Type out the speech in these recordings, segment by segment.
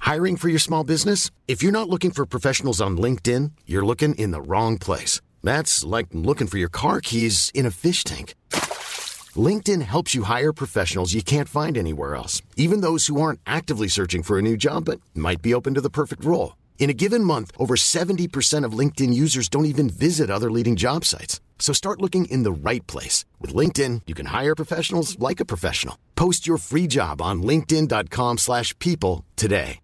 Hiring for your small business? If you're not looking for professionals on LinkedIn, you're looking in the wrong place. That's like looking for your car keys in a fish tank. LinkedIn helps you hire professionals you can't find anywhere else, even those who aren't actively searching for a new job but might be open to the perfect role. In a given month, over 70% of LinkedIn users don't even visit other leading job sites. So start looking in the right place. With LinkedIn, you can hire professionals like a professional. Post your free job on linkedin.com/people today.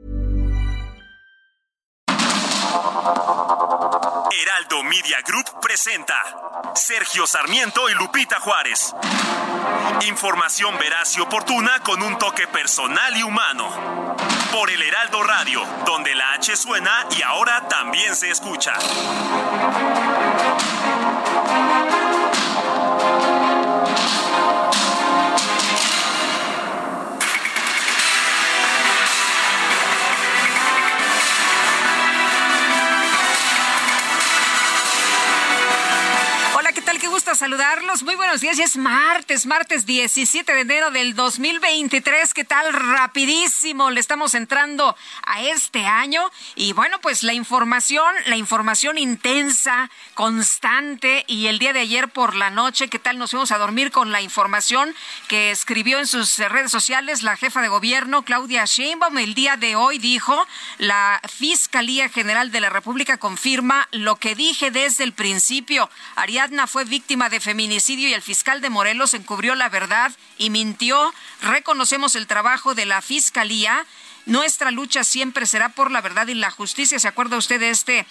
Heraldo Media Group presenta Sergio Sarmiento y Lupita Juárez. Información veraz y oportuna con un toque personal y humano. Por el Heraldo Radio, donde la H suena y ahora también se escucha. Qué gusto saludarlos. Muy buenos días. Ya es martes 17 de enero del 2023. ¿Qué tal? Rapidísimo. Le estamos entrando a este año. Y bueno, pues la información intensa, constante. Y el día de ayer por la noche, ¿qué tal? Nos fuimos a dormir con la información que escribió en sus redes sociales la jefa de gobierno, Claudia Sheinbaum. El día de hoy dijo: la Fiscalía General de la República confirma lo que dije desde el principio. Ariadna fue víctima de feminicidio y el fiscal de Morelos encubrió la verdad y mintió. Reconocemos el trabajo de la Fiscalía. Nuestra lucha siempre será por la verdad y la justicia. ¿Se acuerda usted de este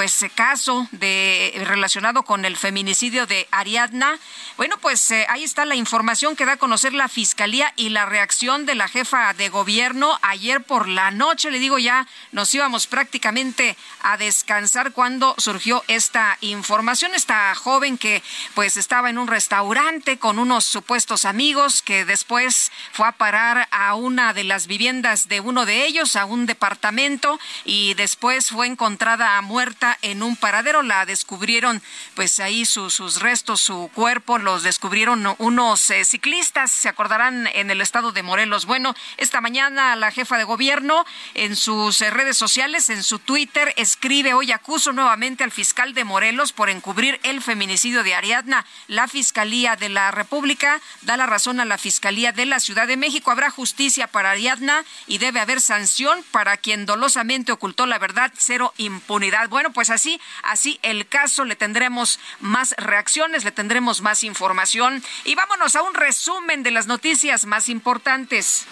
caso relacionado con el feminicidio de Ariadna? Bueno, pues ahí está la información que da a conocer la Fiscalía y la reacción de la jefa de gobierno. Ayer por la noche, le digo, ya nos íbamos prácticamente a descansar cuando surgió esta información. Esta joven que pues estaba en un restaurante con unos supuestos amigos, que después fue a parar a una de las viviendas de uno de ellos, a un departamento, y después fue encontrada muerta en un paradero. La descubrieron pues ahí sus restos, su cuerpo, los descubrieron unos ciclistas, se acordarán, en el estado de Morelos. Bueno, esta mañana la jefa de gobierno en sus redes sociales, en su Twitter, escribe: hoy acuso nuevamente al fiscal de Morelos por encubrir el feminicidio de Ariadna. La Fiscalía de la República da la razón a la Fiscalía de la Ciudad de México. Habrá justicia para Ariadna y debe haber sanción para quien dolosamente ocultó la verdad. Cero impunidad. Bueno, pues así el caso. Le tendremos más reacciones, le tendremos más información y vámonos a un resumen de las noticias más importantes.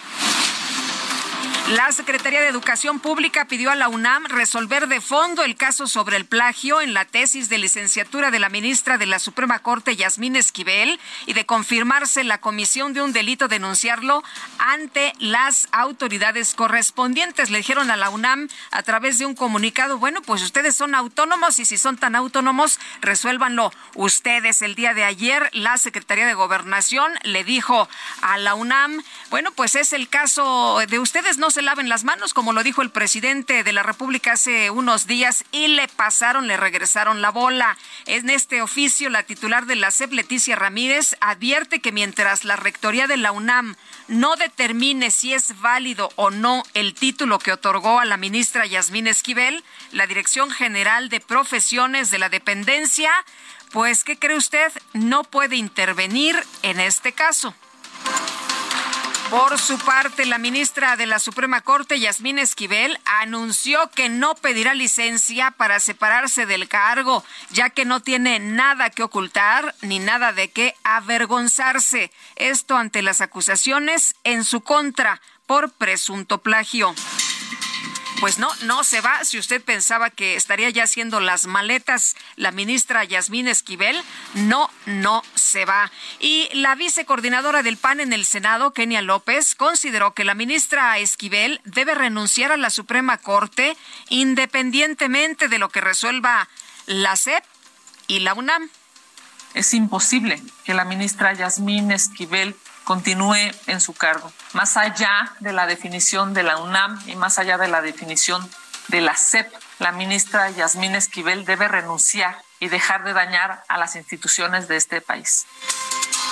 La Secretaría de Educación Pública pidió a la UNAM resolver de fondo el caso sobre el plagio en la tesis de licenciatura de la ministra de la Suprema Corte, Yasmín Esquivel, y de confirmarse la comisión de un delito, denunciarlo ante las autoridades correspondientes. Le dijeron a la UNAM a través de un comunicado: bueno, pues ustedes son autónomos y si son tan autónomos, resuélvanlo ustedes. El día de ayer la Secretaría de Gobernación le dijo a la UNAM: bueno, pues es el caso de ustedes, no se laven las manos, como lo dijo el presidente de la República hace unos días, y le regresaron la bola. En este oficio, la titular de la SEP, Leticia Ramírez, advierte que mientras la rectoría de la UNAM no determine si es válido o no el título que otorgó a la ministra Yasmín Esquivel, la Dirección General de Profesiones de la dependencia, pues, ¿qué cree usted? No puede intervenir en este caso. Por su parte, la ministra de la Suprema Corte, Yasmín Esquivel, anunció que no pedirá licencia para separarse del cargo, ya que no tiene nada que ocultar ni nada de qué avergonzarse. Esto ante las acusaciones en su contra por presunto plagio. Pues no se va. Si usted pensaba que estaría ya haciendo las maletas la ministra Yasmín Esquivel, no se va. Y la vicecoordinadora del PAN en el Senado, Kenia López, consideró que la ministra Esquivel debe renunciar a la Suprema Corte independientemente de lo que resuelva la SEP y la UNAM. Es imposible que la ministra Yasmín Esquivel continúe en su cargo. Más allá de la definición de la UNAM y más allá de la definición de la SEP, la ministra Yasmín Esquivel debe renunciar y dejar de dañar a las instituciones de este país.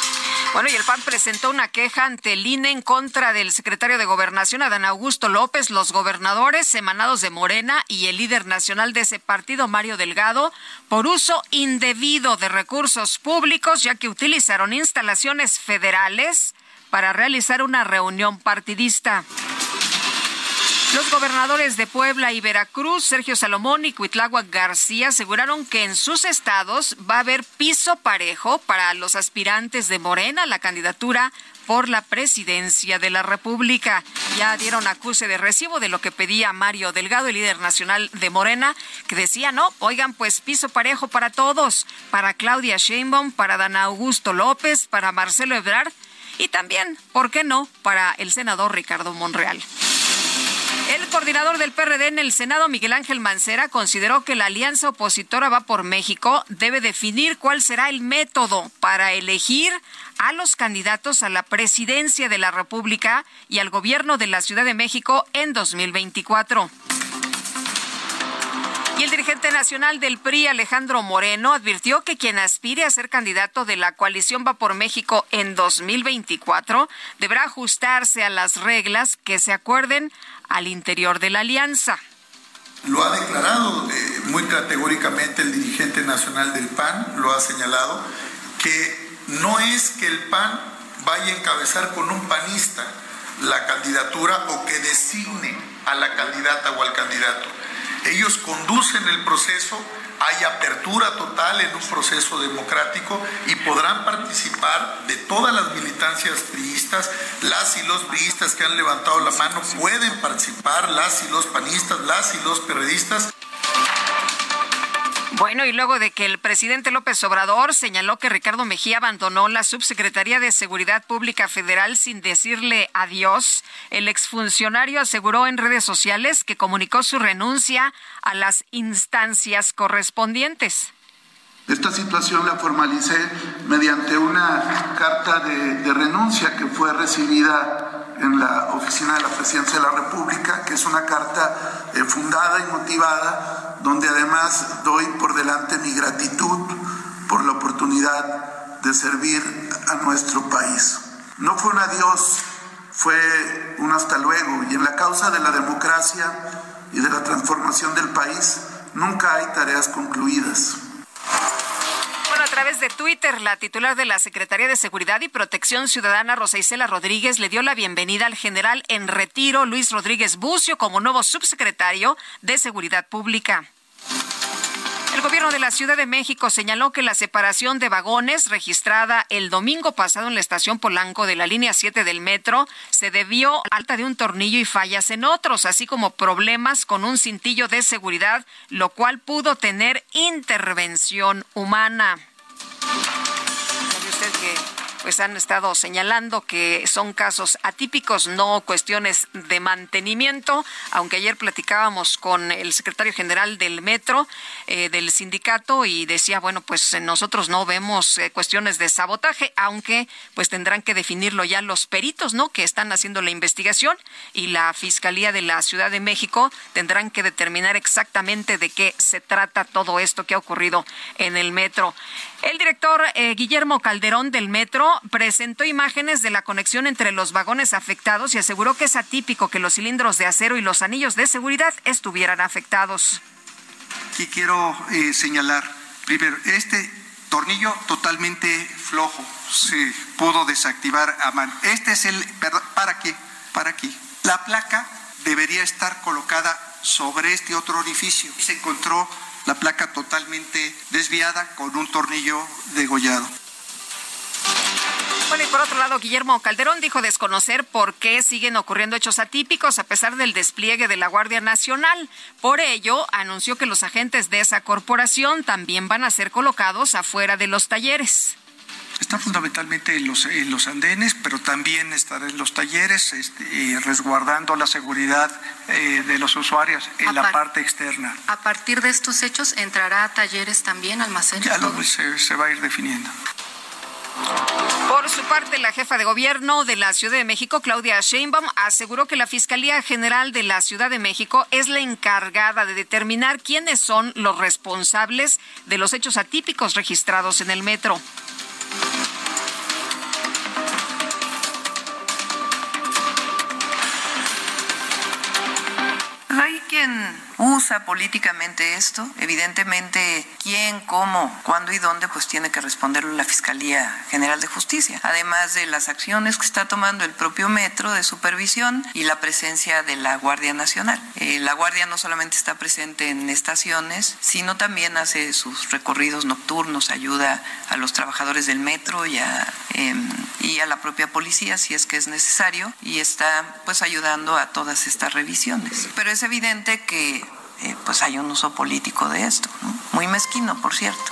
Bueno, y el PAN presentó una queja ante el INE en contra del secretario de Gobernación, Adán Augusto López, los gobernadores emanados de Morena y el líder nacional de ese partido, Mario Delgado, por uso indebido de recursos públicos, ya que utilizaron instalaciones federales para realizar una reunión partidista. Los gobernadores de Puebla y Veracruz, Sergio Salomón y Cuitláhuac García, aseguraron que en sus estados va a haber piso parejo para los aspirantes de Morena a la candidatura por la presidencia de la República. Ya dieron acuse de recibo de lo que pedía Mario Delgado, el líder nacional de Morena, que decía, no, oigan, pues piso parejo para todos, para Claudia Sheinbaum, para Adán Augusto López, para Marcelo Ebrard y también, ¿por qué no?, para el senador Ricardo Monreal. El coordinador del PRD en el Senado, Miguel Ángel Mancera, consideró que la alianza opositora Va por México debe definir cuál será el método para elegir a los candidatos a la presidencia de la República y al gobierno de la Ciudad de México en 2024. Y el dirigente nacional del PRI, Alejandro Moreno, advirtió que quien aspire a ser candidato de la coalición Va por México en 2024 deberá ajustarse a las reglas que se acuerden al interior de la alianza. Lo ha declarado muy categóricamente el dirigente nacional del PAN, lo ha señalado, que no es que el PAN vaya a encabezar con un panista la candidatura o que designe a la candidata o al candidato. Ellos conducen el proceso, hay apertura total en un proceso democrático y podrán participar de todas las militancias priistas. Las y los priistas que han levantado la mano pueden participar, las y los panistas, las y los perredistas. Bueno, y luego de que el presidente López Obrador señaló que Ricardo Mejía abandonó la Subsecretaría de Seguridad Pública Federal sin decirle adiós, el exfuncionario aseguró en redes sociales que comunicó su renuncia a las instancias correspondientes. Esta situación la formalicé mediante una carta de renuncia que fue recibida en la oficina de la Presidencia de la República, que es una carta fundada y motivada, donde además doy por delante mi gratitud por la oportunidad de servir a nuestro país. No fue un adiós, fue un hasta luego, y en la causa de la democracia y de la transformación del país nunca hay tareas concluidas. Bueno, a través de Twitter, la titular de la Secretaría de Seguridad y Protección Ciudadana, Rosa Isela Rodríguez, le dio la bienvenida al general en retiro, Luis Rodríguez Bucio, como nuevo subsecretario de Seguridad Pública. El gobierno de la Ciudad de México señaló que la separación de vagones registrada el domingo pasado en la estación Polanco de la línea 7 del metro se debió a falta de un tornillo y fallas en otros, así como problemas con un cintillo de seguridad, lo cual pudo tener intervención humana. ¿Sabe usted que pues han estado señalando que son casos atípicos, no cuestiones de mantenimiento? Aunque ayer platicábamos con el secretario general del Metro, del sindicato, y decía, bueno, pues nosotros no vemos cuestiones de sabotaje, aunque pues tendrán que definirlo ya los peritos, ¿no?, que están haciendo la investigación, y la Fiscalía de la Ciudad de México tendrán que determinar exactamente de qué se trata todo esto que ha ocurrido en el Metro. El director Guillermo Calderón del Metro presentó imágenes de la conexión entre los vagones afectados y aseguró que es atípico que los cilindros de acero y los anillos de seguridad estuvieran afectados. Aquí quiero señalar, primero, este tornillo totalmente flojo, se pudo desactivar a mano. Este es el, perdón, para aquí. La placa debería estar colocada sobre este otro orificio. Se encontró la placa totalmente desviada con un tornillo degollado. Bueno, y por otro lado, Guillermo Calderón dijo desconocer por qué siguen ocurriendo hechos atípicos a pesar del despliegue de la Guardia Nacional. Por ello, anunció que los agentes de esa corporación también van a ser colocados afuera de los talleres. Está fundamentalmente en los andenes, pero también estará en los talleres, resguardando la seguridad de los usuarios en la parte externa. ¿A partir de estos hechos entrará a talleres también, almacenes? Ya se va a ir definiendo. Por su parte, la jefa de gobierno de la Ciudad de México, Claudia Sheinbaum, aseguró que la Fiscalía General de la Ciudad de México es la encargada de determinar quiénes son los responsables de los hechos atípicos registrados en el metro. alguien usa políticamente esto, evidentemente quién, cómo, cuándo y dónde, pues tiene que responderlo la Fiscalía General de Justicia, además de las acciones que está tomando el propio Metro de supervisión y la presencia de la Guardia Nacional. La Guardia no solamente está presente en estaciones, sino también hace sus recorridos nocturnos, ayuda a los trabajadores del Metro y a la propia policía si es que es necesario, y está pues ayudando a todas estas revisiones. Pero es evidente que pues hay un uso político de esto, ¿no? Muy mezquino, por cierto.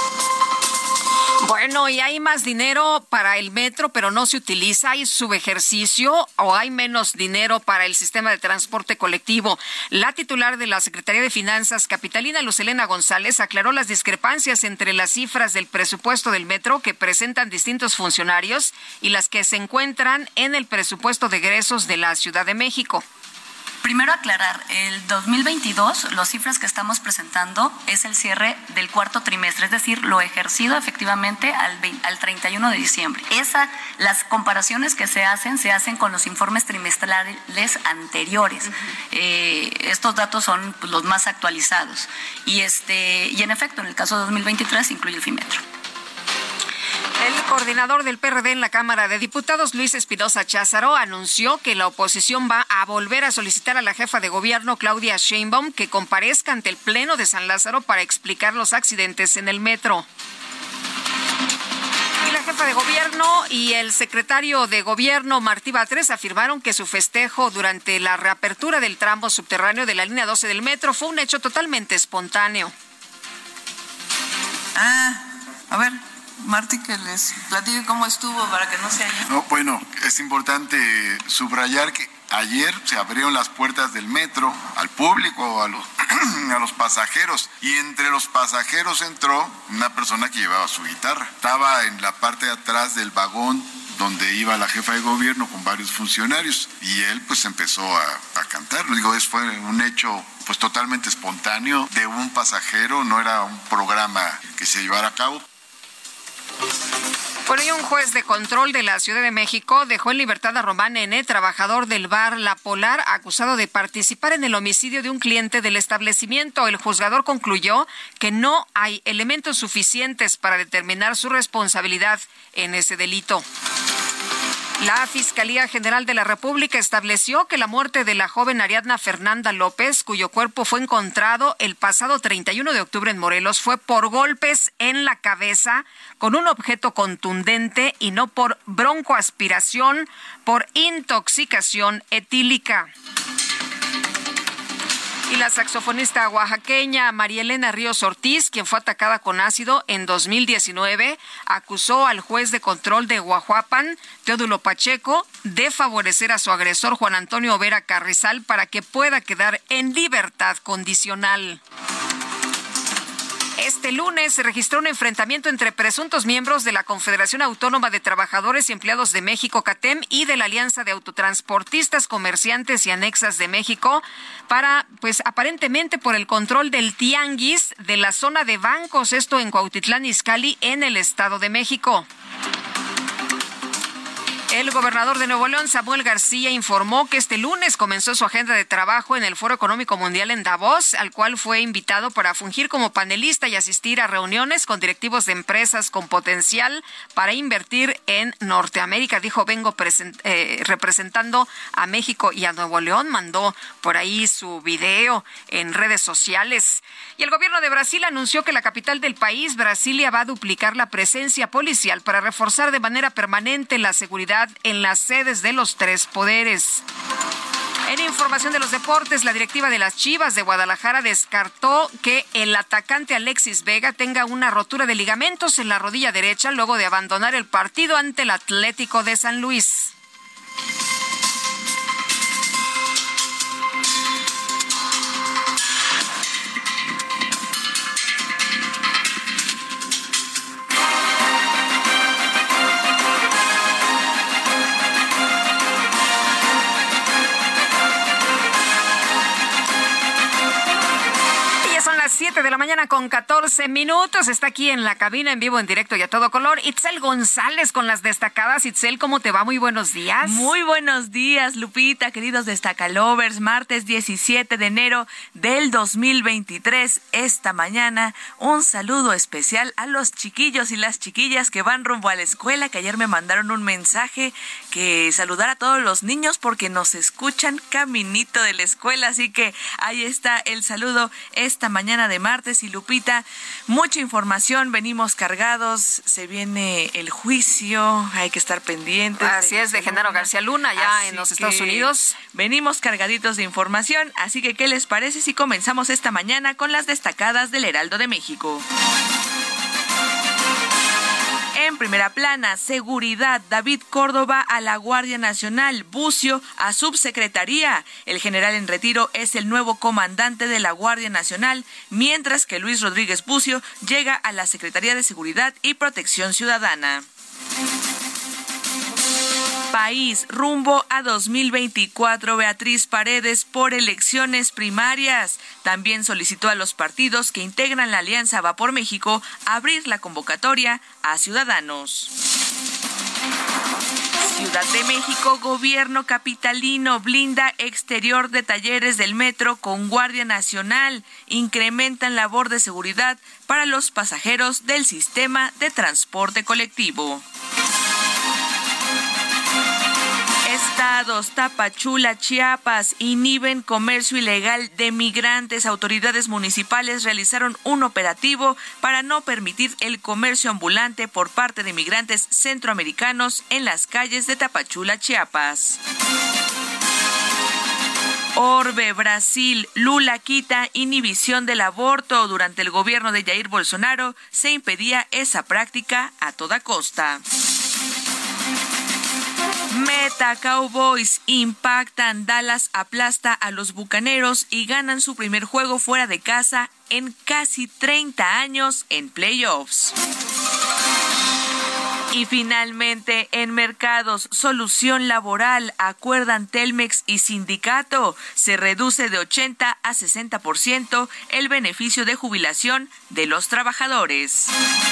Bueno, y hay más dinero para el metro, pero no se utiliza. ¿Hay subejercicio o hay menos dinero para el sistema de transporte colectivo? La titular de la Secretaría de Finanzas capitalina, Luz Helena González, aclaró las discrepancias entre las cifras del presupuesto del metro que presentan distintos funcionarios y las que se encuentran en el presupuesto de egresos de la Ciudad de México. Primero aclarar, el 2022, las cifras que estamos presentando es el cierre del cuarto trimestre, es decir, lo ejercido efectivamente al 31 de diciembre. Las comparaciones que se hacen con los informes trimestrales anteriores. Estos datos son los más actualizados. Y en efecto, en el caso de 2023 incluye el FIMetro. El coordinador del PRD en la Cámara de Diputados, Luis Espinosa Cházaro, anunció que la oposición va a volver a solicitar a la jefa de gobierno, Claudia Sheinbaum, que comparezca ante el Pleno de San Lázaro para explicar los accidentes en el metro. Y la jefa de gobierno y el secretario de gobierno, Martí Batres, afirmaron que su festejo durante la reapertura del tramo subterráneo de la línea 12 del metro fue un hecho totalmente espontáneo. A ver, Martí, que les platique cómo estuvo para que no se haya... No, bueno, es importante subrayar que ayer se abrieron las puertas del metro al público, a los pasajeros, y entre los pasajeros entró una persona que llevaba su guitarra. Estaba en la parte de atrás del vagón donde iba la jefa de gobierno con varios funcionarios, y él pues empezó a cantar. Fue un hecho pues totalmente espontáneo de un pasajero, no era un programa que se llevara a cabo. Por ello, un juez de control de la Ciudad de México dejó en libertad a Román N., trabajador del bar La Polar, acusado de participar en el homicidio de un cliente del establecimiento. El juzgador concluyó que no hay elementos suficientes para determinar su responsabilidad en ese delito. La Fiscalía General de la República estableció que la muerte de la joven Ariadna Fernanda López, cuyo cuerpo fue encontrado el pasado 31 de octubre en Morelos, fue por golpes en la cabeza con un objeto contundente y no por broncoaspiración por intoxicación etílica. Y la saxofonista oaxaqueña María Elena Ríos Ortiz, quien fue atacada con ácido en 2019, acusó al juez de control de Guajuapan, Teodulo Pacheco, de favorecer a su agresor Juan Antonio Vera Carrizal para que pueda quedar en libertad condicional. Este lunes se registró un enfrentamiento entre presuntos miembros de la Confederación Autónoma de Trabajadores y Empleados de México, CATEM, y de la Alianza de Autotransportistas, Comerciantes y Anexas de México para, pues aparentemente por el control del tianguis de la zona de bancos, esto en Cuautitlán Izcalli, en el Estado de México. El gobernador de Nuevo León, Samuel García, informó que este lunes comenzó su agenda de trabajo en el Foro Económico Mundial en Davos, al cual fue invitado para fungir como panelista y asistir a reuniones con directivos de empresas con potencial para invertir en Norteamérica. Dijo, vengo representando a México y a Nuevo León. Mandó por ahí su video en redes sociales. Y el gobierno de Brasil anunció que la capital del país, Brasilia, va a duplicar la presencia policial para reforzar de manera permanente la seguridad en las sedes de los tres poderes. En información de los deportes, la directiva de las Chivas de Guadalajara descartó que el atacante Alexis Vega tenga una rotura de ligamentos en la rodilla derecha luego de abandonar el partido ante el Atlético de San Luis. 7 de la mañana con 14 minutos. Está aquí en la cabina, en vivo, en directo y a todo color, Itzel González con las destacadas. Itzel, ¿cómo te va? Muy buenos días. Muy buenos días, Lupita, queridos destacalovers. Martes 17 de enero del 2023. Esta mañana, un saludo especial a los chiquillos y las chiquillas que van rumbo a la escuela, que ayer me mandaron un mensaje que saludar a todos los niños porque nos escuchan caminito de la escuela. Así que ahí está el saludo esta mañana de martes. Y Lupita, mucha información, venimos cargados, se viene el juicio, hay que estar pendientes. Así es, de Genaro García Luna, ya en los Estados Unidos. Venimos cargaditos de información, así que ¿qué les parece si comenzamos esta mañana con las destacadas del Heraldo de México? En primera plana, seguridad, David Córdoba a la Guardia Nacional, Bucio a subsecretaría. El general en retiro es el nuevo comandante de la Guardia Nacional, mientras que Luis Rodríguez Bucio llega a la Secretaría de Seguridad y Protección Ciudadana. País, rumbo a 2024, Beatriz Paredes por elecciones primarias. También solicitó a los partidos que integran la Alianza Va por México abrir la convocatoria a ciudadanos. Ciudad de México, gobierno capitalino blinda exterior de talleres del metro con Guardia Nacional. Incrementan labor de seguridad para los pasajeros del sistema de transporte colectivo. Estados, Tapachula, Chiapas, inhiben comercio ilegal de migrantes. Autoridades municipales realizaron un operativo para no permitir el comercio ambulante por parte de migrantes centroamericanos en las calles de Tapachula, Chiapas. Orbe, Brasil, Lula quita inhibición del aborto. Durante el gobierno de Jair Bolsonaro se impedía esa práctica a toda costa. Meta, Cowboys impactan, Dallas aplasta a los Bucaneros y ganan su primer juego fuera de casa en casi 30 años en playoffs. Y finalmente, en mercados, solución laboral, acuerdan Telmex y sindicato. Se reduce de 80 a 60% el beneficio de jubilación de los trabajadores.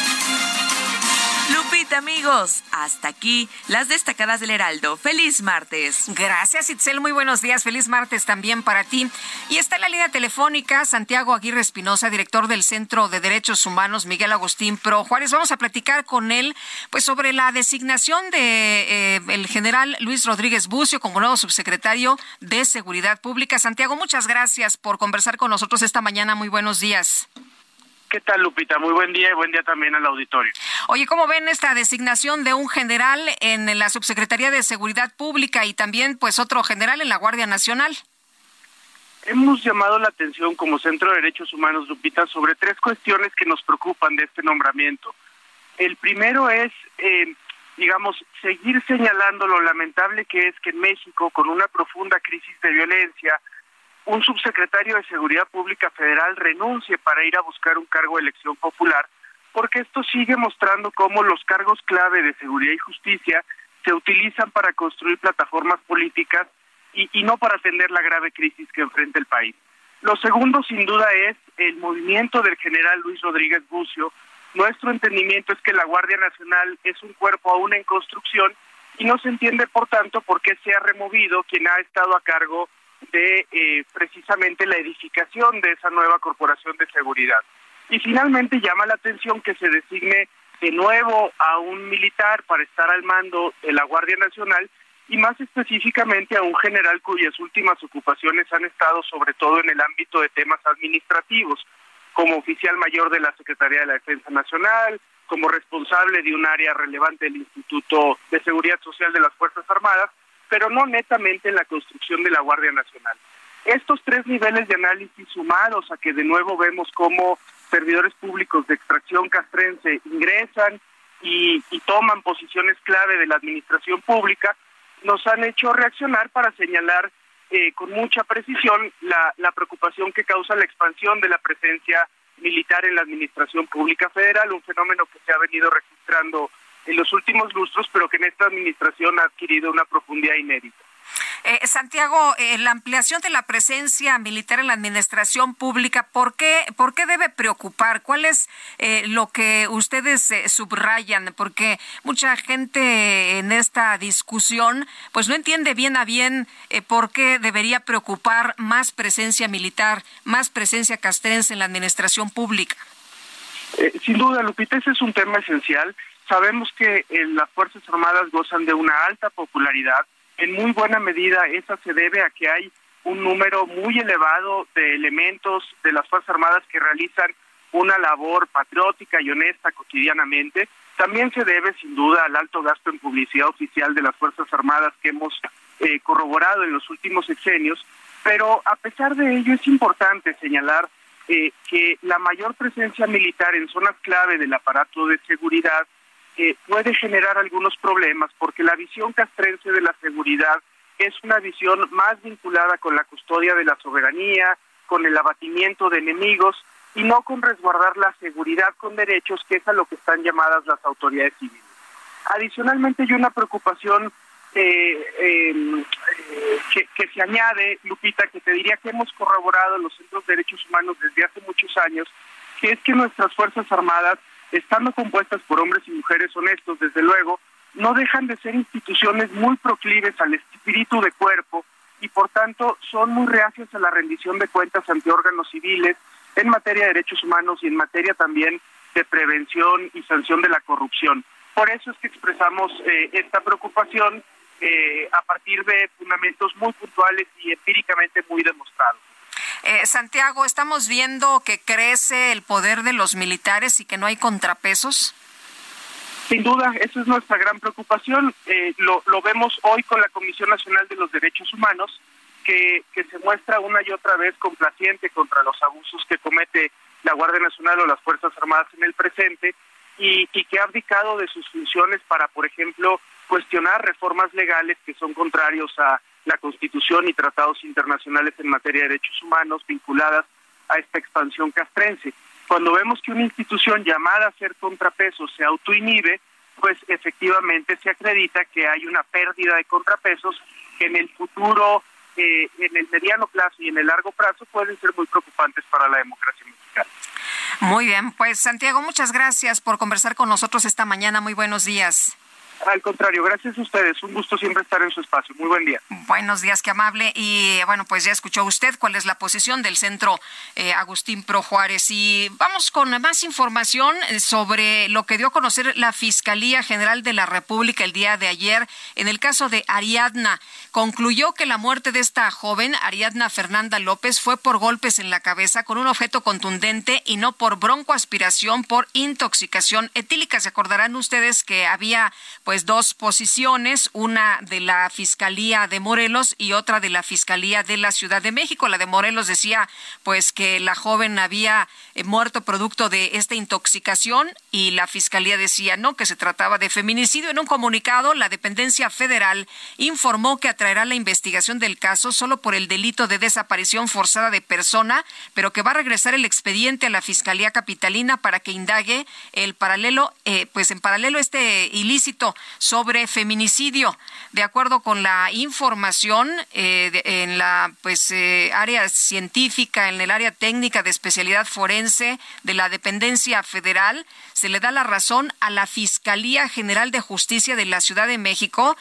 Lupita, amigos, hasta aquí las destacadas del Heraldo. ¡Feliz martes! Gracias, Itzel. Muy buenos días. Feliz martes también para ti. Y está en la línea telefónica Santiago Aguirre Espinosa, director del Centro de Derechos Humanos Miguel Agustín Pro Juárez. Vamos a platicar con él pues sobre la designación de el general Luis Rodríguez Bucio como nuevo subsecretario de Seguridad Pública. Santiago, muchas gracias por conversar con nosotros esta mañana. Muy buenos días. ¿Qué tal, Lupita? Muy buen día y buen día también al auditorio. Oye, ¿cómo ven esta designación de un general en la Subsecretaría de Seguridad Pública y también pues otro general en la Guardia Nacional? Hemos llamado la atención como Centro de Derechos Humanos, Lupita, sobre tres cuestiones que nos preocupan de este nombramiento. El primero es, seguir señalando lo lamentable que es que en México, con una profunda crisis de violencia, un subsecretario de Seguridad Pública Federal renuncie para ir a buscar un cargo de elección popular, porque esto sigue mostrando cómo los cargos clave de seguridad y justicia se utilizan para construir plataformas políticas y no para atender la grave crisis que enfrenta el país. Lo segundo, sin duda, es el movimiento del general Luis Rodríguez Bucio. Nuestro entendimiento es que la Guardia Nacional es un cuerpo aún en construcción y no se entiende, por tanto, por qué se ha removido quien ha estado a cargo de precisamente la edificación de esa nueva corporación de seguridad. Y finalmente llama la atención que se designe de nuevo a un militar para estar al mando de la Guardia Nacional y más específicamente a un general cuyas últimas ocupaciones han estado sobre todo en el ámbito de temas administrativos, como oficial mayor de la Secretaría de la Defensa Nacional, como responsable de un área relevante del Instituto de Seguridad Social de las Fuerzas Armadas, pero no netamente en la construcción de la Guardia Nacional. Estos tres niveles de análisis sumados a que de nuevo vemos cómo servidores públicos de extracción castrense ingresan y toman posiciones clave de la administración pública, nos han hecho reaccionar para señalar con mucha precisión la preocupación que causa la expansión de la presencia militar en la administración pública federal, un fenómeno que se ha venido registrando en los últimos lustros, pero que en esta administración ha adquirido una profundidad inédita. Santiago, la ampliación de la presencia militar en la administración pública, ¿por qué debe preocupar? ¿Cuál es lo que ustedes subrayan? Porque mucha gente en esta discusión pues no entiende bien a bien por qué debería preocupar más presencia militar, más presencia castrense en la administración pública. Sin duda, Lupita, ese es un tema esencial. Sabemos que las Fuerzas Armadas gozan de una alta popularidad. En muy buena medida, esa se debe a que hay un número muy elevado de elementos de las Fuerzas Armadas que realizan una labor patriótica y honesta cotidianamente. También se debe, sin duda, al alto gasto en publicidad oficial de las Fuerzas Armadas que hemos corroborado en los últimos sexenios. Pero a pesar de ello, es importante señalar que la mayor presencia militar en zonas clave del aparato de seguridad puede generar algunos problemas, porque la visión castrense de la seguridad es una visión más vinculada con la custodia de la soberanía, con el abatimiento de enemigos y no con resguardar la seguridad con derechos, que es a lo que están llamadas las autoridades civiles. Adicionalmente, hay una preocupación que se añade, Lupita, que te diría que hemos corroborado en los centros de derechos humanos desde hace muchos años, que es que nuestras Fuerzas Armadas, estando compuestas por hombres y mujeres honestos, desde luego, no dejan de ser instituciones muy proclives al espíritu de cuerpo y por tanto son muy reacias a la rendición de cuentas ante órganos civiles en materia de derechos humanos y en materia también de prevención y sanción de la corrupción. Por eso es que expresamos esta preocupación a partir de fundamentos muy puntuales y empíricamente muy demostrados. Santiago, ¿estamos viendo que crece el poder de los militares y que no hay contrapesos? Sin duda, esa es nuestra gran preocupación. Lo vemos hoy con la Comisión Nacional de los Derechos Humanos, que se muestra una y otra vez complaciente contra los abusos que comete la Guardia Nacional o las Fuerzas Armadas en el presente y que ha abdicado de sus funciones para, por ejemplo, cuestionar reformas legales que son contrarios a la Constitución y tratados internacionales en materia de derechos humanos vinculadas a esta expansión castrense. Cuando vemos que una institución llamada a ser contrapeso se autoinhibe, pues efectivamente se acredita que hay una pérdida de contrapesos que en el futuro, en el mediano plazo y en el largo plazo pueden ser muy preocupantes para la democracia mexicana. Muy bien, pues Santiago, muchas gracias por conversar con nosotros esta mañana. Muy buenos días. Al contrario, gracias a ustedes. Un gusto siempre estar en su espacio. Muy buen día. Buenos días, qué amable. Y bueno, pues ya escuchó usted cuál es la posición del Centro Agustín Pro Juárez. Y vamos con más información sobre lo que dio a conocer la Fiscalía General de la República el día de ayer en el caso de Ariadna. Concluyó que la muerte de esta joven, Ariadna Fernanda López, fue por golpes en la cabeza con un objeto contundente y no por broncoaspiración por intoxicación etílica. Se acordarán ustedes que había pues dos posiciones, una de la Fiscalía de Morelos y otra de la Fiscalía de la Ciudad de México. La de Morelos decía pues que la joven había muerto producto de esta intoxicación y la Fiscalía decía no, que se trataba de feminicidio. En un comunicado, la dependencia federal informó que atraerá la investigación del caso solo por el delito de desaparición forzada de persona, pero que va a regresar el expediente a la Fiscalía Capitalina para que indague en paralelo este ilícito sobre feminicidio. De acuerdo con la información en la área científica, en el área técnica de especialidad forense de la dependencia federal, se le da la razón a la Fiscalía General de Justicia de la Ciudad de México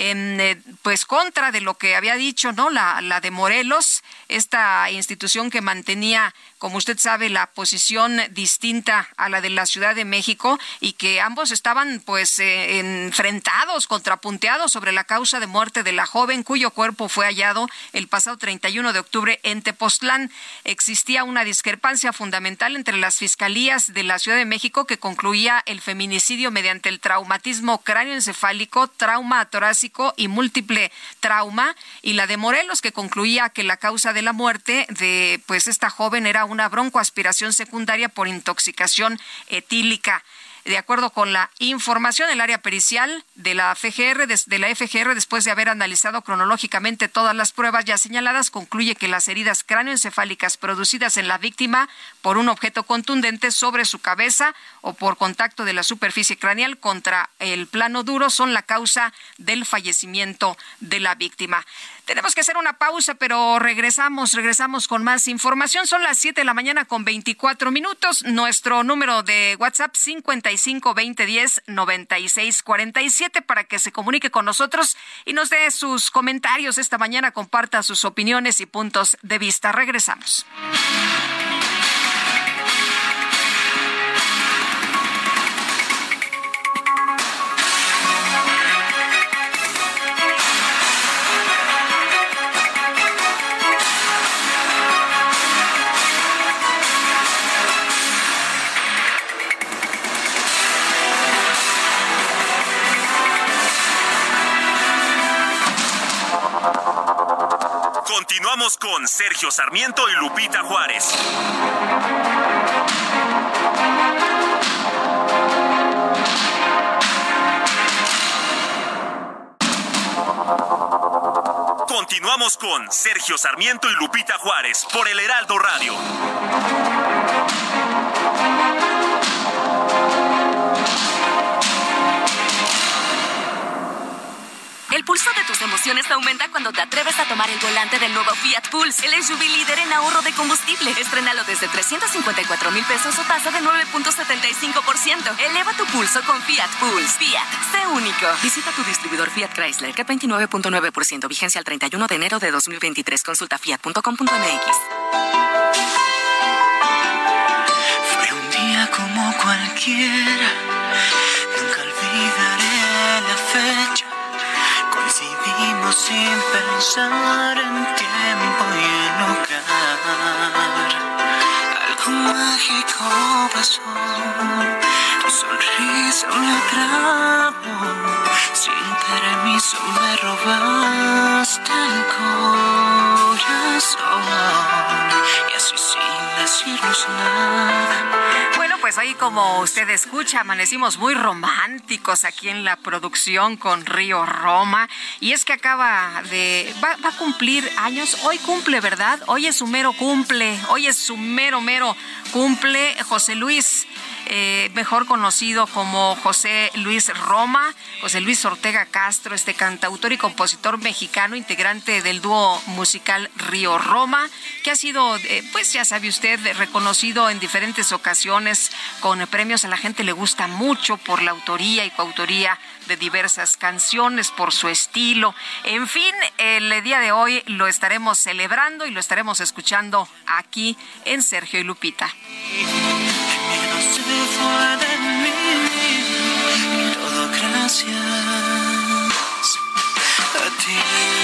pues contra de lo que había dicho, ¿no? La de Morelos, esta institución que mantenía, como usted sabe, la posición distinta a la de la Ciudad de México y que ambos estaban pues enfrentados, contrapunteados sobre la causa de muerte de la joven cuyo cuerpo fue hallado el pasado 31 de octubre en Tepoztlán. Existía una discrepancia fundamental entre las fiscalías de la Ciudad de México, que concluía el feminicidio mediante el traumatismo cráneoencefálico, trauma torácico y múltiple trauma, y la de Morelos, que concluía que la causa de la muerte de pues esta joven era una broncoaspiración secundaria por intoxicación etílica. De acuerdo con la información, el área pericial de la FGR, después de haber analizado cronológicamente todas las pruebas ya señaladas, concluye que las heridas cráneoencefálicas producidas en la víctima por un objeto contundente sobre su cabeza o por contacto de la superficie craneal contra el plano duro son la causa del fallecimiento de la víctima. Tenemos que hacer una pausa, pero regresamos con más información. Son las 7 de la mañana con 24 minutos. Nuestro número de WhatsApp 5520109647 para que se comunique con nosotros y nos dé sus comentarios esta mañana, comparta sus opiniones y puntos de vista. Regresamos. Continuamos con Sergio Sarmiento y Lupita Juárez. Continuamos con Sergio Sarmiento y Lupita Juárez por el Heraldo Radio. El pulso de tus emociones aumenta cuando te atreves a tomar el volante del nuevo Fiat Pulse, el SUV líder en ahorro de combustible. Estrénalo desde 354,000 pesos o tasa de 9.75%. Eleva tu pulso con Fiat Pulse. Fiat, sé único. Visita tu distribuidor Fiat Chrysler, que 29.9%, vigencia al 31 de enero de 2023. Consulta fiat.com.mx. Fue un día como cualquiera, nunca olvidaré la fecha. Coincidimos sin pensar en tiempo y en lugar. Algo mágico pasó, tu sonrisa me atrapó. Sin permiso me robaste el corazón. Y así sin decirnos nada. Bueno, pues ahí, como usted escucha, amanecimos muy románticos aquí en la producción con Río Roma. Y es que va a cumplir años. Hoy cumple, ¿verdad? Hoy es su mero cumple. Hoy es su mero cumple José Luis, mejor conocido como José Luis Roma, José Luis Ortega Castro, este cantautor y compositor mexicano, integrante del dúo musical Río Roma, que ha sido, pues ya sabe usted, reconocido en diferentes ocasiones con premios. A la gente le gusta mucho por la autoría y coautoría de diversas canciones, por su estilo. En fin, el día de hoy lo estaremos celebrando y lo estaremos escuchando aquí en Sergio y Lupita. Se fue de mí, todo gracias a ti.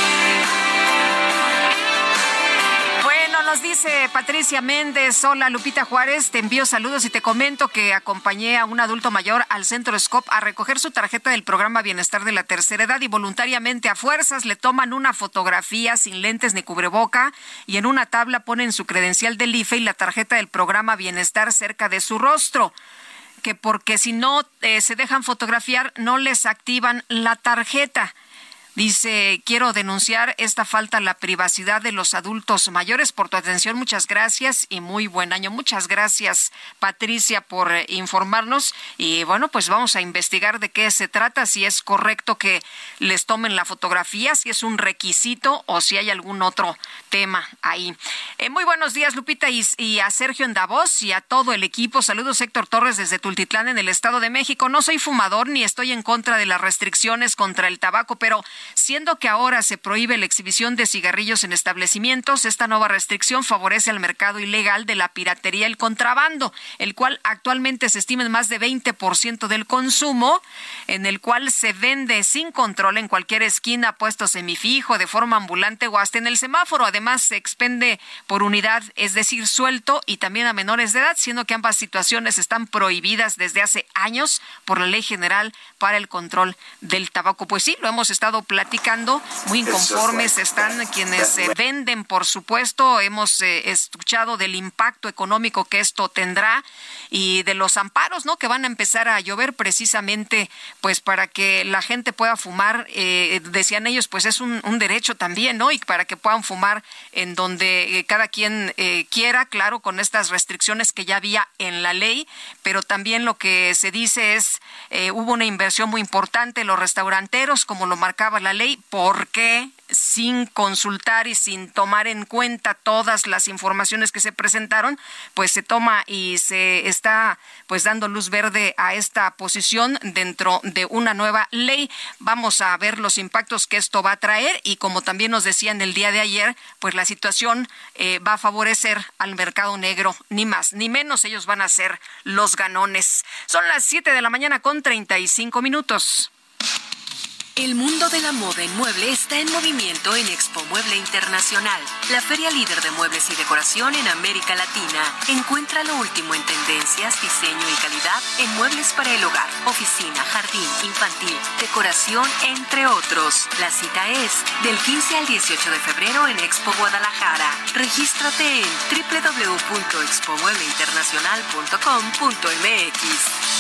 Bueno, nos dice Patricia Méndez: hola Lupita Juárez, te envío saludos y te comento que acompañé a un adulto mayor al Centro Scop a recoger su tarjeta del programa Bienestar de la Tercera Edad y voluntariamente a fuerzas le toman una fotografía sin lentes ni cubreboca y en una tabla ponen su credencial del IFE y la tarjeta del programa Bienestar cerca de su rostro, que porque si no se dejan fotografiar no les activan la tarjeta. Dice: quiero denunciar esta falta a la privacidad de los adultos mayores. Por tu atención, muchas gracias y muy buen año. Muchas gracias, Patricia, por informarnos. Y bueno, pues vamos a investigar de qué se trata, si es correcto que les tomen la fotografía, si es un requisito o si hay algún otro tema ahí. Muy buenos días, Lupita, y a Sergio en Davos y a todo el equipo. Saludos, Héctor Torres, desde Tultitlán, en el Estado de México. No soy fumador ni estoy en contra de las restricciones contra el tabaco, pero siendo que ahora se prohíbe la exhibición de cigarrillos en establecimientos, esta nueva restricción favorece al mercado ilegal de la piratería y el contrabando, el cual actualmente se estima en más de 20% del consumo, en el cual se vende sin control en cualquier esquina, puesto semifijo, de forma ambulante o hasta en el semáforo. Además, se expende por unidad, es decir, suelto, y también a menores de edad, siendo que ambas situaciones están prohibidas desde hace años por la Ley General para el Control del Tabaco. Pues sí, lo hemos estado platicando, muy inconformes están quienes venden, por supuesto. Hemos escuchado del impacto económico que esto tendrá y de los amparos, ¿no?, que van a empezar a llover precisamente pues para que la gente pueda fumar. Decían ellos, pues es un derecho también, ¿no?, y para que puedan fumar en donde cada quien quiera, claro, con estas restricciones que ya había en la ley, pero también lo que se dice es, hubo una inversión muy importante en los restauranteros, como lo marcaba la ley. ¿Por qué sin consultar y sin tomar en cuenta todas las informaciones que se presentaron, pues se toma y se está pues dando luz verde a esta posición dentro de una nueva ley. Vamos a ver los impactos que esto va a traer y, como también nos decían el día de ayer, pues la situación va a favorecer al mercado negro, ni más ni menos. Ellos van a ser los ganones. Son las 7:35 a.m. El mundo de la moda en mueble está en movimiento en Expo Mueble Internacional, la feria líder de muebles y decoración en América Latina. Encuentra lo último en tendencias, diseño y calidad en muebles para el hogar, oficina, jardín, infantil, decoración, entre otros. La cita es del 15 al 18 de febrero en Expo Guadalajara. Regístrate en www.expomuebleinternacional.com.mx.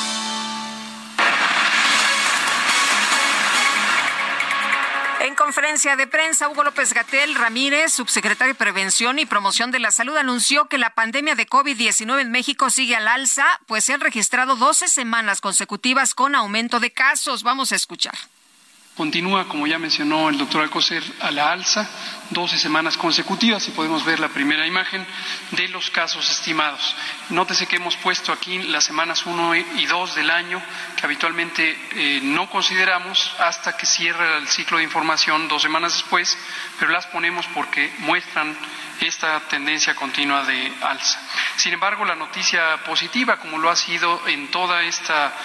En conferencia de prensa, Hugo López-Gatell Ramírez, subsecretario de Prevención y Promoción de la Salud, anunció que la pandemia de COVID-19 en México sigue al alza, pues se han registrado 12 semanas consecutivas con aumento de casos. Vamos a escuchar. Continúa, como ya mencionó el doctor Alcocer, a la alza, 12 semanas consecutivas, y podemos ver la primera imagen de los casos estimados. Nótese que hemos puesto aquí las semanas 1 y 2 del año, que habitualmente no consideramos hasta que cierra el ciclo de información 2 semanas después, pero las ponemos porque muestran esta tendencia continua de alza. Sin embargo, la noticia positiva, como lo ha sido en toda esta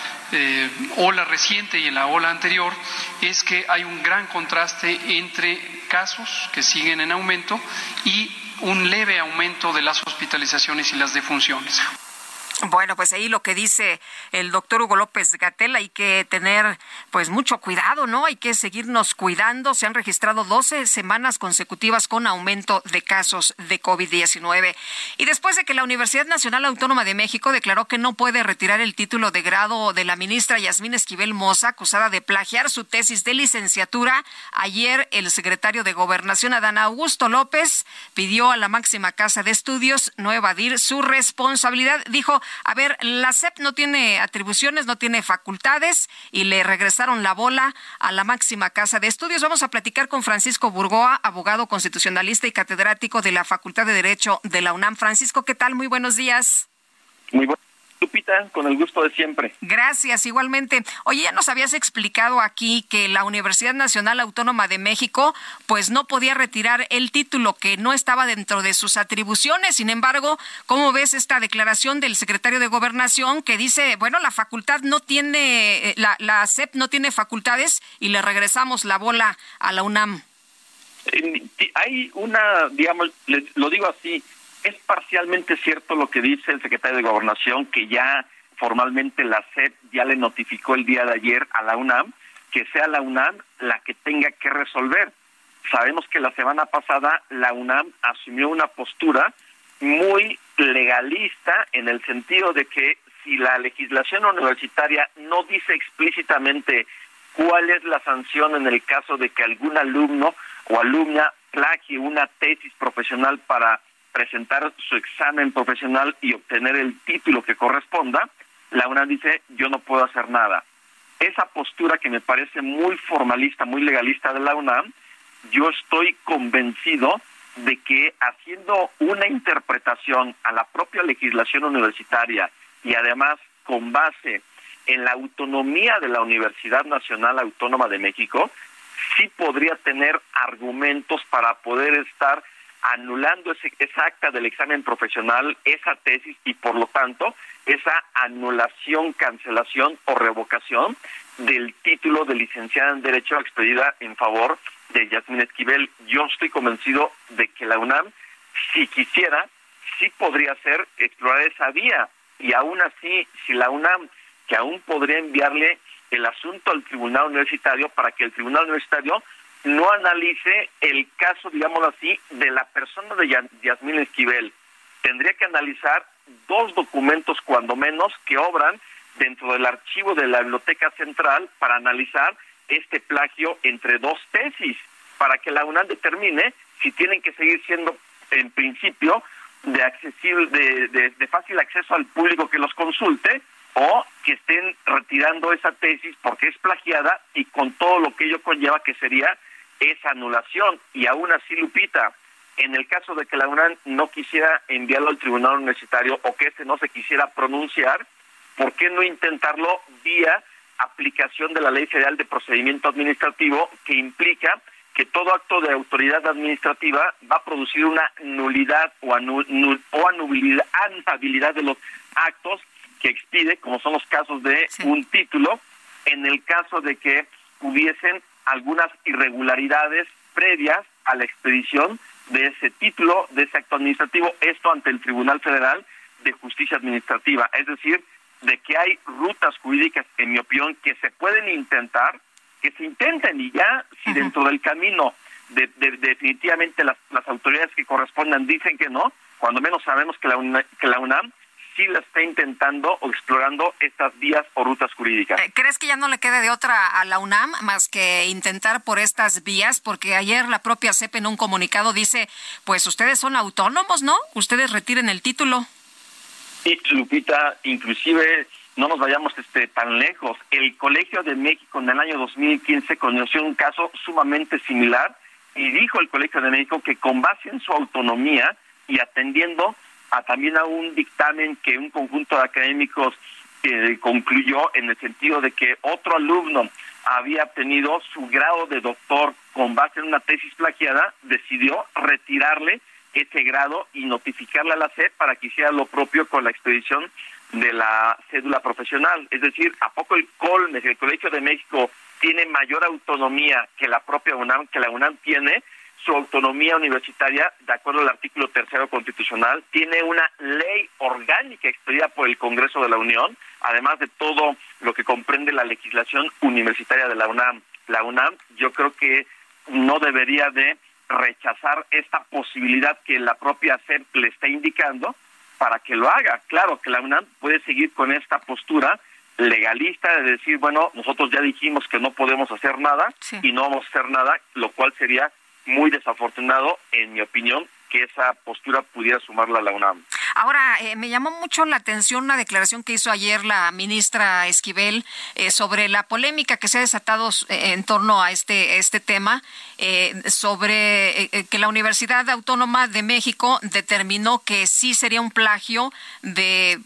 ola reciente y en la ola anterior, es que hay un gran contraste entre casos que siguen en aumento y un leve aumento de las hospitalizaciones y las defunciones. Bueno, pues ahí lo que dice el doctor Hugo López-Gatell, hay que tener pues mucho cuidado, ¿no? Hay que seguirnos cuidando. Se han registrado 12 semanas consecutivas con aumento de casos de COVID-19. Y después de que la Universidad Nacional Autónoma de México declaró que no puede retirar el título de grado de la ministra Yasmín Esquivel Moza, acusada de plagiar su tesis de licenciatura, ayer el secretario de Gobernación, Adán Augusto López, pidió a la máxima casa de estudios no evadir su responsabilidad. Dijo: a ver, la SEP no tiene atribuciones, no tiene facultades, y le regresaron la bola a la máxima casa de estudios. Vamos a platicar con Francisco Burgoa, abogado constitucionalista y catedrático de la Facultad de Derecho de la UNAM. Francisco, ¿qué tal? Muy buenos días. Muy buenos días, Lupita, con el gusto de siempre. Gracias, igualmente. Oye, ya nos habías explicado aquí que la Universidad Nacional Autónoma de México pues no podía retirar el título, que no estaba dentro de sus atribuciones. Sin embargo, ¿cómo ves esta declaración del secretario de Gobernación que dice, bueno, la facultad no tiene, la SEP no tiene facultades y le regresamos la bola a la UNAM? Hay una, digamos, lo digo así, es parcialmente cierto lo que dice el secretario de Gobernación, que ya formalmente la SEP ya le notificó el día de ayer a la UNAM que sea la UNAM la que tenga que resolver. Sabemos que la semana pasada la UNAM asumió una postura muy legalista, en el sentido de que si la legislación universitaria no dice explícitamente cuál es la sanción en el caso de que algún alumno o alumna plagie una tesis profesional para presentar su examen profesional y obtener el título que corresponda, la UNAM dice, yo no puedo hacer nada. Esa postura, que me parece muy formalista, muy legalista de la UNAM, yo estoy convencido de que, haciendo una interpretación a la propia legislación universitaria y además con base en la autonomía de la Universidad Nacional Autónoma de México, sí podría tener argumentos para poder estar anulando esa acta del examen profesional, esa tesis, y por lo tanto esa anulación, cancelación o revocación del título de licenciada en Derecho expedida en favor de Yasmín Esquivel. Yo estoy convencido de que la UNAM, si quisiera, sí podría explorar esa vía, y aún así, si la UNAM, que aún podría enviarle el asunto al tribunal universitario para que el tribunal universitario no analice el caso, digámoslo así, de la persona de Yasmín Esquivel. Tendría que analizar 2 documentos, cuando menos, que obran dentro del archivo de la Biblioteca Central para analizar este plagio entre 2 tesis, para que la UNAM determine si tienen que seguir siendo, en principio, de fácil acceso al público que los consulte, o que estén retirando esa tesis porque es plagiada y con todo lo que ello conlleva, que sería esa anulación. Y aún así, Lupita, en el caso de que la UNAM no quisiera enviarlo al tribunal universitario o que no se quisiera pronunciar, ¿por qué no intentarlo vía aplicación de la Ley Federal de Procedimiento Administrativo, que implica que todo acto de autoridad administrativa va a producir una nulidad o anulabilidad de los actos que expide, como son los casos de un título, en el caso de que hubiesen algunas irregularidades previas a la expedición de ese título, de ese acto administrativo, esto ante el Tribunal Federal de Justicia Administrativa. Es decir, de que hay rutas jurídicas, en mi opinión, que se pueden intentar, que se intenten, y ya si dentro del camino definitivamente las autoridades que correspondan dicen que no, cuando menos sabemos que la UNAM sí la está intentando o explorando estas vías o rutas jurídicas. ¿Crees que ya no le quede de otra a la UNAM más que intentar por estas vías? Porque ayer la propia CEP en un comunicado dice, pues ustedes son autónomos, ¿no? Ustedes retiren el título. Sí, Lupita, inclusive no nos vayamos tan lejos. El Colegio de México en el año 2015 conoció un caso sumamente similar y dijo el Colegio de México que con base en su autonomía y atendiendo también a un dictamen que un conjunto de académicos concluyó en el sentido de que otro alumno había obtenido su grado de doctor con base en una tesis plagiada, decidió retirarle ese grado y notificarle a la SEP para que hiciera lo propio con la expedición de la cédula profesional. Es decir, ¿a poco el COLMEX, el Colegio de México, tiene mayor autonomía que la propia UNAM, que la UNAM tiene su autonomía universitaria, de acuerdo al artículo 3 constitucional, tiene una ley orgánica expedida por el Congreso de la Unión, además de todo lo que comprende la legislación universitaria de la UNAM? La UNAM, yo creo que no debería de rechazar esta posibilidad que la propia SEP le está indicando para que lo haga. Claro que la UNAM puede seguir con esta postura legalista de decir, bueno, nosotros ya dijimos que no podemos hacer nada y no vamos a hacer nada, lo cual sería muy desafortunado, en mi opinión, que esa postura pudiera sumarla a la UNAM. Ahora, me llamó mucho la atención una declaración que hizo ayer la ministra Esquivel sobre la polémica que se ha desatado en torno a este tema, sobre que la Universidad Autónoma de México determinó que sí sería un plagio de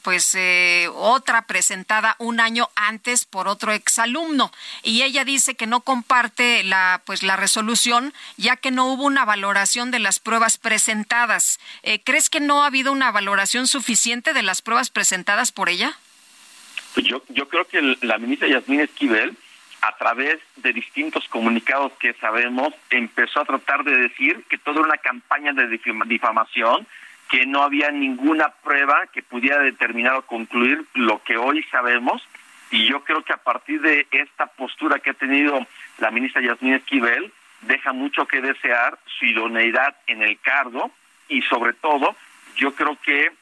otra presentada un año antes por otro exalumno. Y ella dice que no comparte la resolución, ya que no hubo una valoración de las pruebas presentadas. ¿Crees que no ha habido una valoración suficiente de las pruebas presentadas por ella? Pues yo creo que la ministra Yasmín Esquivel, a través de distintos comunicados que sabemos, empezó a tratar de decir que toda una campaña de difamación, que no había ninguna prueba que pudiera determinar o concluir lo que hoy sabemos, y yo creo que a partir de esta postura que ha tenido la ministra Yasmín Esquivel, deja mucho que desear su idoneidad en el cargo, y sobre todo yo creo que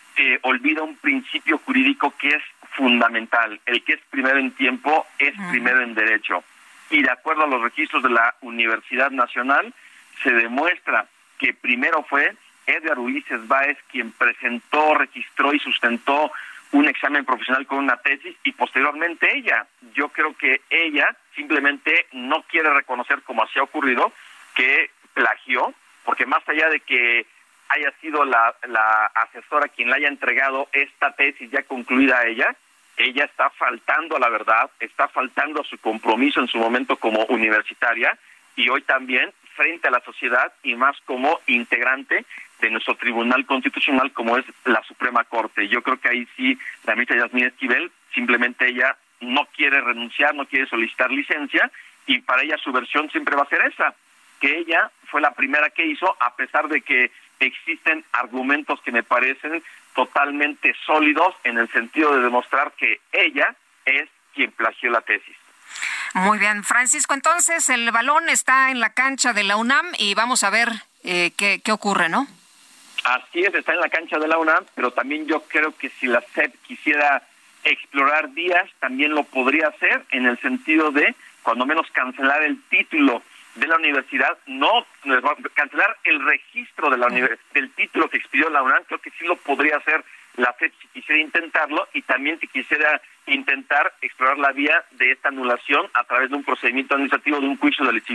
olvida un principio jurídico que es fundamental. El que es primero en tiempo es primero en derecho. Y de acuerdo a los registros de la Universidad Nacional, se demuestra que primero fue Edgar Ulises Báez quien presentó, registró y sustentó un examen profesional con una tesis, y posteriormente ella. Yo creo que ella simplemente no quiere reconocer, como así ha ocurrido, que plagió, porque más allá de que haya sido la asesora quien le haya entregado esta tesis ya concluida a ella está faltando a la verdad, está faltando a su compromiso en su momento como universitaria, y hoy también frente a la sociedad, y más como integrante de nuestro Tribunal Constitucional, como es la Suprema Corte. Yo creo que ahí sí la ministra Yasmín Esquivel, simplemente ella no quiere renunciar, no quiere solicitar licencia, y para ella su versión siempre va a ser esa, que ella fue la primera que hizo, a pesar de que existen argumentos que me parecen totalmente sólidos en el sentido de demostrar que ella es quien plagió la tesis. Muy bien, Francisco, entonces el balón está en la cancha de la UNAM y vamos a ver qué ocurre, ¿no? Así es, está en la cancha de la UNAM, pero también yo creo que si la SEP quisiera explorar vías, también lo podría hacer, en el sentido de, cuando menos, cancelar el título de la universidad, no cancelar el registro de del título que expidió la UNAM. Creo que sí lo podría hacer la SEP si quisiera intentarlo, y también si quisiera intentar explorar la vía de esta anulación a través de un procedimiento administrativo, de un juicio de electividad.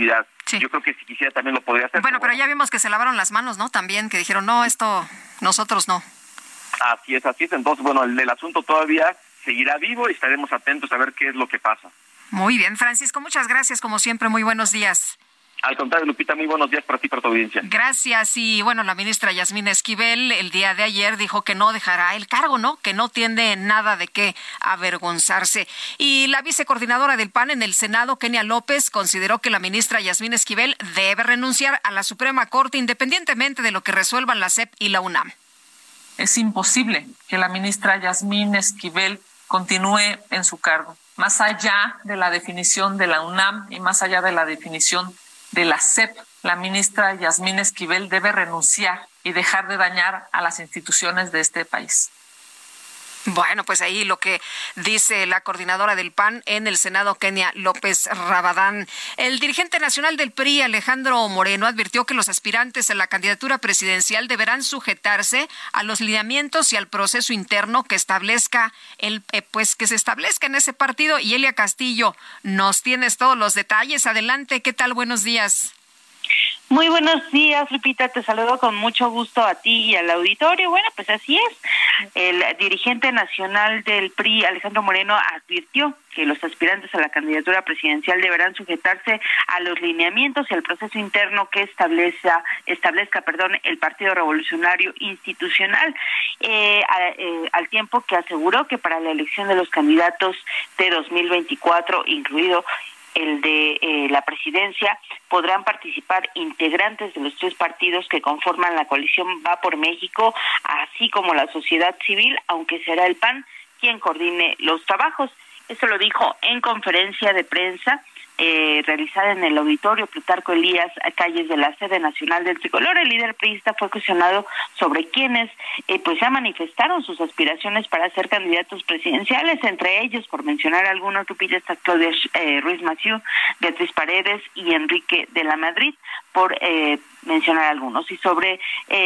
Sí. Yo creo que si quisiera también lo podría hacer. Bueno, pero ya vimos que se lavaron las manos, ¿no? También, que dijeron, no, esto nosotros no. Así es. Entonces, bueno, el asunto todavía seguirá vivo y estaremos atentos a ver qué es lo que pasa. Muy bien, Francisco, muchas gracias, como siempre, muy buenos días. Al contrario, Lupita, muy buenos días para ti y para tu audiencia. Gracias. Y bueno, la ministra Yasmín Esquivel el día de ayer dijo que no dejará el cargo, ¿no? Que no tiene nada de qué avergonzarse. Y la vicecoordinadora del PAN en el Senado, Kenia López, consideró que la ministra Yasmín Esquivel debe renunciar a la Suprema Corte independientemente de lo que resuelvan la SEP y la UNAM. Es imposible que la ministra Yasmín Esquivel continúe en su cargo. Más allá de la definición de la UNAM y más allá de la definición de la SEP, la ministra Yasmín Esquivel debe renunciar y dejar de dañar a las instituciones de este país. Bueno, pues ahí lo que dice la coordinadora del PAN en el Senado, Kenia López Rabadán. El dirigente nacional del PRI, Alejandro Moreno, advirtió que los aspirantes a la candidatura presidencial deberán sujetarse a los lineamientos y al proceso interno que establezca que se establezca en ese partido. Y Elia Castillo, nos tienes todos los detalles. Adelante, ¿qué tal? Buenos días. Muy buenos días, Lupita, te saludo con mucho gusto a ti y al auditorio. Bueno, pues así es. El dirigente nacional del PRI, Alejandro Moreno, advirtió que los aspirantes a la candidatura presidencial deberán sujetarse a los lineamientos y al proceso interno que establezca el Partido Revolucionario Institucional, al tiempo que aseguró que para la elección de los candidatos de 2024, incluido el de la presidencia, podrán participar integrantes de los tres partidos que conforman la coalición Va por México, así como la sociedad civil, aunque será el PAN quien coordine los trabajos. Esto lo dijo en conferencia de prensa realizada en el auditorio Plutarco Elías, a calles de la sede nacional del Tricolor. El líder priista fue cuestionado sobre quienes pues ya manifestaron sus aspiraciones para ser candidatos presidenciales, entre ellos, por mencionar algunos, Lupita, está Claudia Ruiz Massieu, Beatriz Paredes y Enrique de la Madrid, por mencionar algunos, y sobre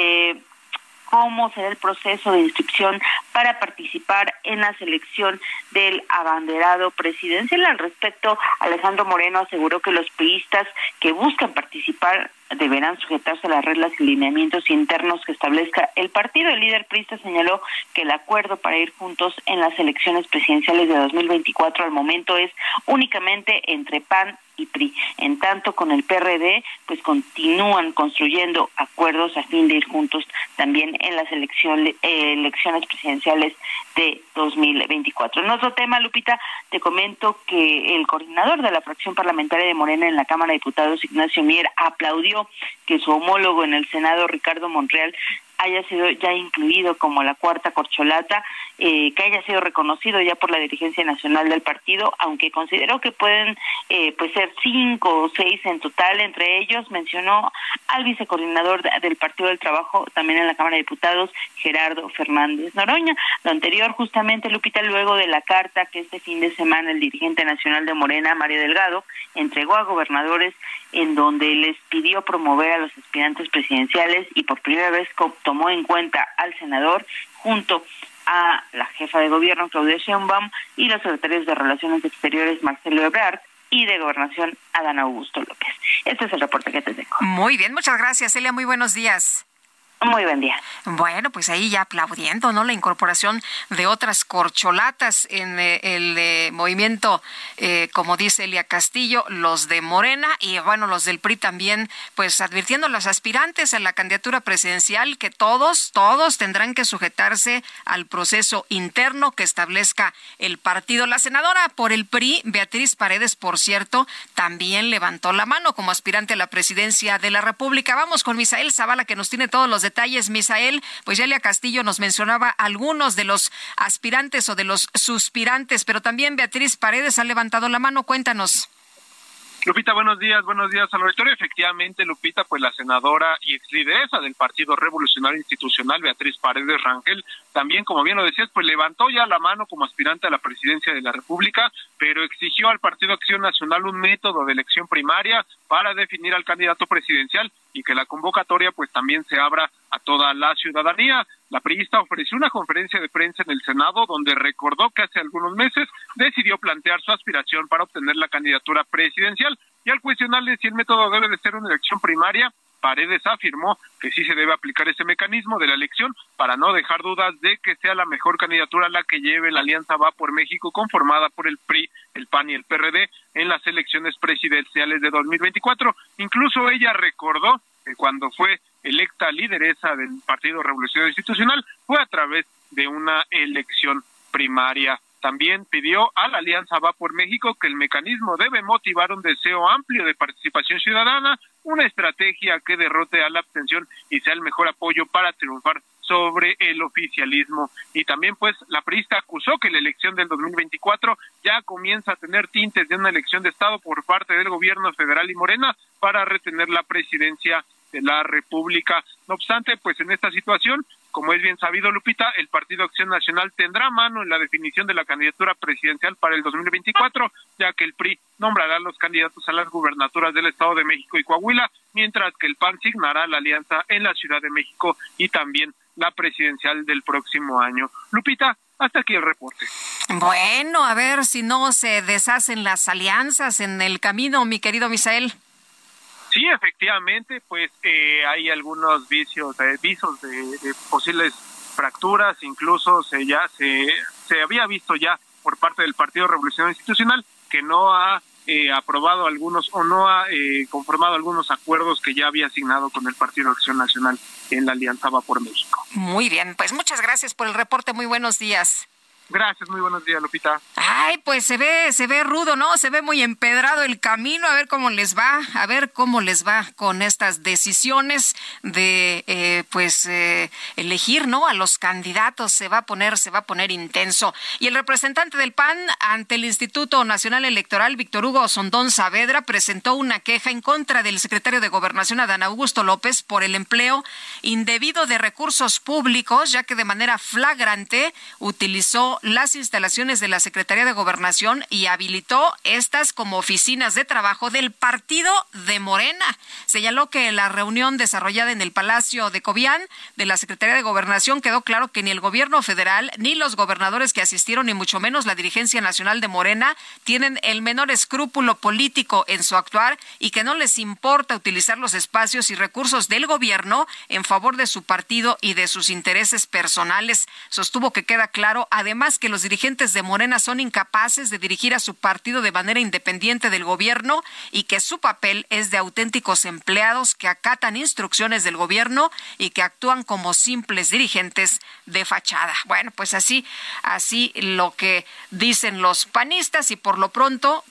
cómo será el proceso de inscripción para participar en la selección del abanderado presidencial. Al respecto, Alejandro Moreno aseguró que los priistas que buscan participar deberán sujetarse a las reglas y lineamientos internos que establezca el partido. El líder priista señaló que el acuerdo para ir juntos en las elecciones presidenciales de 2024 al momento es únicamente entre PAN y PRI. En tanto, con el PRD, pues continúan construyendo acuerdos a fin de ir juntos también en las elecciones presidenciales de 2024. En otro tema, Lupita, te comento que el coordinador de la fracción parlamentaria de Morena en la Cámara de Diputados, Ignacio Mier, aplaudió que su homólogo en el Senado, Ricardo Monreal, haya sido ya incluido como la cuarta corcholata, que haya sido reconocido ya por la dirigencia nacional del partido, aunque consideró que pueden pues ser 5 o 6 en total. Entre ellos mencionó al vicecoordinador del Partido del Trabajo, también en la Cámara de Diputados, Gerardo Fernández Noroña. Lo anterior, justamente, Lupita, luego de la carta que este fin de semana el dirigente nacional de Morena, Mario Delgado, entregó a gobernadores, en donde les pidió promover a los aspirantes presidenciales y por primera vez tomó en cuenta al senador junto a la jefa de gobierno, Claudia Sheinbaum, y los secretarios de Relaciones Exteriores, Marcelo Ebrard, y de Gobernación, Adán Augusto López. Este es el reporte que te tengo. Muy bien, muchas gracias, Celia, muy buenos días. Muy buen día. Bueno, pues ahí ya aplaudiendo, ¿no? La incorporación de otras corcholatas en el movimiento, como dice Elia Castillo, los de Morena y, bueno, los del PRI también, pues advirtiendo a los aspirantes a la candidatura presidencial que todos tendrán que sujetarse al proceso interno que establezca el partido. La senadora por el PRI, Beatriz Paredes, por cierto, también levantó la mano como aspirante a la presidencia de la República. Vamos con Misael Zavala, que nos tiene todos los detalles. Misael, pues Elia Castillo nos mencionaba algunos de los aspirantes o de los suspirantes, pero también Beatriz Paredes ha levantado la mano. Cuéntanos. Lupita, buenos días al auditorio. Efectivamente, Lupita, pues la senadora y exlideresa del Partido Revolucionario Institucional, Beatriz Paredes Rangel, también, como bien lo decías, pues levantó ya la mano como aspirante a la presidencia de la República, pero exigió al Partido Acción Nacional un método de elección primaria para definir al candidato presidencial y que la convocatoria pues también se abra a toda la ciudadanía. La priista ofreció una conferencia de prensa en el Senado donde recordó que hace algunos meses decidió plantear su aspiración para obtener la candidatura presidencial. Institucional, y al cuestionarle si el método debe de ser una elección primaria, Paredes afirmó que sí se debe aplicar ese mecanismo de la elección para no dejar dudas de que sea la mejor candidatura la que lleve la Alianza Va por México, conformada por el PRI, el PAN y el PRD en las elecciones presidenciales de 2024. Incluso ella recordó que cuando fue electa lideresa del Partido Revolucionario Institucional fue a través de una elección primaria. También pidió a la Alianza Va por México que el mecanismo debe motivar un deseo amplio de participación ciudadana, una estrategia que derrote a la abstención y sea el mejor apoyo para triunfar sobre el oficialismo. Y también pues la priista acusó que la elección del 2024 ya comienza a tener tintes de una elección de Estado por parte del gobierno federal y Morena para retener la presidencia de la República. No obstante, pues en esta situación, como es bien sabido, Lupita, el Partido Acción Nacional tendrá mano en la definición de la candidatura presidencial para el 2024, ya que el PRI nombrará los candidatos a las gubernaturas del Estado de México y Coahuila, mientras que el PAN signará la alianza en la Ciudad de México y también la presidencial del próximo año. Lupita, hasta aquí el reporte. Bueno, a ver si no se deshacen las alianzas en el camino, mi querido Misael. Sí, efectivamente, pues hay algunos visos de posibles fracturas, incluso se había visto ya por parte del Partido Revolucionario Institucional que no ha aprobado algunos o no ha conformado algunos acuerdos que ya había asignado con el Partido Acción Nacional en la Alianza Va por México. Muy bien, pues muchas gracias por el reporte, muy buenos días. Gracias, muy buenos días, Lupita. Ay, pues se ve rudo, ¿no? Se ve muy empedrado el camino, a ver cómo les va con estas decisiones de elegir, ¿no? A los candidatos, se va a poner intenso. Y el representante del PAN ante el Instituto Nacional Electoral, Víctor Hugo Sondón Saavedra, presentó una queja en contra del secretario de Gobernación, Adán Augusto López, por el empleo indebido de recursos públicos, ya que de manera flagrante utilizó las instalaciones de la Secretaría de Gobernación y habilitó estas como oficinas de trabajo del partido de Morena. Señaló que en la reunión desarrollada en el Palacio de Cobián de la Secretaría de Gobernación quedó claro que ni el gobierno federal, ni los gobernadores que asistieron, ni mucho menos la dirigencia nacional de Morena, tienen el menor escrúpulo político en su actuar y que no les importa utilizar los espacios y recursos del gobierno en favor de su partido y de sus intereses personales. Sostuvo que queda claro, además, que los dirigentes de Morena son incapaces de dirigir a su partido de manera independiente del gobierno y que su papel es de auténticos empleados que acatan instrucciones del gobierno y que actúan como simples dirigentes de fachada. Bueno, pues así lo que dicen los panistas y por lo pronto,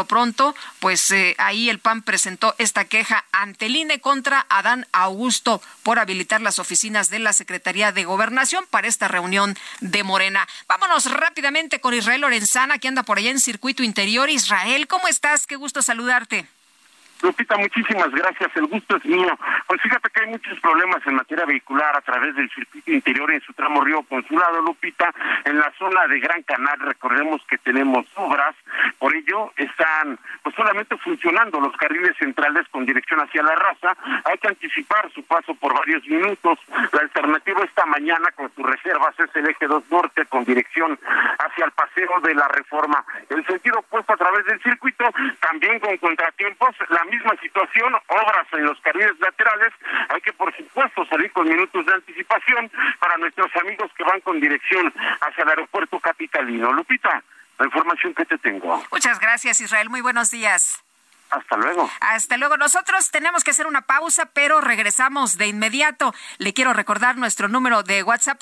pues ahí el PAN presentó esta queja ante el INE contra Adán Augusto por habilitar las oficinas de la Secretaría de Gobernación para esta reunión de Morena. Vámonos rápidamente con Israel Lorenzana, que anda por allá en Circuito Interior. Israel, ¿cómo estás? Qué gusto saludarte. Lupita, muchísimas gracias, el gusto es mío. Pues fíjate que hay muchos problemas en materia vehicular a través del circuito interior en su tramo Río Consulado, Lupita. En la zona de Gran Canal, recordemos que tenemos obras, por ello están pues solamente funcionando los carriles centrales con dirección hacia La Raza. Hay que anticipar su paso por varios minutos. La alternativa esta mañana con sus reservas es el eje 2 norte con dirección hacia el Paseo de la Reforma. El sentido opuesto a través del circuito, también con contratiempos, la misma situación, obras en los carriles laterales. Hay que, por supuesto, salir con minutos de anticipación para nuestros amigos que van con dirección hacia el aeropuerto capitalino. Lupita, la información que te tengo. Muchas gracias, Israel. Muy buenos días. Hasta luego. Hasta luego. Nosotros tenemos que hacer una pausa, pero regresamos de inmediato. Le quiero recordar nuestro número de WhatsApp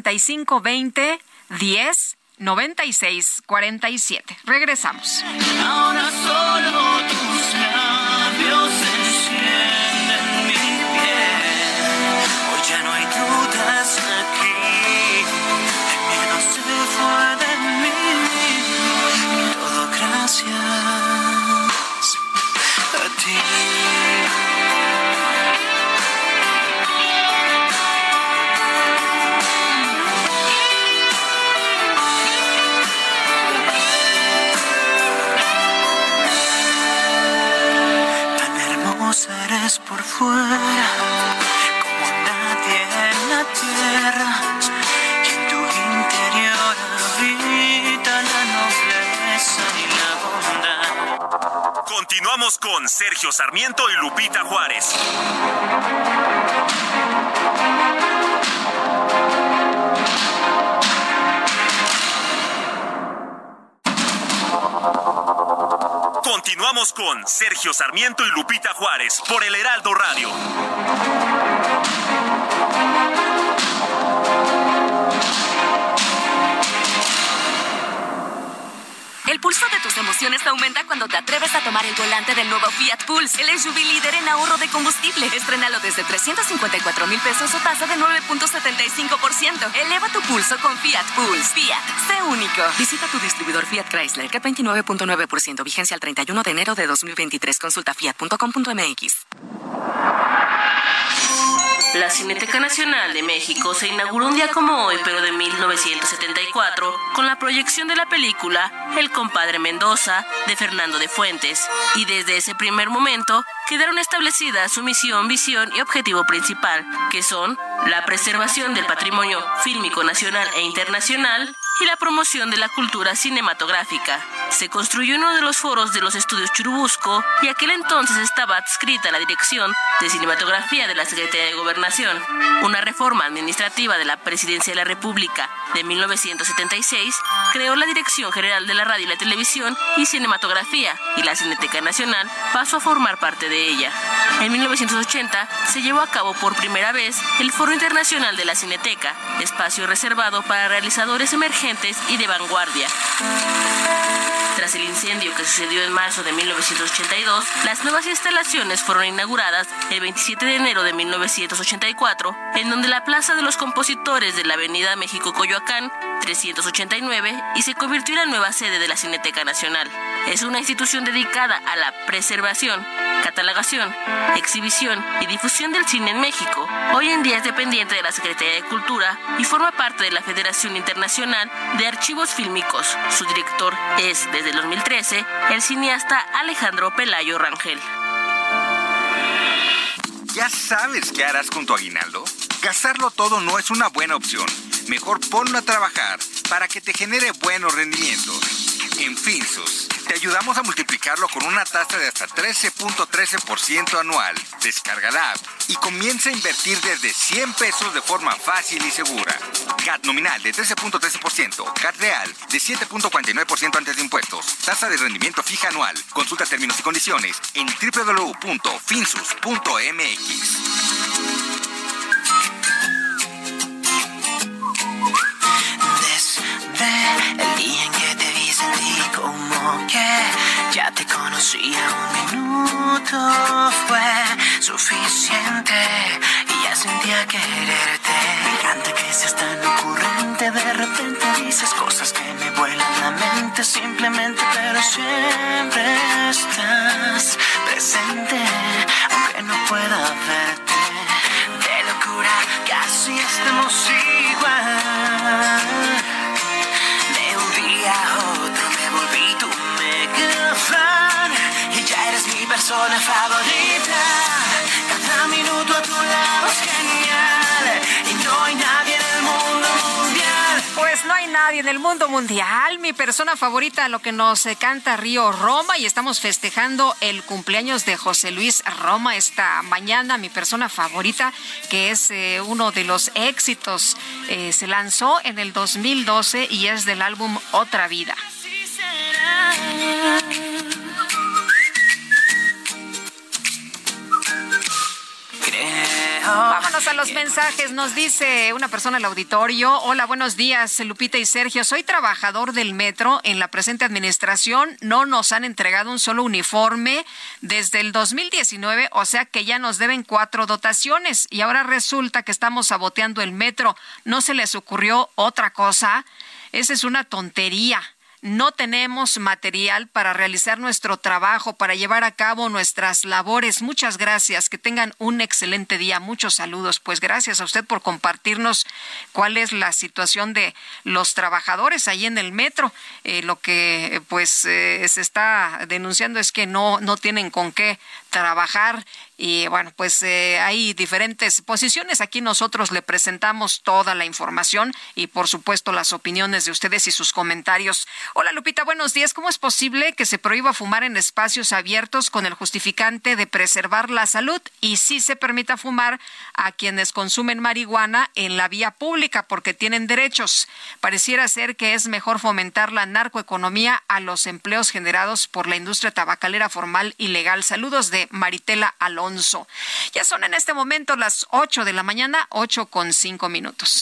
5520-10-9647. Regresamos. Ahora solo tus labios encienden mi piel. Hoy ya no hay dudas aquí. El miedo se fue de mí. Y todo gracias a ti. Continuamos con Sergio Sarmiento y Lupita Juárez. Continuamos con Sergio Sarmiento y Lupita Juárez por el Heraldo Radio. El pulso de tus emociones aumenta cuando te atreves a tomar el volante del nuevo Fiat Pulse, el SUV líder en ahorro de combustible. Estrénalo desde 354,000 pesos o tasa de 9.75%. Eleva tu pulso con Fiat Pulse. Fiat, sé único. Visita tu distribuidor Fiat Chrysler, CAT 29.9%, vigencia al 31 de enero de 2023. Consulta fiat.com.mx. La Cineteca Nacional de México se inauguró un día como hoy, pero de 1974, con la proyección de la película El compadre Mendoza, de Fernando de Fuentes. Y desde ese primer momento, quedaron establecidas su misión, visión y objetivo principal, que son la preservación del patrimonio fílmico nacional e internacional y la promoción de la cultura cinematográfica. Se construyó uno de los foros de los estudios Churubusco y aquel entonces estaba adscrita a la Dirección de Cinematografía de la Secretaría de Gobernación. Una reforma administrativa de la Presidencia de la República de 1976 creó la Dirección General de la Radio y la Televisión y Cinematografía, y la Cineteca Nacional pasó a formar parte de ella. En 1980 se llevó a cabo por primera vez el Foro Internacional de la Cineteca, espacio reservado para realizadores emergentes y de vanguardia. Tras el incendio que sucedió en marzo de 1982, las nuevas instalaciones fueron inauguradas el 27 de enero de 1984, en donde la Plaza de los Compositores de la Avenida México-Coyoacán 389, y se convirtió en la nueva sede de la Cineteca Nacional. Es una institución dedicada a la preservación, catalogación, exhibición y difusión del cine en México. Hoy en día es dependiente de la Secretaría de Cultura y forma parte de la Federación Internacional de Archivos Fílmicos. Su director es, desde el 2013, el cineasta Alejandro Pelayo Rangel. ¿Ya sabes qué harás con tu aguinaldo? Gastarlo todo no es una buena opción. Mejor ponlo a trabajar para que te genere buenos rendimientos. En Finsus, te ayudamos a multiplicarlo con una tasa de hasta 13.13% anual. Descarga la app y comienza a invertir desde 100 pesos de forma fácil y segura. CAT nominal de 13.13%, CAT real de 7.49% antes de impuestos. Tasa de rendimiento fija anual. Consulta términos y condiciones en www.finsus.mx. El día en que te vi sentí como que ya te conocía. Un minuto fue suficiente y ya sentía quererte. Me encanta que seas tan ocurrente. De repente dices cosas que me vuelan la mente. Simplemente, pero siempre estás presente, aunque no pueda verte. De locura casi estamos igual. A otro me volví tu mega fan y ya eres mi persona favorita. Cada minuto a tu lado es genial y no hay nadie en el mundo mundial. Pues no hay nadie en el mundo mundial. Mi persona favorita, lo que nos canta Río Roma, y estamos festejando el cumpleaños de José Luis Roma esta mañana. Mi persona favorita, que es uno de los éxitos, se lanzó en el 2012 y es del álbum Otra Vida. Vámonos a los mensajes. Nos dice una persona al auditorio: hola, buenos días, Lupita y Sergio. Soy trabajador del metro. En la presente administración no nos han entregado un solo uniforme desde el 2019, o sea que ya nos deben 4 dotaciones y ahora resulta que estamos saboteando el metro. ¿No se les ocurrió otra cosa? Esa es una tontería. No tenemos material para realizar nuestro trabajo, para llevar a cabo nuestras labores. Muchas gracias. Que tengan un excelente día. Muchos saludos. Pues gracias a usted por compartirnos cuál es la situación de los trabajadores ahí en el metro. Lo que se está denunciando es que no tienen con qué trabajar. Y bueno, pues hay diferentes posiciones. Aquí nosotros le presentamos toda la información y por supuesto las opiniones de ustedes y sus comentarios. Hola Lupita, buenos días. ¿Cómo es posible que se prohíba fumar en espacios abiertos con el justificante de preservar la salud y sí se permita fumar a quienes consumen marihuana en la vía pública porque tienen derechos? Pareciera ser que es mejor fomentar la narcoeconomía a los empleos generados por la industria tabacalera formal y legal. Saludos de Maritela Alonso. Ya son en este momento las 8 de la mañana, 8:05.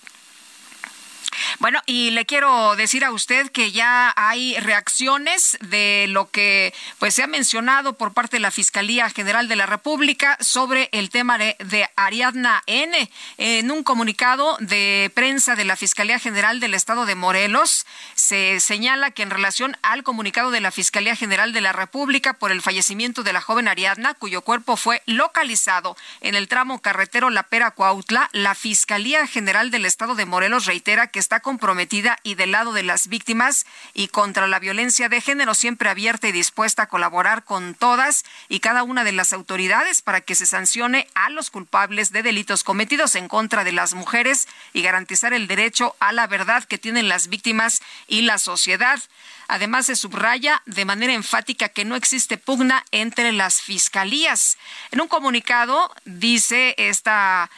Bueno, y le quiero decir a usted que ya hay reacciones de lo que pues se ha mencionado por parte de la Fiscalía General de la República sobre el tema de Ariadna N. En un comunicado de prensa de la Fiscalía General del Estado de Morelos, se señala que en relación al comunicado de la Fiscalía General de la República por el fallecimiento de la joven Ariadna, cuyo cuerpo fue localizado en el tramo carretero La Pera-Cuautla, la Fiscalía General del Estado de Morelos reitera que está comprometida y del lado de las víctimas y contra la violencia de género, siempre abierta y dispuesta a colaborar con todas y cada una de las autoridades para que se sancione a los culpables de delitos cometidos en contra de las mujeres y garantizar el derecho a la verdad que tienen las víctimas y la sociedad. Además, se subraya de manera enfática que no existe pugna entre las fiscalías. En un comunicado dice esta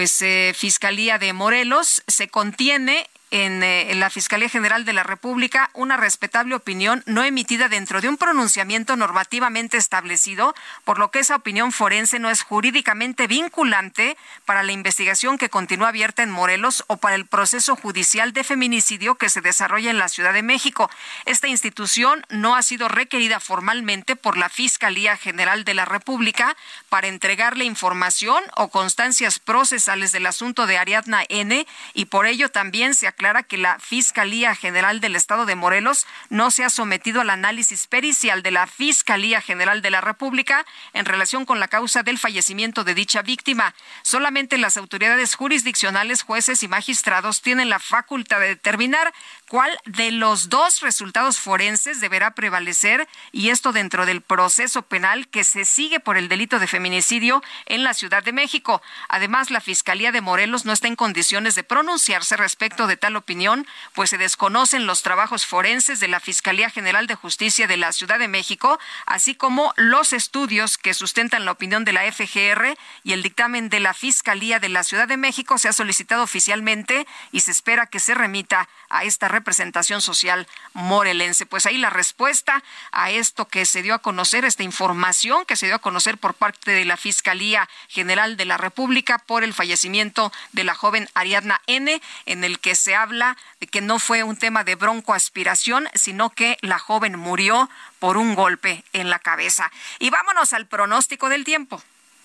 Fiscalía de Morelos, se contiene en la Fiscalía General de la República una respetable opinión no emitida dentro de un pronunciamiento normativamente establecido, por lo que esa opinión forense no es jurídicamente vinculante para la investigación que continúa abierta en Morelos o para el proceso judicial de feminicidio que se desarrolla en la Ciudad de México. Esta institución no ha sido requerida formalmente por la Fiscalía General de la República para entregarle información o constancias procesales del asunto de Ariadna N. y por ello también se aclara que la Fiscalía General del Estado de Morelos no se ha sometido al análisis pericial de la Fiscalía General de la República en relación con la causa del fallecimiento de dicha víctima. Solamente las autoridades jurisdiccionales, jueces y magistrados tienen la facultad de determinar cuál de los dos resultados forenses deberá prevalecer, y esto dentro del proceso penal que se sigue por el delito de feminicidio en la Ciudad de México. Además, la Fiscalía de Morelos no está en condiciones de pronunciarse respecto de tal opinión, pues se desconocen los trabajos forenses de la Fiscalía General de Justicia de la Ciudad de México, así como los estudios que sustentan la opinión de la FGR, y el dictamen de la Fiscalía de la Ciudad de México se ha solicitado oficialmente y se espera que se remita a esta representación social morelense. Pues ahí la respuesta a esto que se dio a conocer, esta información que se dio a conocer por parte de la Fiscalía General de la República por el fallecimiento de la joven Ariadna N., en el que se habla de que no fue un tema de broncoaspiración, sino que la joven murió por un golpe en la cabeza. Y vámonos al pronóstico del tiempo.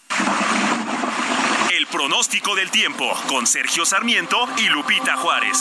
El pronóstico del tiempo con Sergio Sarmiento y Lupita Juárez.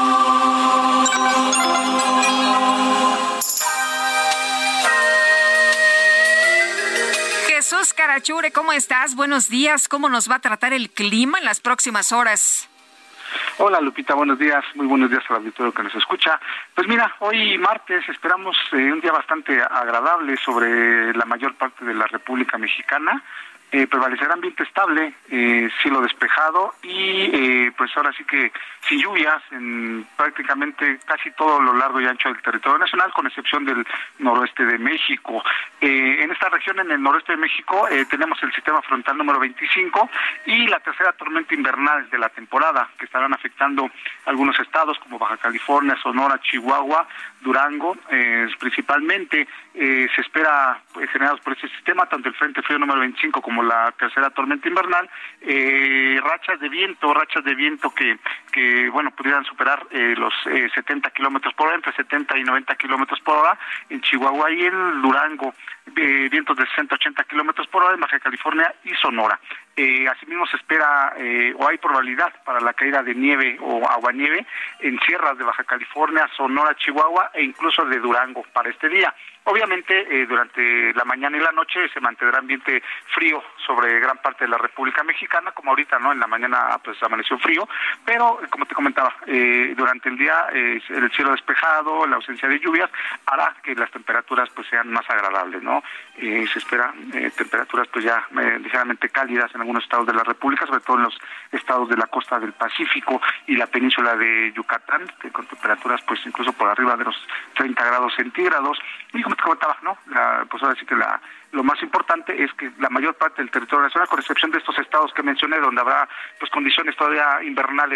Jesús Carachure, ¿cómo estás? Buenos días. ¿Cómo nos va a tratar el clima en las próximas horas? Hola Lupita, buenos días, muy buenos días al auditorio que nos escucha. Pues mira, hoy martes esperamos un día bastante agradable sobre la mayor parte de la República Mexicana. Prevalecerá ambiente estable, cielo despejado y pues ahora sí que sin lluvias en prácticamente casi todo lo largo y ancho del territorio nacional, con excepción del noroeste de México. En esta región, en el noroeste de México, tenemos el sistema frontal número 25 y la tercera tormenta invernal de la temporada, que estarán afectando algunos estados como Baja California, Sonora, Chihuahua, Durango, principalmente. Se espera, generados por este sistema, tanto el frente frío número 25 como la tercera tormenta invernal, rachas de viento que bueno, pudieran superar los 70 kilómetros por hora, entre 70 y 90 kilómetros por hora en Chihuahua y en Durango, vientos de 60 a 80 kilómetros por hora en Baja California y Sonora. Asimismo se espera o hay probabilidad para la caída de nieve o aguanieve en sierras de Baja California, Sonora, Chihuahua e incluso de Durango para este día. Obviamente, durante la mañana y la noche se mantendrá ambiente frío sobre gran parte de la República Mexicana, como ahorita, ¿no? En la mañana pues amaneció frío, pero como te comentaba, durante el día el cielo despejado, la ausencia de lluvias hará que las temperaturas pues sean más agradables, ¿no? Se espera temperaturas pues ya ligeramente cálidas en algunos estados de la República, sobre todo en los estados de la costa del Pacífico y la península de Yucatán, con temperaturas pues incluso por arriba de los 30 grados centígrados. Y como te comentaba, ¿no? Pues ahora sí que lo más importante es que la mayor parte del territorio nacional, con excepción de estos estados que mencioné, donde habrá pues condiciones todavía invernales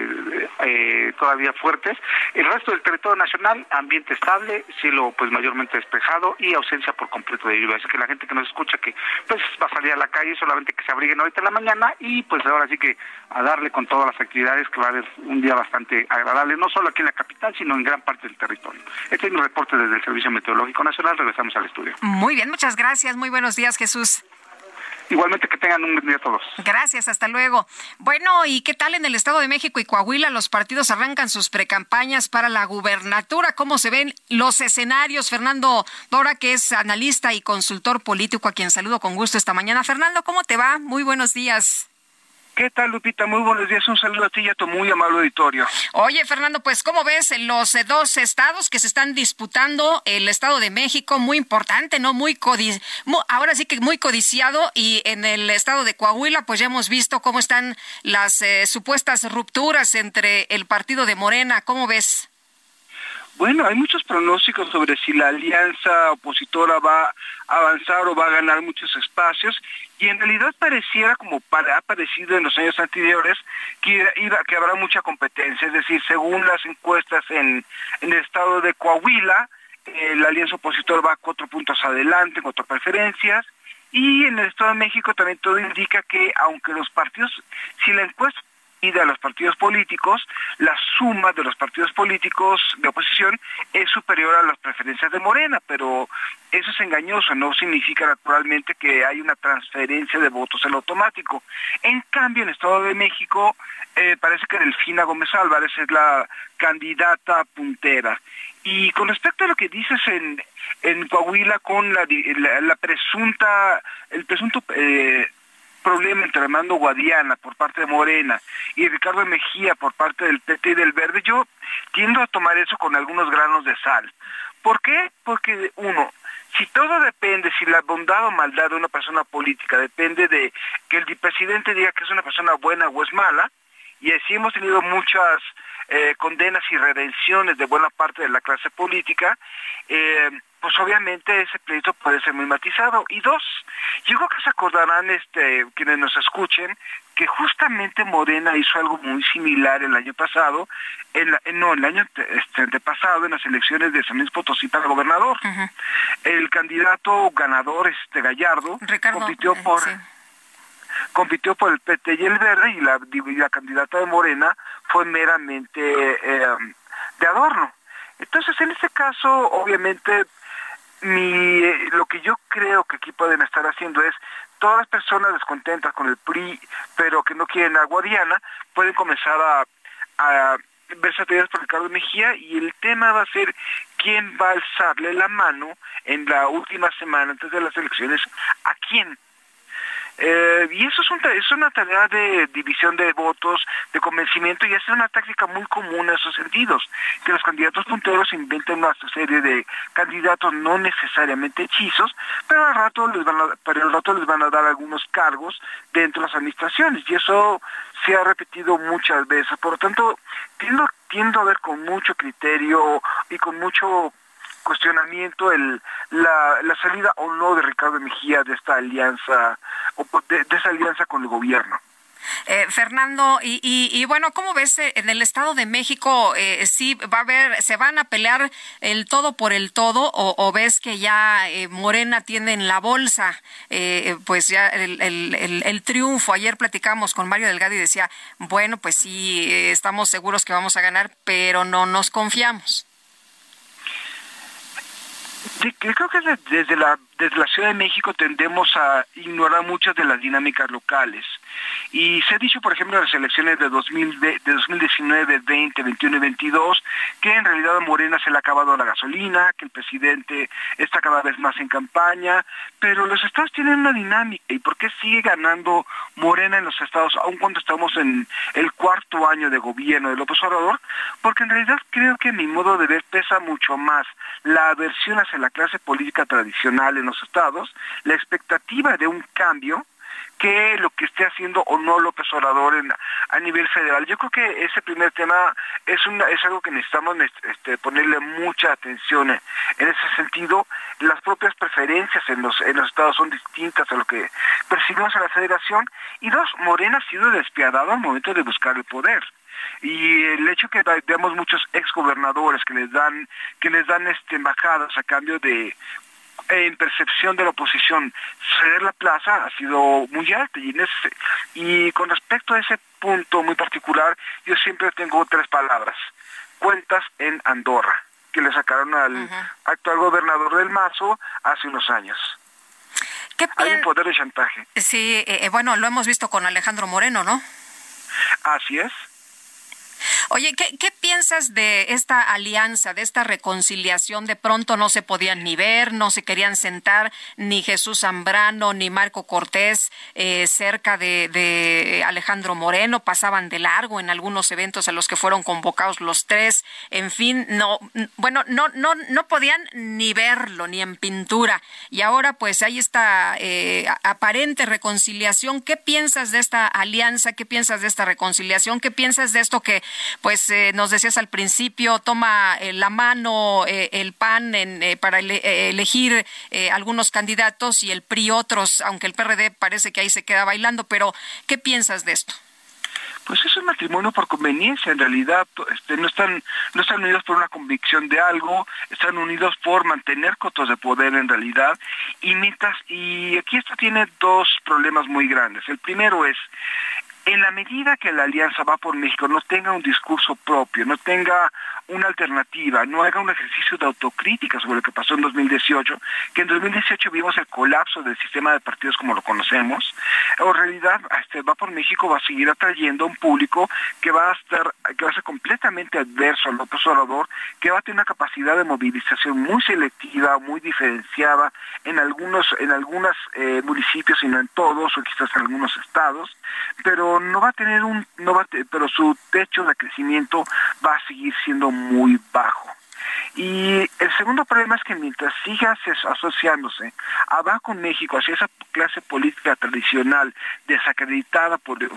todavía fuertes, el resto del territorio nacional, ambiente estable, cielo pues mayormente despejado y ausencia por completo de lluvia. Así que la gente que nos escucha que pues va a salir a la calle, solamente que se abriguen ahorita en la mañana y pues ahora sí que a darle con todas las actividades, que va a haber un día bastante agradable, no solo aquí en la capital, sino en gran parte del territorio. Este es mi reporte desde el Servicio Meteorológico Nacional. Regresamos al estudio. Muy bien, muchas gracias. Muy buenos días, Jesús. Igualmente, que tengan un buen día todos. Gracias, hasta luego. Bueno, ¿y qué tal en el Estado de México y Coahuila? Los partidos arrancan sus precampañas para la gubernatura. ¿Cómo se ven los escenarios? Fernando Dora, que es analista y consultor político, a quien saludo con gusto esta mañana. Fernando, ¿cómo te va? Muy buenos días. ¿Qué tal, Lupita? Muy buenos días. Un saludo a ti y a tu muy amable auditorio. Oye, Fernando, pues, ¿cómo ves los dos estados que se están disputando? El Estado de México, muy importante, ¿no? Ahora sí que muy codiciado. Y en el Estado de Coahuila, pues ya hemos visto cómo están las supuestas rupturas entre el partido de Morena. ¿Cómo ves? Bueno, hay muchos pronósticos sobre si la alianza opositora va a avanzar o va a ganar muchos espacios, y en realidad pareciera, como ha parecido en los años anteriores, que habrá mucha competencia. Es decir, según las encuestas en el estado de Coahuila, la alianza opositora va 4 puntos adelante, 4 preferencias, y en el Estado de México también todo indica que aunque los partidos, si la encuesta de los partidos políticos, la suma de los partidos políticos de oposición es superior a las preferencias de Morena, pero eso es engañoso, no significa naturalmente que hay una transferencia de votos en automático. En cambio, en el Estado de México parece que Delfina Gómez Álvarez es la candidata puntera. Y con respecto a lo que dices en Coahuila con el presunto problema entre Armando Guadiana por parte de Morena y Ricardo Mejía por parte del PT y del Verde, yo tiendo a tomar eso con algunos granos de sal. ¿Por qué? Porque si todo depende, si la bondad o maldad de una persona política depende de que el presidente diga que es una persona buena o es mala, y así hemos tenido muchas condenas y redenciones de buena parte de la clase política, pues obviamente ese pleito puede ser muy matizado. Y dos, yo creo que se acordarán quienes nos escuchen que justamente Morena hizo algo muy similar el año pasado, el año antepasado, en las elecciones de San Luis Potosí para gobernador. Uh-huh. El candidato ganador, Gallardo, Ricardo, compitió por el PT y el Verde, y la candidata de Morena fue meramente de adorno. Entonces, en este caso, obviamente, lo que yo creo que aquí pueden estar haciendo es, todas las personas descontentas con el PRI, pero que no quieren a Guadiana, pueden comenzar a verse atraídas por Ricardo Mejía, y el tema va a ser quién va a alzarle la mano en la última semana antes de las elecciones, a quién. Y eso es una tarea de división de votos, de convencimiento, y es una táctica muy común en esos sentidos, que los candidatos punteros inventen una serie de candidatos no necesariamente hechizos, pero al rato les van a dar algunos cargos dentro de las administraciones, y eso se ha repetido muchas veces. Por lo tanto, tiendo a ver con mucho criterio y con mucho cuestionamiento la salida o no de Ricardo Mejía de esta alianza, o de esa alianza con el gobierno. Fernando, y bueno, ¿cómo ves en el Estado de México? ¿Sí se van a pelear el todo por el todo, o ves que ya Morena tiene en la bolsa pues ya el triunfo? Ayer platicamos con Mario Delgado y decía, bueno, pues sí, estamos seguros que vamos a ganar, pero no nos confiamos. Yo creo que desde la Ciudad de México tendemos a ignorar muchas de las dinámicas locales. Y se ha dicho, por ejemplo, en las elecciones de 2019, 20, 21 y 22, que en realidad a Morena se le ha acabado la gasolina, que el presidente está cada vez más en campaña, pero los estados tienen una dinámica. ¿Y por qué sigue ganando Morena en los estados, aun cuando estamos en el cuarto año de gobierno de López Obrador? Porque en realidad creo que a mi modo de ver pesa mucho más la aversión hacia la clase política tradicional en los estados, la expectativa de un cambio, que lo que esté haciendo o no López Obrador a nivel federal. Yo creo que ese primer tema es algo que necesitamos ponerle mucha atención. En ese sentido, las propias preferencias en los estados son distintas a lo que percibimos en la federación. Y dos, Morena ha sido despiadado al momento de buscar el poder. Y el hecho que veamos muchos exgobernadores que les dan embajadas a cambio de, en percepción de la oposición, ceder la plaza ha sido muy alta. Y con respecto a ese punto muy particular, yo siempre tengo 3 palabras: cuentas en Andorra, que le sacaron al actual gobernador del Mazo hace unos años. Hay un poder de chantaje. Sí, bueno, lo hemos visto con Alejandro Moreno, ¿no? Así es. Oye, ¿qué piensas de esta alianza, de esta reconciliación? De pronto no se podían ni ver, no se querían sentar ni Jesús Zambrano ni Marco Cortés cerca de Alejandro Moreno, pasaban de largo en algunos eventos a los que fueron convocados los 3, en fin, no podían ni verlo, ni en pintura. Y ahora pues hay esta aparente reconciliación. ¿Qué piensas de esta alianza? ¿Qué piensas de esta reconciliación? ¿Qué piensas de esto que pues nos decías al principio, toma la mano el PAN para elegir algunos candidatos y el PRI otros, aunque el PRD parece que ahí se queda bailando? Pero ¿qué piensas de esto? Pues es un matrimonio por conveniencia, en realidad. No están unidos por una convicción de algo, están unidos por mantener cotos de poder en realidad. Y aquí esto tiene 2 problemas muy grandes. El primero es, en la medida que la Alianza Va por México no tenga un discurso propio, no tenga una alternativa, no haga un ejercicio de autocrítica sobre lo que pasó en 2018, que en 2018 vimos el colapso del sistema de partidos como lo conocemos, en realidad Va por México va a seguir atrayendo a un público que va a ser completamente adverso al López Obrador, que va a tener una capacidad de movilización muy selectiva, muy diferenciada en algunos municipios y no en todos, o quizás en algunos estados, pero pero su techo de crecimiento va a seguir siendo muy bajo. Y el segundo problema es que mientras siga asociándose a Va con México, hacia esa clase política tradicional desacreditada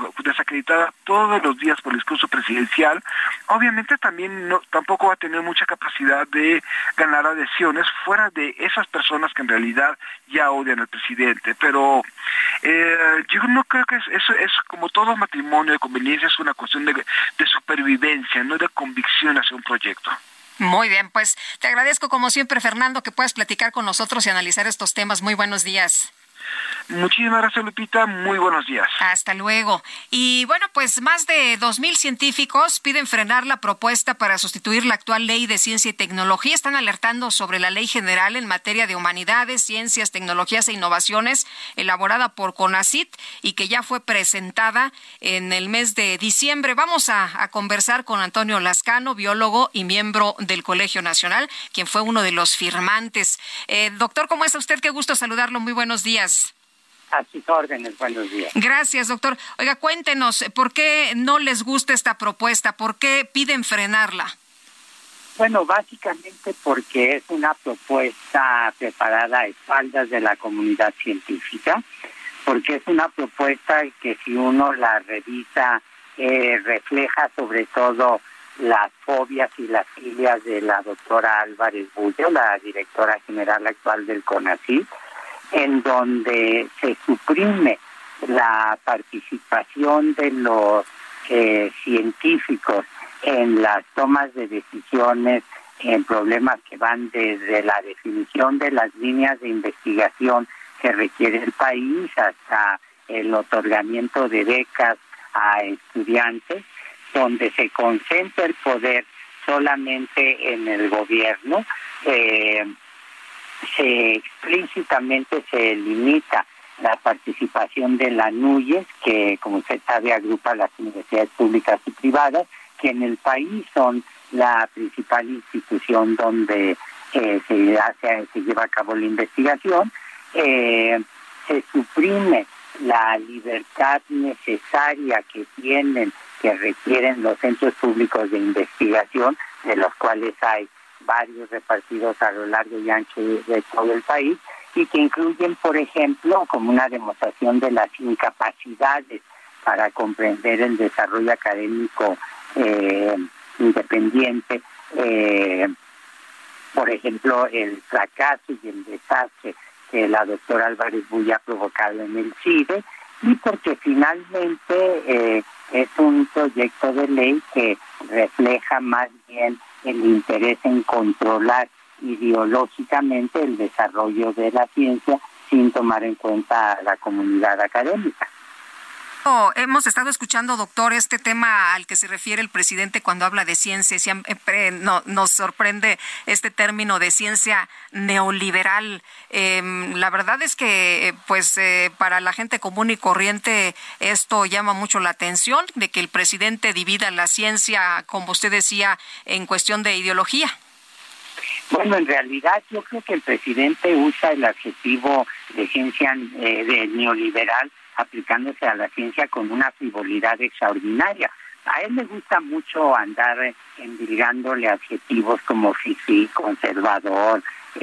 todos los días por el discurso presidencial, obviamente tampoco va a tener mucha capacidad de ganar adhesiones fuera de esas personas que en realidad ya odian al presidente. Pero yo no creo que eso es como todo matrimonio de conveniencia, es una cuestión de supervivencia, no de convicción hacia un proyecto. Muy bien, pues te agradezco como siempre, Fernando, que puedas platicar con nosotros y analizar estos temas. Muy buenos días. Muchísimas gracias, Lupita. Muy buenos días. Hasta luego. Y bueno, pues más de 2,000 científicos piden frenar la propuesta para sustituir la actual Ley de Ciencia y Tecnología. Están alertando sobre la Ley General en materia de humanidades, ciencias, tecnologías e innovaciones, elaborada por CONACYT y que ya fue presentada en el mes de diciembre. Vamos a conversar con Antonio Lascano, biólogo y miembro del Colegio Nacional, quien fue uno de los firmantes. Doctor, ¿cómo está usted? Qué gusto saludarlo. Muy buenos días. A sus órdenes, buenos días. Gracias, doctor. Oiga, cuéntenos, ¿por qué no les gusta esta propuesta? ¿Por qué piden frenarla? Bueno, básicamente porque es una propuesta preparada a espaldas de la comunidad científica, porque es una propuesta que si uno la revisa, refleja sobre todo las fobias y las filias de la doctora Álvarez Bullo, la directora general actual del CONACYT, en donde se suprime la participación de los científicos en las tomas de decisiones en problemas que van desde la definición de las líneas de investigación que requiere el país hasta el otorgamiento de becas a estudiantes, donde se concentra el poder solamente en el gobierno, explícitamente se limita la participación de la NUYES, que como usted sabe agrupa las universidades públicas y privadas, que en el país son la principal institución donde se lleva a cabo la investigación. Se suprime la libertad necesaria que requieren los centros públicos de investigación, de los cuales hay varios repartidos a lo largo y ancho de todo el país, y que incluyen, por ejemplo, como una demostración de las incapacidades para comprender el desarrollo académico independiente, por ejemplo, el fracaso y el desastre que la doctora Álvarez Bulla ha provocado en el CIDE, y porque finalmente es un proyecto de ley que refleja más bien el interés en controlar ideológicamente el desarrollo de la ciencia sin tomar en cuenta a la comunidad académica. Hemos estado escuchando, doctor, este tema al que se refiere el presidente cuando habla de ciencia. Nos sorprende este término de ciencia neoliberal. La verdad es que, para la gente común y corriente, esto llama mucho la atención, de que el presidente divida la ciencia, como usted decía, en cuestión de ideología. Bueno, en realidad yo creo que el presidente usa el adjetivo de ciencia de neoliberal aplicándose a la ciencia con una frivolidad extraordinaria. A él le gusta mucho andar endilgándole adjetivos como fifí, conservador,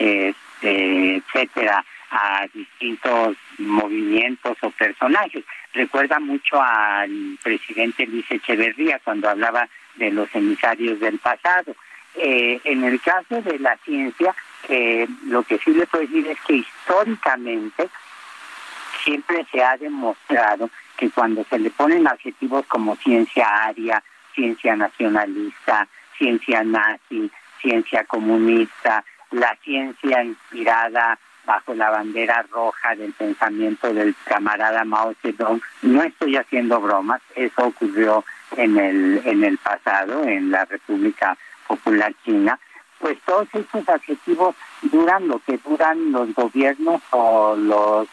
etcétera, a distintos movimientos o personajes. Recuerda mucho al presidente Luis Echeverría cuando hablaba de los emisarios del pasado. En el caso de la ciencia, lo que sí le puedo decir es que históricamente siempre se ha demostrado que cuando se le ponen adjetivos como ciencia aria, ciencia nacionalista, ciencia nazi, ciencia comunista, la ciencia inspirada bajo la bandera roja del pensamiento del camarada Mao Zedong, no estoy haciendo bromas, eso ocurrió en el pasado, en la República Popular China, pues todos estos adjetivos duran lo que duran los gobiernos o los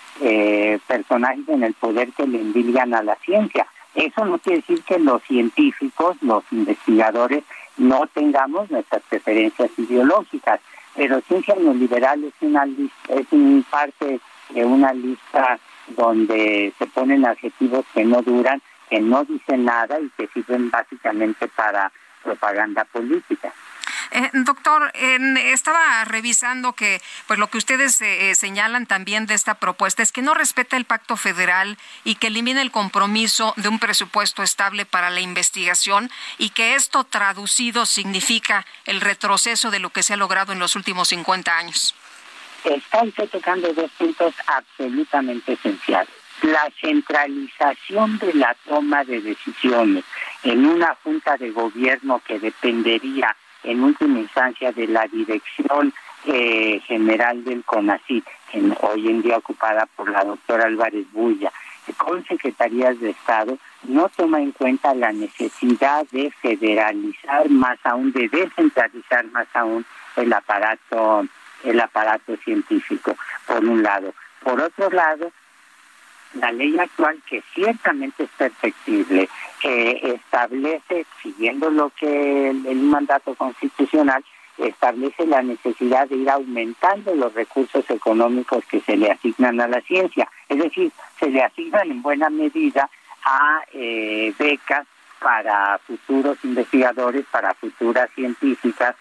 personajes en el poder que le endilgan a la ciencia. Eso no quiere decir que los científicos, los investigadores, no tengamos nuestras preferencias ideológicas, pero ciencia neoliberal es un parte de una lista donde se ponen adjetivos que no duran, que no dicen nada y que sirven básicamente para propaganda política. Doctor, estaba revisando que pues lo que ustedes señalan también de esta propuesta es que no respeta el pacto federal y que elimina el compromiso de un presupuesto estable para la investigación, y que esto traducido significa el retroceso de lo que se ha logrado en los últimos 50 años. Está usted tocando dos puntos absolutamente esenciales. La centralización de la toma de decisiones en una junta de gobierno que dependería en última instancia de la dirección general del CONACYT, hoy en día ocupada por la doctora Álvarez Bulla, con secretarías de Estado, no toma en cuenta la necesidad de federalizar más aún, de descentralizar más aún el aparato científico, por un lado. Por otro lado, la ley actual, que ciertamente es perfectible, establece, siguiendo lo que el mandato constitucional, establece la necesidad de ir aumentando los recursos económicos que se le asignan a la ciencia. Es decir, se le asignan en buena medida a becas para futuros investigadores, para futuras científicas,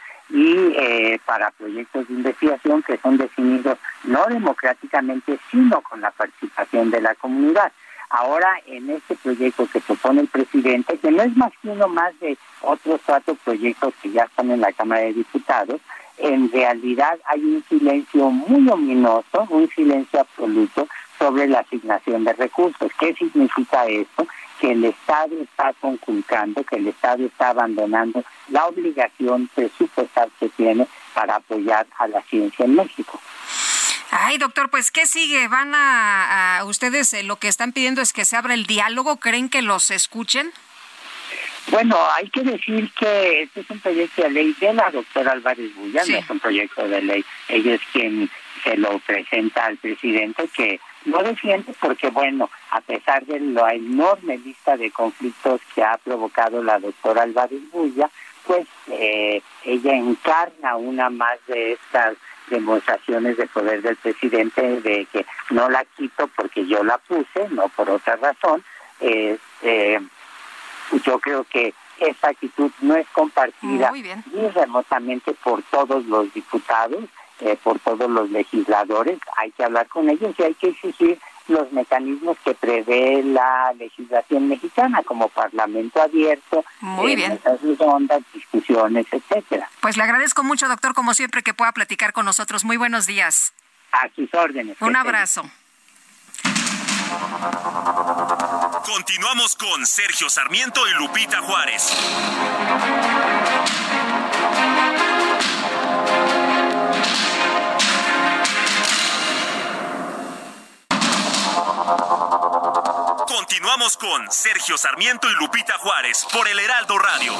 y para proyectos de investigación que son definidos no democráticamente, sino con la participación de la comunidad. Ahora, en este proyecto que propone el presidente, que no es más que uno más de otros 4 proyectos que ya están en la Cámara de Diputados, en realidad hay un silencio muy ominoso, un silencio absoluto sobre la asignación de recursos. ¿Qué significa esto? Que el Estado está conculcando, que el Estado está abandonando la obligación presupuestal que tiene para apoyar a la ciencia en México. Ay, doctor, pues, ¿qué sigue? ¿Van a ustedes lo que están pidiendo es que se abra el diálogo? ¿Creen que los escuchen? Bueno, hay que decir que este es un proyecto de ley de la doctora Álvarez Bulla, no es un proyecto de ley. Ella es quien se lo presenta al presidente, que lo defiende porque, bueno, a pesar de la enorme lista de conflictos que ha provocado la doctora Álvarez Bulla, pues ella encarna una más de estas demostraciones de poder del presidente, de que no la quito porque yo la puse, no por otra razón. Yo creo que esa actitud no es compartida ni remotamente por todos los diputados, por todos los legisladores. Hay que hablar con ellos y hay que exigir los mecanismos que prevé la legislación mexicana, como parlamento abierto, mesas redondas, discusiones, etcétera. Pues le agradezco mucho, doctor, como siempre, que pueda platicar con nosotros. Muy buenos días. A sus órdenes. Un abrazo. Continuamos con Sergio Sarmiento y Lupita Juárez. Continuamos con Sergio Sarmiento y Lupita Juárez por el Heraldo Radio.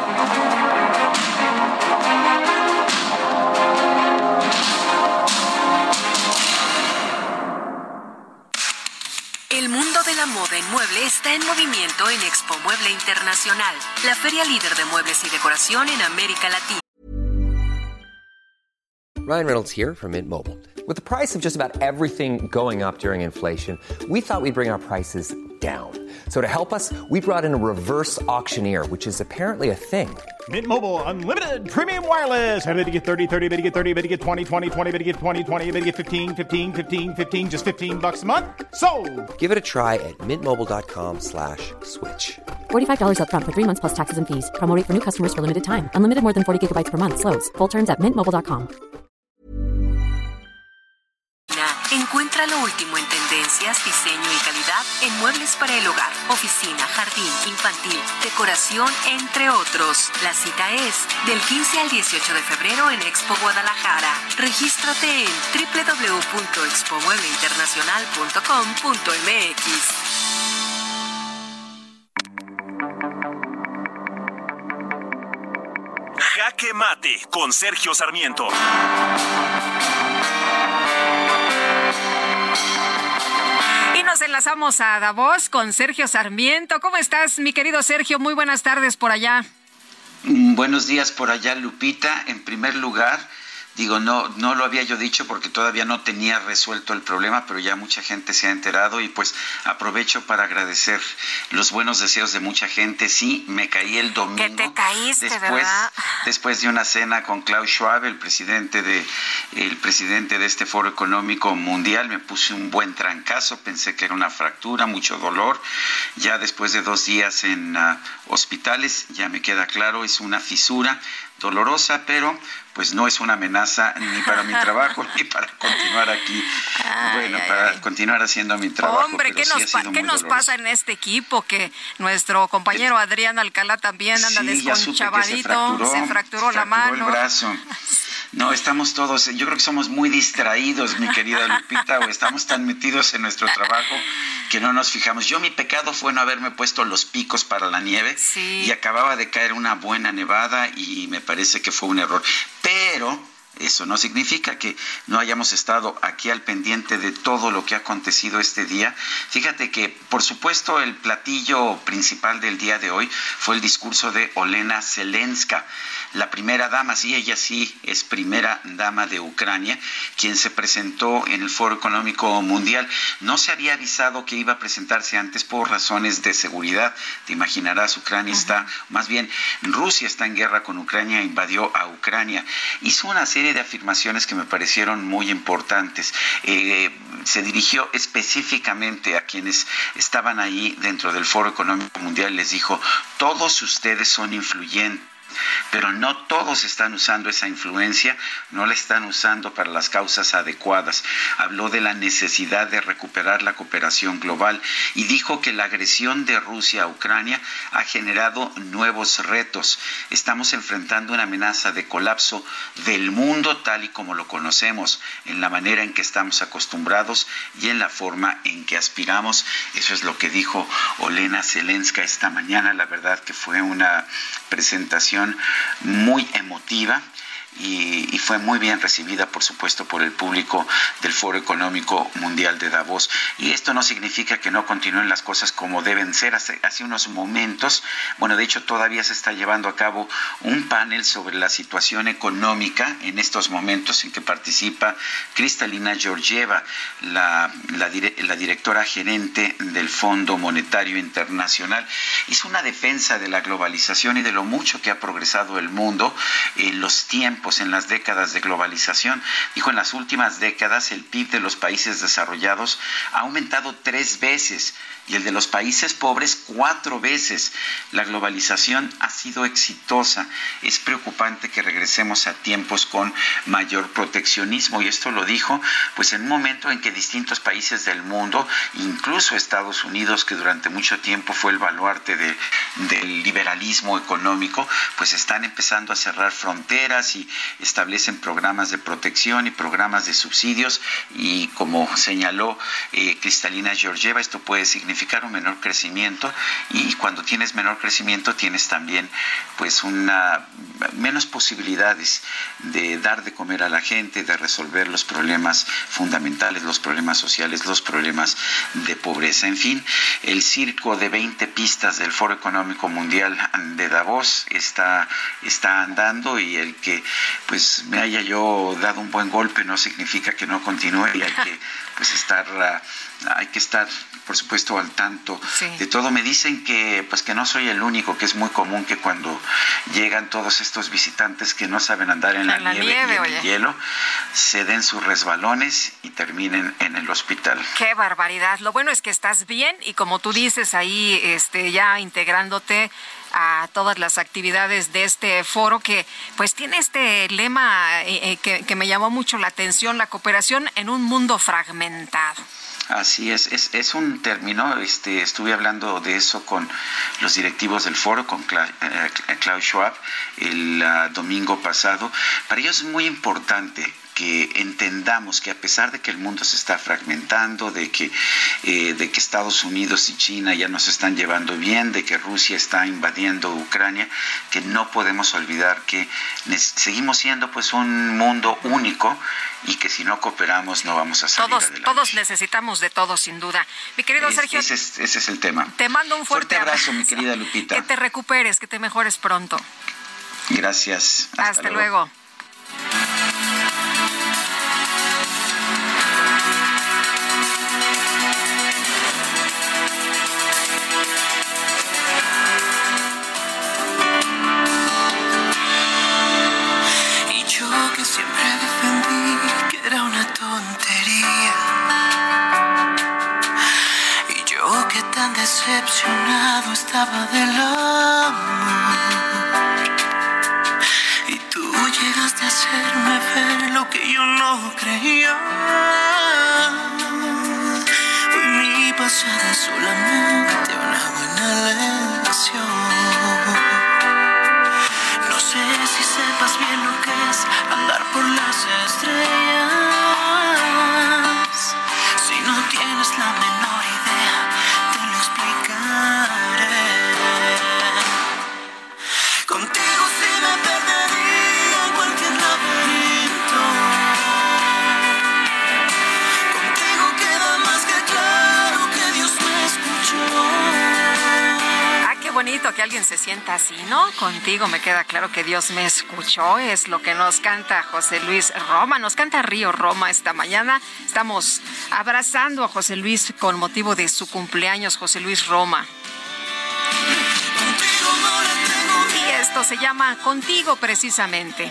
El mundo de la moda en mueble está en movimiento en Expo Mueble Internacional, la feria líder de muebles y decoración en América Latina. Ryan Reynolds here from Mint Mobile. With the price of just about everything going up during inflation, we thought we'd bring our prices down. So to help us, we brought in a reverse auctioneer, which is apparently a thing. Mint Mobile Unlimited Premium Wireless. How to get 30, 30, how to get 30, how to get 20, 20, 20, how to get 20, 20, how to get 15, 15, 15, 15, just $15 a month? Sold! Give it a try at mintmobile.com/switch. $45 up front for 3 months plus taxes and fees. Promo rate for new customers for limited time. Unlimited more than 40 gigabytes per month. Slows full terms at mintmobile.com. Encuentra lo último en tendencias, diseño y calidad en muebles para el hogar, oficina, jardín, infantil, decoración, entre otros. La cita es del 15 al 18 de febrero en Expo Guadalajara. Regístrate en www.expomuebleinternacional.com.mx. Jaque Mate con Sergio Sarmiento. Y nos enlazamos a Davos con Sergio Sarmiento. ¿Cómo estás, mi querido Sergio? Muy buenas tardes por allá. Buenos días por allá, Lupita. En primer lugar, no lo había yo dicho porque todavía no tenía resuelto el problema, pero ya mucha gente se ha enterado y pues aprovecho para agradecer los buenos deseos de mucha gente. Sí, me caí el domingo. Que te caíste, ¿verdad? Después de una cena con Klaus Schwab, el presidente de este Foro Económico Mundial, me puse un buen trancazo, pensé que era una fractura, mucho dolor. Ya después de 2 días en hospitales, ya me queda claro, es una fisura dolorosa, pero pues no es una amenaza ni para mi trabajo ni para continuar aquí, continuar haciendo mi trabajo. Hombre, ¿qué nos pasa en este equipo? Que nuestro compañero Adrián Alcalá también anda desconchavadito, se fracturó la mano. El brazo. No, estamos todos, yo creo que somos muy distraídos, mi querida Lupita, o estamos tan metidos en nuestro trabajo que no nos fijamos. Mi pecado fue no haberme puesto los picos para la nieve, y acababa de caer una buena nevada y me parece que fue un error. Pero eso no significa que no hayamos estado aquí al pendiente de todo lo que ha acontecido este día. Fíjate que, por supuesto, el platillo principal del día de hoy fue el discurso de Olena Zelenska, la primera dama, ella sí es primera dama de Ucrania, quien se presentó en el Foro Económico Mundial. No se había avisado que iba a presentarse antes por razones de seguridad. Te imaginarás, Rusia está en guerra con Ucrania, invadió a Ucrania. Hizo una serie de afirmaciones que me parecieron muy importantes. Se dirigió específicamente a quienes estaban ahí dentro del Foro Económico Mundial. Les dijo: todos ustedes son influyentes, pero no todos están usando esa influencia, no la están usando para las causas adecuadas. Habló de la necesidad de recuperar la cooperación global y dijo que la agresión de Rusia a Ucrania ha generado nuevos retos. Estamos enfrentando una amenaza de colapso del mundo tal y como lo conocemos, en la manera en que estamos acostumbrados y en la forma en que aspiramos. Eso es lo que dijo Olena Zelenska esta mañana. La verdad que fue una presentación muy emotiva y fue muy bien recibida, por supuesto, por el público del Foro Económico Mundial de Davos. Y esto no significa que no continúen las cosas como deben ser. Hace unos momentos, bueno, de hecho todavía se está llevando a cabo un panel sobre la situación económica en estos momentos, en que participa Kristalina Georgieva, la directora gerente del Fondo Monetario Internacional. Hizo una defensa de la globalización y de lo mucho que ha progresado el mundo en los tiempos, en las décadas de globalización. Dijo, en las últimas décadas el PIB de los países desarrollados ha aumentado 3 veces y el de los países pobres 4 veces. La globalización ha sido exitosa. Es preocupante que regresemos a tiempos con mayor proteccionismo, y esto lo dijo pues en un momento en que distintos países del mundo, incluso Estados Unidos, que durante mucho tiempo fue el baluarte del liberalismo económico, pues están empezando a cerrar fronteras y establecen programas de protección y programas de subsidios, y como señaló Kristalina Georgieva, esto puede significar un menor crecimiento, y cuando tienes menor crecimiento tienes también pues menos posibilidades de dar de comer a la gente, de resolver los problemas fundamentales, los problemas sociales, los problemas de pobreza. En fin, el circo de 20 pistas del Foro Económico Mundial de Davos está andando, y el que pues me haya yo dado un buen golpe no significa que no continúe, y hay que pues estar por supuesto al tanto de todo. Me dicen que pues que no soy el único, que es muy común que cuando llegan todos estos visitantes que no saben andar en la nieve y en el hielo, se den sus resbalones y terminen en el hospital. ¡Qué barbaridad! Lo bueno es que estás bien, y como tú dices ahí, ya integrándote a todas las actividades de este foro, que pues tiene este lema que me llamó mucho la atención: la cooperación en un mundo fragmentado. Así es un término. Estuve hablando de eso con los directivos del foro, con Klaus Schwab el domingo pasado. Para ellos es muy importante que entendamos que a pesar de que el mundo se está fragmentando, de que Estados Unidos y China ya nos están llevando bien, de que Rusia está invadiendo Ucrania, que no podemos olvidar que seguimos siendo pues un mundo único, y que si no cooperamos no vamos a salir adelante. Todos necesitamos de todos, sin duda. Mi querido Sergio, ese es el tema. Te mando un fuerte abrazo, mi querida Lupita. Que te recuperes, que te mejores pronto. Gracias. Hasta luego. Siempre defendí que era una tontería, y yo que tan decepcionado estaba del amor, y tú llegaste a hacerme ver lo que yo no creía. Hoy mi pasado es solamente una buena lección. No sé si sepas bien lo que es andar por las estrellas. Si no tienes la menor idea, te lo explicaré. Contigo sí me perdería en cualquier laberinto. Contigo queda más que claro que Dios me escuchó. Qué bonito que alguien se sienta así, ¿no? Contigo me queda claro que Dios me escuchó. Es lo que nos canta José Luis Roma. Nos canta Río Roma esta mañana. Estamos abrazando a José Luis con motivo de su cumpleaños, José Luis Roma. Y esto se llama Contigo, precisamente.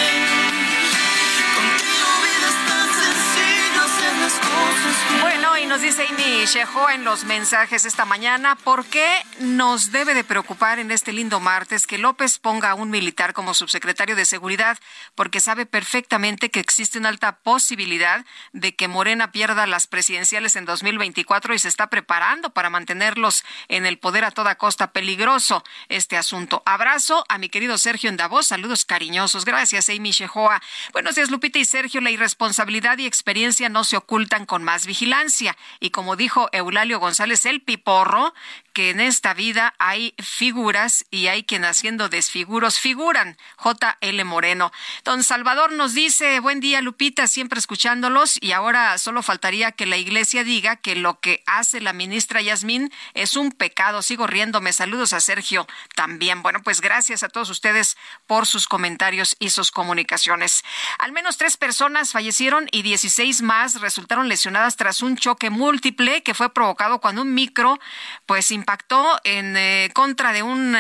Bueno, y Nos dice Amy Shehoa en los mensajes esta mañana, ¿por qué nos debe de preocupar en este lindo martes que López ponga a un militar como subsecretario de Seguridad? Porque sabe perfectamente que existe una alta posibilidad de que Morena pierda las presidenciales en 2024 y se está preparando para mantenerlos en el poder a toda costa. Peligroso este asunto. Abrazo a mi querido Sergio en Davos. Saludos cariñosos. Gracias, Amy Shehoa. Buenos días, Lupita y Sergio. La irresponsabilidad y experiencia no se ocultan con más vigilancia. Y como dijo Eulalio González, el piporro, que en esta vida hay figuras y hay quien haciendo desfiguros figuran. J.L. Moreno. Don Salvador nos dice, buen día, Lupita, siempre escuchándolos, y ahora solo faltaría que la iglesia diga que lo que hace la ministra Yasmín es un pecado. Sigo riéndome. Saludos a Sergio también. Bueno, pues gracias a todos ustedes por sus comentarios y sus comunicaciones. Al menos 3 personas fallecieron y 16 más resultaron lesionadas tras un choque múltiple que fue provocado cuando un micro pues impactó en contra de un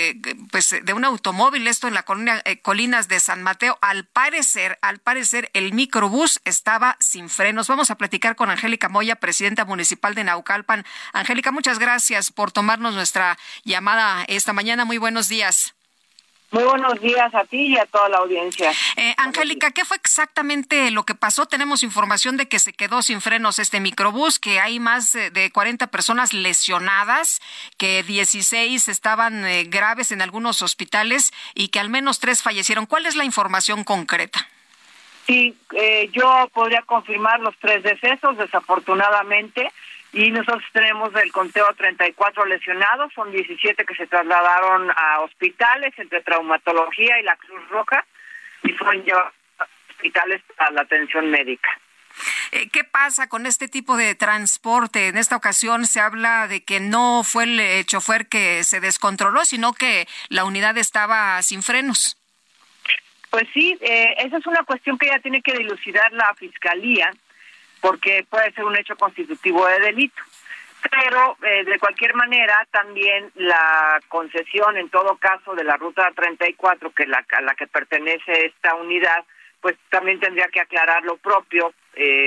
automóvil, esto en la Colinas de San Mateo. Al parecer el microbús estaba sin frenos. Vamos a platicar con Angélica Moya, presidenta municipal de Naucalpan. Angélica, muchas gracias por tomarnos nuestra llamada esta mañana. Muy buenos días. Muy buenos días a ti y a toda la audiencia. Angélica, ¿qué fue exactamente lo que pasó? Tenemos información de que se quedó sin frenos este microbús, que hay más de 40 personas lesionadas, que 16 estaban graves en algunos hospitales y que al menos 3 fallecieron. ¿Cuál es la información concreta? Sí, yo podría confirmar los 3 decesos, desafortunadamente, y nosotros tenemos del conteo 34 lesionados, son 17 que se trasladaron a hospitales entre traumatología y la Cruz Roja, y fueron llevados a hospitales para la atención médica. ¿Qué pasa con este tipo de transporte? En esta ocasión se habla de que no fue el chofer que se descontroló, sino que la unidad estaba sin frenos. Pues sí, esa es una cuestión que ya tiene que dilucidar la Fiscalía, porque puede ser un hecho constitutivo de delito. Pero, de cualquier manera, también la concesión, en todo caso, de la Ruta 34, que a la que pertenece esta unidad, pues también tendría que aclarar lo propio.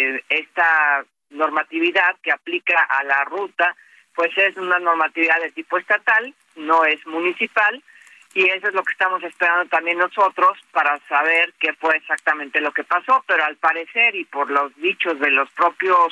Esta normatividad que aplica a la ruta, pues es una normatividad de tipo estatal, no es municipal, y eso es lo que estamos esperando también nosotros para saber qué fue exactamente lo que pasó, pero al parecer y por los dichos de las propias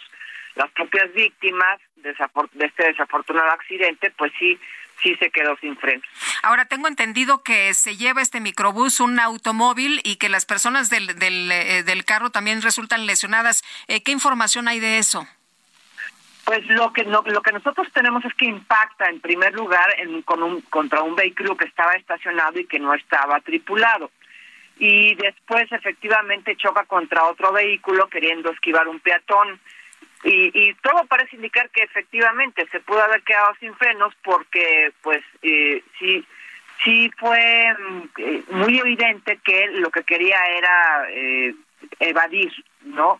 víctimas de este desafortunado accidente, pues sí se quedó sin frenos. Ahora tengo entendido que se lleva este microbús un automóvil y que las personas del carro también resultan lesionadas. ¿Qué información hay de eso? Pues lo que nosotros tenemos es que impacta en primer lugar contra un vehículo que estaba estacionado y que no estaba tripulado. Y después efectivamente choca contra otro vehículo queriendo esquivar un peatón. Y todo parece indicar que efectivamente se pudo haber quedado sin frenos porque pues sí fue muy evidente que lo que quería era evadir, ¿no?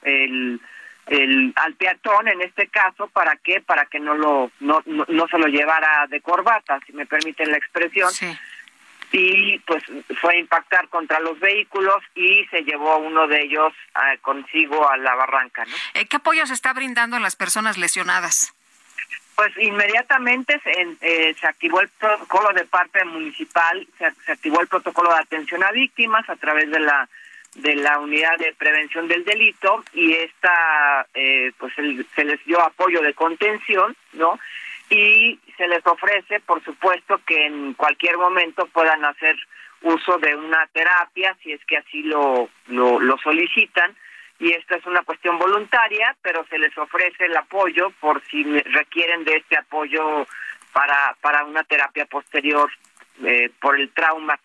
Al peatón en este caso. ¿Para qué? Para que no se lo llevara de corbata, si me permiten la expresión. Sí. Y pues fue a impactar contra los vehículos y se llevó uno de ellos consigo a la barranca, ¿no? ¿Qué apoyo se está brindando a las personas lesionadas? Pues inmediatamente se activó el protocolo de parte municipal, se activó el protocolo de atención a víctimas a través de la unidad de prevención del delito, y se les dio apoyo de contención, ¿no? Y se les ofrece, por supuesto, que en cualquier momento puedan hacer uso de una terapia, si es que así lo solicitan, y esta es una cuestión voluntaria, pero se les ofrece el apoyo por si requieren de este apoyo para una terapia posterior por el trauma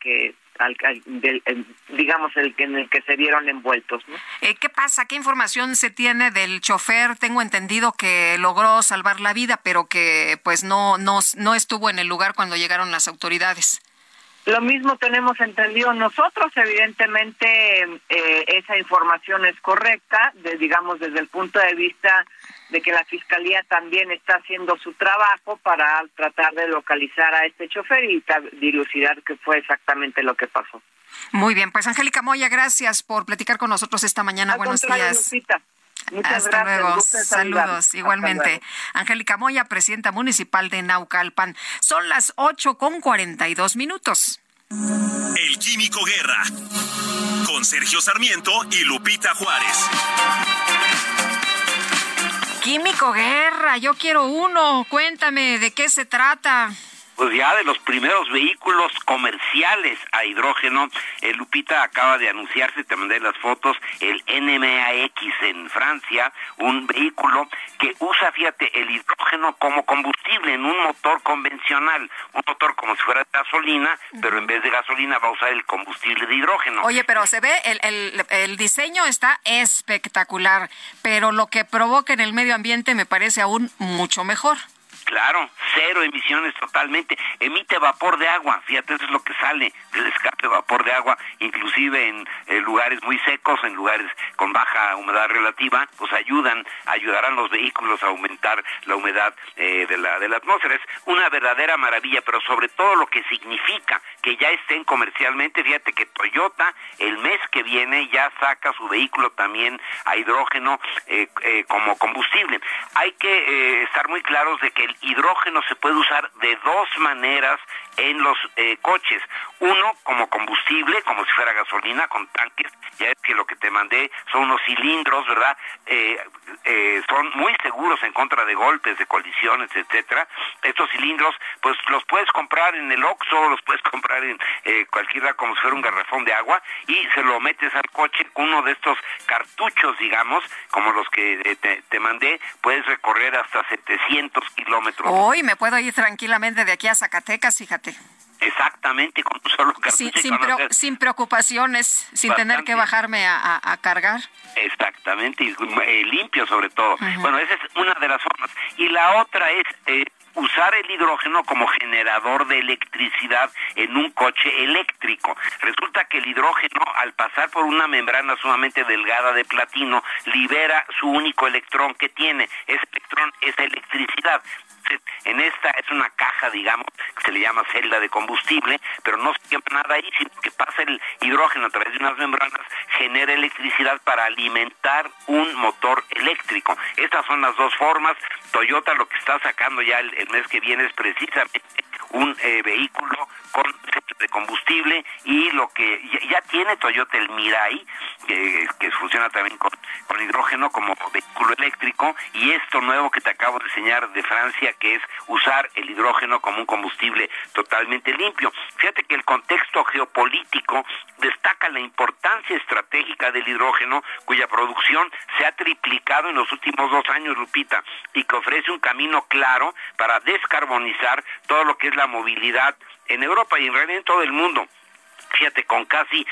digamos en el que se vieron envueltos, ¿no? ¿Qué pasa? ¿Qué información se tiene del chofer? Tengo entendido que logró salvar la vida, pero que pues no estuvo en el lugar cuando llegaron las autoridades. Lo mismo tenemos entendido nosotros. Evidentemente esa información es correcta, digamos desde el punto de vista de que la Fiscalía también está haciendo su trabajo para tratar de localizar a este chofer y dilucidar qué fue exactamente lo que pasó. Muy bien, pues Angélica Moya, gracias por platicar con nosotros esta mañana. Buenos días. Lupita. Muchas Hasta gracias. luego. Gusto en Saludos. saludarlos. Igualmente. Hasta luego. Angélica Moya, presidenta municipal de Naucalpan. Son las 8:42. El Químico Guerra, con Sergio Sarmiento y Lupita Juárez. Químico Guerra, yo quiero uno. Cuéntame, ¿de qué se trata? Pues ya de los primeros vehículos comerciales a hidrógeno, Lupita, acaba de anunciarse, te mandé las fotos, el NMAX en Francia, un vehículo que usa, fíjate, el hidrógeno como combustible en un motor convencional, un motor como si fuera de gasolina, pero en vez de gasolina va a usar el combustible de hidrógeno. Oye, pero se ve, el diseño está espectacular, pero lo que provoca en el medio ambiente me parece aún mucho mejor. Claro, cero emisiones totalmente. Emite vapor de agua, fíjate, eso es lo que sale del escape, vapor de agua, inclusive en lugares muy secos, en lugares con baja humedad relativa, pues ayudarán los vehículos a aumentar la humedad de la atmósfera. Es una verdadera maravilla, pero sobre todo lo que significa que ya estén comercialmente. Fíjate que Toyota el mes que viene ya saca su vehículo también a hidrógeno como combustible. Hay que estar muy claros de que el hidrógeno se puede usar de dos maneras en los coches. Uno, como combustible, como si fuera gasolina, con tanques. Ya es que lo que te mandé son unos cilindros, ¿verdad? Son muy seguros en contra de golpes, de colisiones, etcétera. Estos cilindros, pues los puedes comprar en el Oxxo, los puedes comprar en cualquiera, como si fuera un garrafón de agua, y se lo metes al coche. Uno de estos cartuchos, digamos, como los que te mandé, puedes recorrer hasta 700 kilómetros. Hoy me puedo ir tranquilamente de aquí a Zacatecas, fíjate. Exactamente, con un solo cartucho. Sin preocupaciones, sin tener que bajarme a cargar. Exactamente, y limpio sobre todo. Uh-huh. Bueno, esa es una de las formas. Y la otra es usar el hidrógeno como generador de electricidad en un coche eléctrico. Resulta que el hidrógeno, al pasar por una membrana sumamente delgada de platino, libera su único electrón que tiene. Ese electrón es electricidad. En esta es una caja, digamos, que se le llama celda de combustible, pero no se quema nada ahí, sino que pasa el hidrógeno a través de unas membranas, genera electricidad para alimentar un motor eléctrico. Estas son las dos formas. Toyota lo que está sacando ya el mes que viene es precisamente un vehículo con celda de combustible, y lo que ya tiene Toyota, el Mirai, que funciona también con hidrógeno como vehículo eléctrico, y esto nuevo que te acabo de enseñar de Francia, que es usar el hidrógeno como un combustible totalmente limpio. Fíjate que el contexto geopolítico destaca la importancia estratégica del hidrógeno, cuya producción se ha triplicado en los últimos 2 años, Lupita, y que ofrece un camino claro para descarbonizar todo lo que es la movilidad en Europa y en realidad en todo el mundo. Fíjate, con casi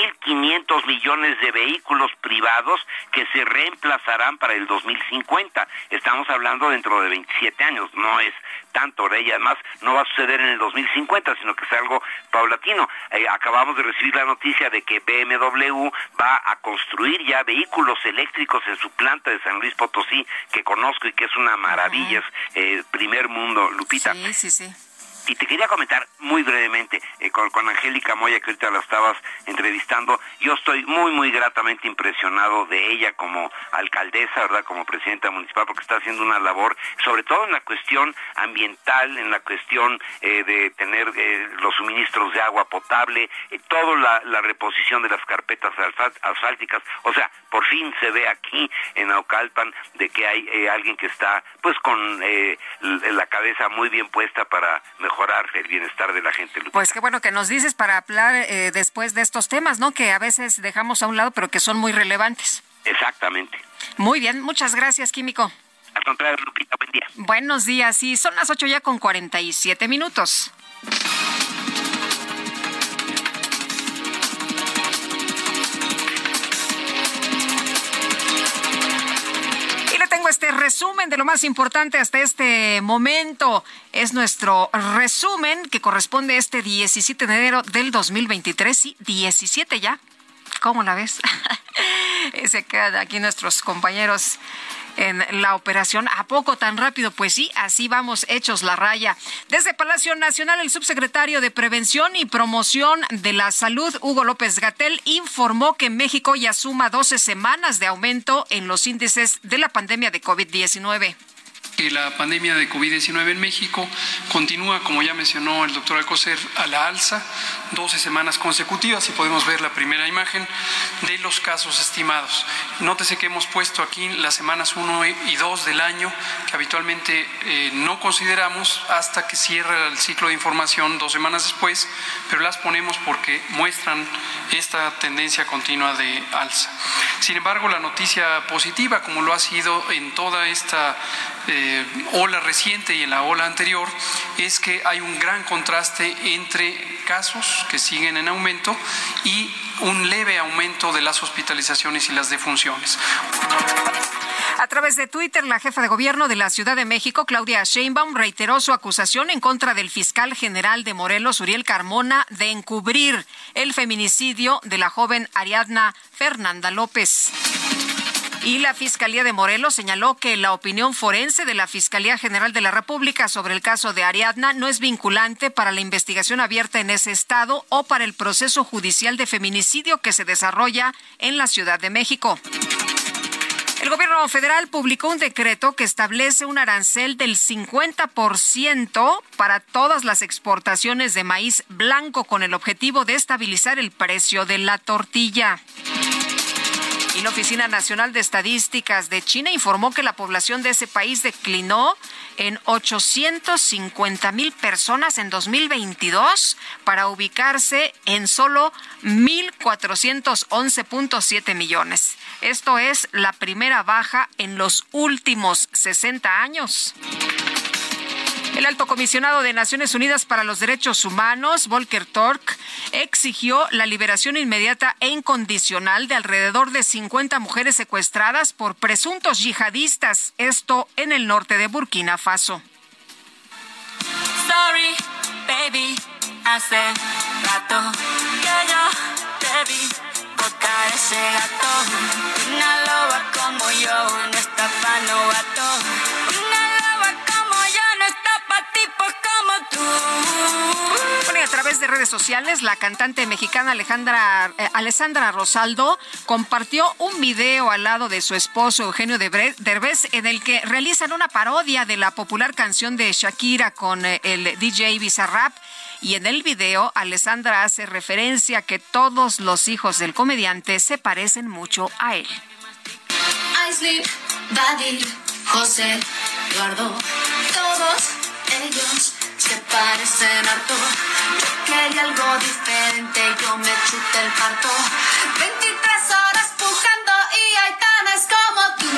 1.500 millones de vehículos privados que se reemplazarán para el 2050. Estamos hablando dentro de 27 años, no es tanto, ¿verdad? Y además no va a suceder en el 2050, sino que es algo paulatino. Acabamos de recibir la noticia de que BMW va a construir ya vehículos eléctricos en su planta de San Luis Potosí, que conozco y que es una maravilla, es primer mundo, Lupita. Sí. Y te quería comentar muy brevemente con Angélica Moya, que ahorita la estabas entrevistando. Yo estoy muy, muy gratamente impresionado de ella como alcaldesa, ¿verdad?, como presidenta municipal, porque está haciendo una labor, sobre todo en la cuestión ambiental, en la cuestión de tener los suministros de agua potable, toda la reposición de las carpetas asfálticas. O sea, por fin se ve aquí en Naucalpan de que hay alguien que está pues con la cabeza muy bien puesta para mejorar el bienestar de la gente, Lupita. Pues qué bueno que nos dices para hablar después de estos temas, ¿no?, que a veces dejamos a un lado, pero que son muy relevantes. Exactamente. Muy bien, muchas gracias, Químico. Al contrario, Lupita, buen día. Buenos días, y son las 8:47. Tengo este resumen de lo más importante hasta este momento. Es nuestro resumen que corresponde a este 17 de enero del 2023. Sí, 17 ya. ¿Cómo la ves? Se quedan aquí nuestros compañeros en la operación. ¿A poco tan rápido? Pues sí, así vamos, hechos la raya. Desde Palacio Nacional, el subsecretario de Prevención y Promoción de la Salud, Hugo López-Gatell, informó que México ya suma 12 semanas de aumento en los índices de la pandemia de COVID-19. Que la pandemia de COVID-19 en México continúa, como ya mencionó el doctor Alcocer, a la alza, 12 semanas consecutivas, y podemos ver la primera imagen de los casos estimados. Nótese que hemos puesto aquí las semanas 1 y 2 del año, que habitualmente no consideramos hasta que cierra el ciclo de información 2 semanas después, pero las ponemos porque muestran esta tendencia continua de alza. Sin embargo, la noticia positiva, como lo ha sido en toda esta ola reciente y en la ola anterior, es que hay un gran contraste entre casos que siguen en aumento y un leve aumento de las hospitalizaciones y las defunciones. A través de Twitter, la jefa de gobierno de la Ciudad de México, Claudia Sheinbaum, reiteró su acusación en contra del fiscal general de Morelos, Uriel Carmona, de encubrir el feminicidio de la joven Ariadna Fernanda López. Y la Fiscalía de Morelos señaló que la opinión forense de la Fiscalía General de la República sobre el caso de Ariadna no es vinculante para la investigación abierta en ese estado o para el proceso judicial de feminicidio que se desarrolla en la Ciudad de México. El gobierno federal publicó un decreto que establece un arancel del 50% para todas las exportaciones de maíz blanco con el objetivo de estabilizar el precio de la tortilla. Y la Oficina Nacional de Estadísticas de China informó que la población de ese país declinó en 850,000 personas en 2022 para ubicarse en solo 1,411.7 millones. Esto es la primera baja en los últimos 60 años. El alto comisionado de Naciones Unidas para los Derechos Humanos, Volker Turk, exigió la liberación inmediata e incondicional de alrededor de 50 mujeres secuestradas por presuntos yihadistas, esto en el norte de Burkina Faso. Sorry, baby, hace rato que yo te vi tocar ese gato. Una loba como yo no está pa' novato. Una loba como yo no está pa' tipos como tú. Bueno, y a través de redes sociales, la cantante mexicana Alessandra Rosaldo compartió un video al lado de su esposo Eugenio Derbez en el que realizan una parodia de la popular canción de Shakira con el DJ Bizarrap. Y en el video, Alessandra hace referencia a que todos los hijos del comediante se parecen mucho a él. Aislinn, Badir, José, Eduardo, todos ellos se parecen harto. Yo quería algo diferente, yo me chuté el parto. 23 horas pujando y Aitana es como tú.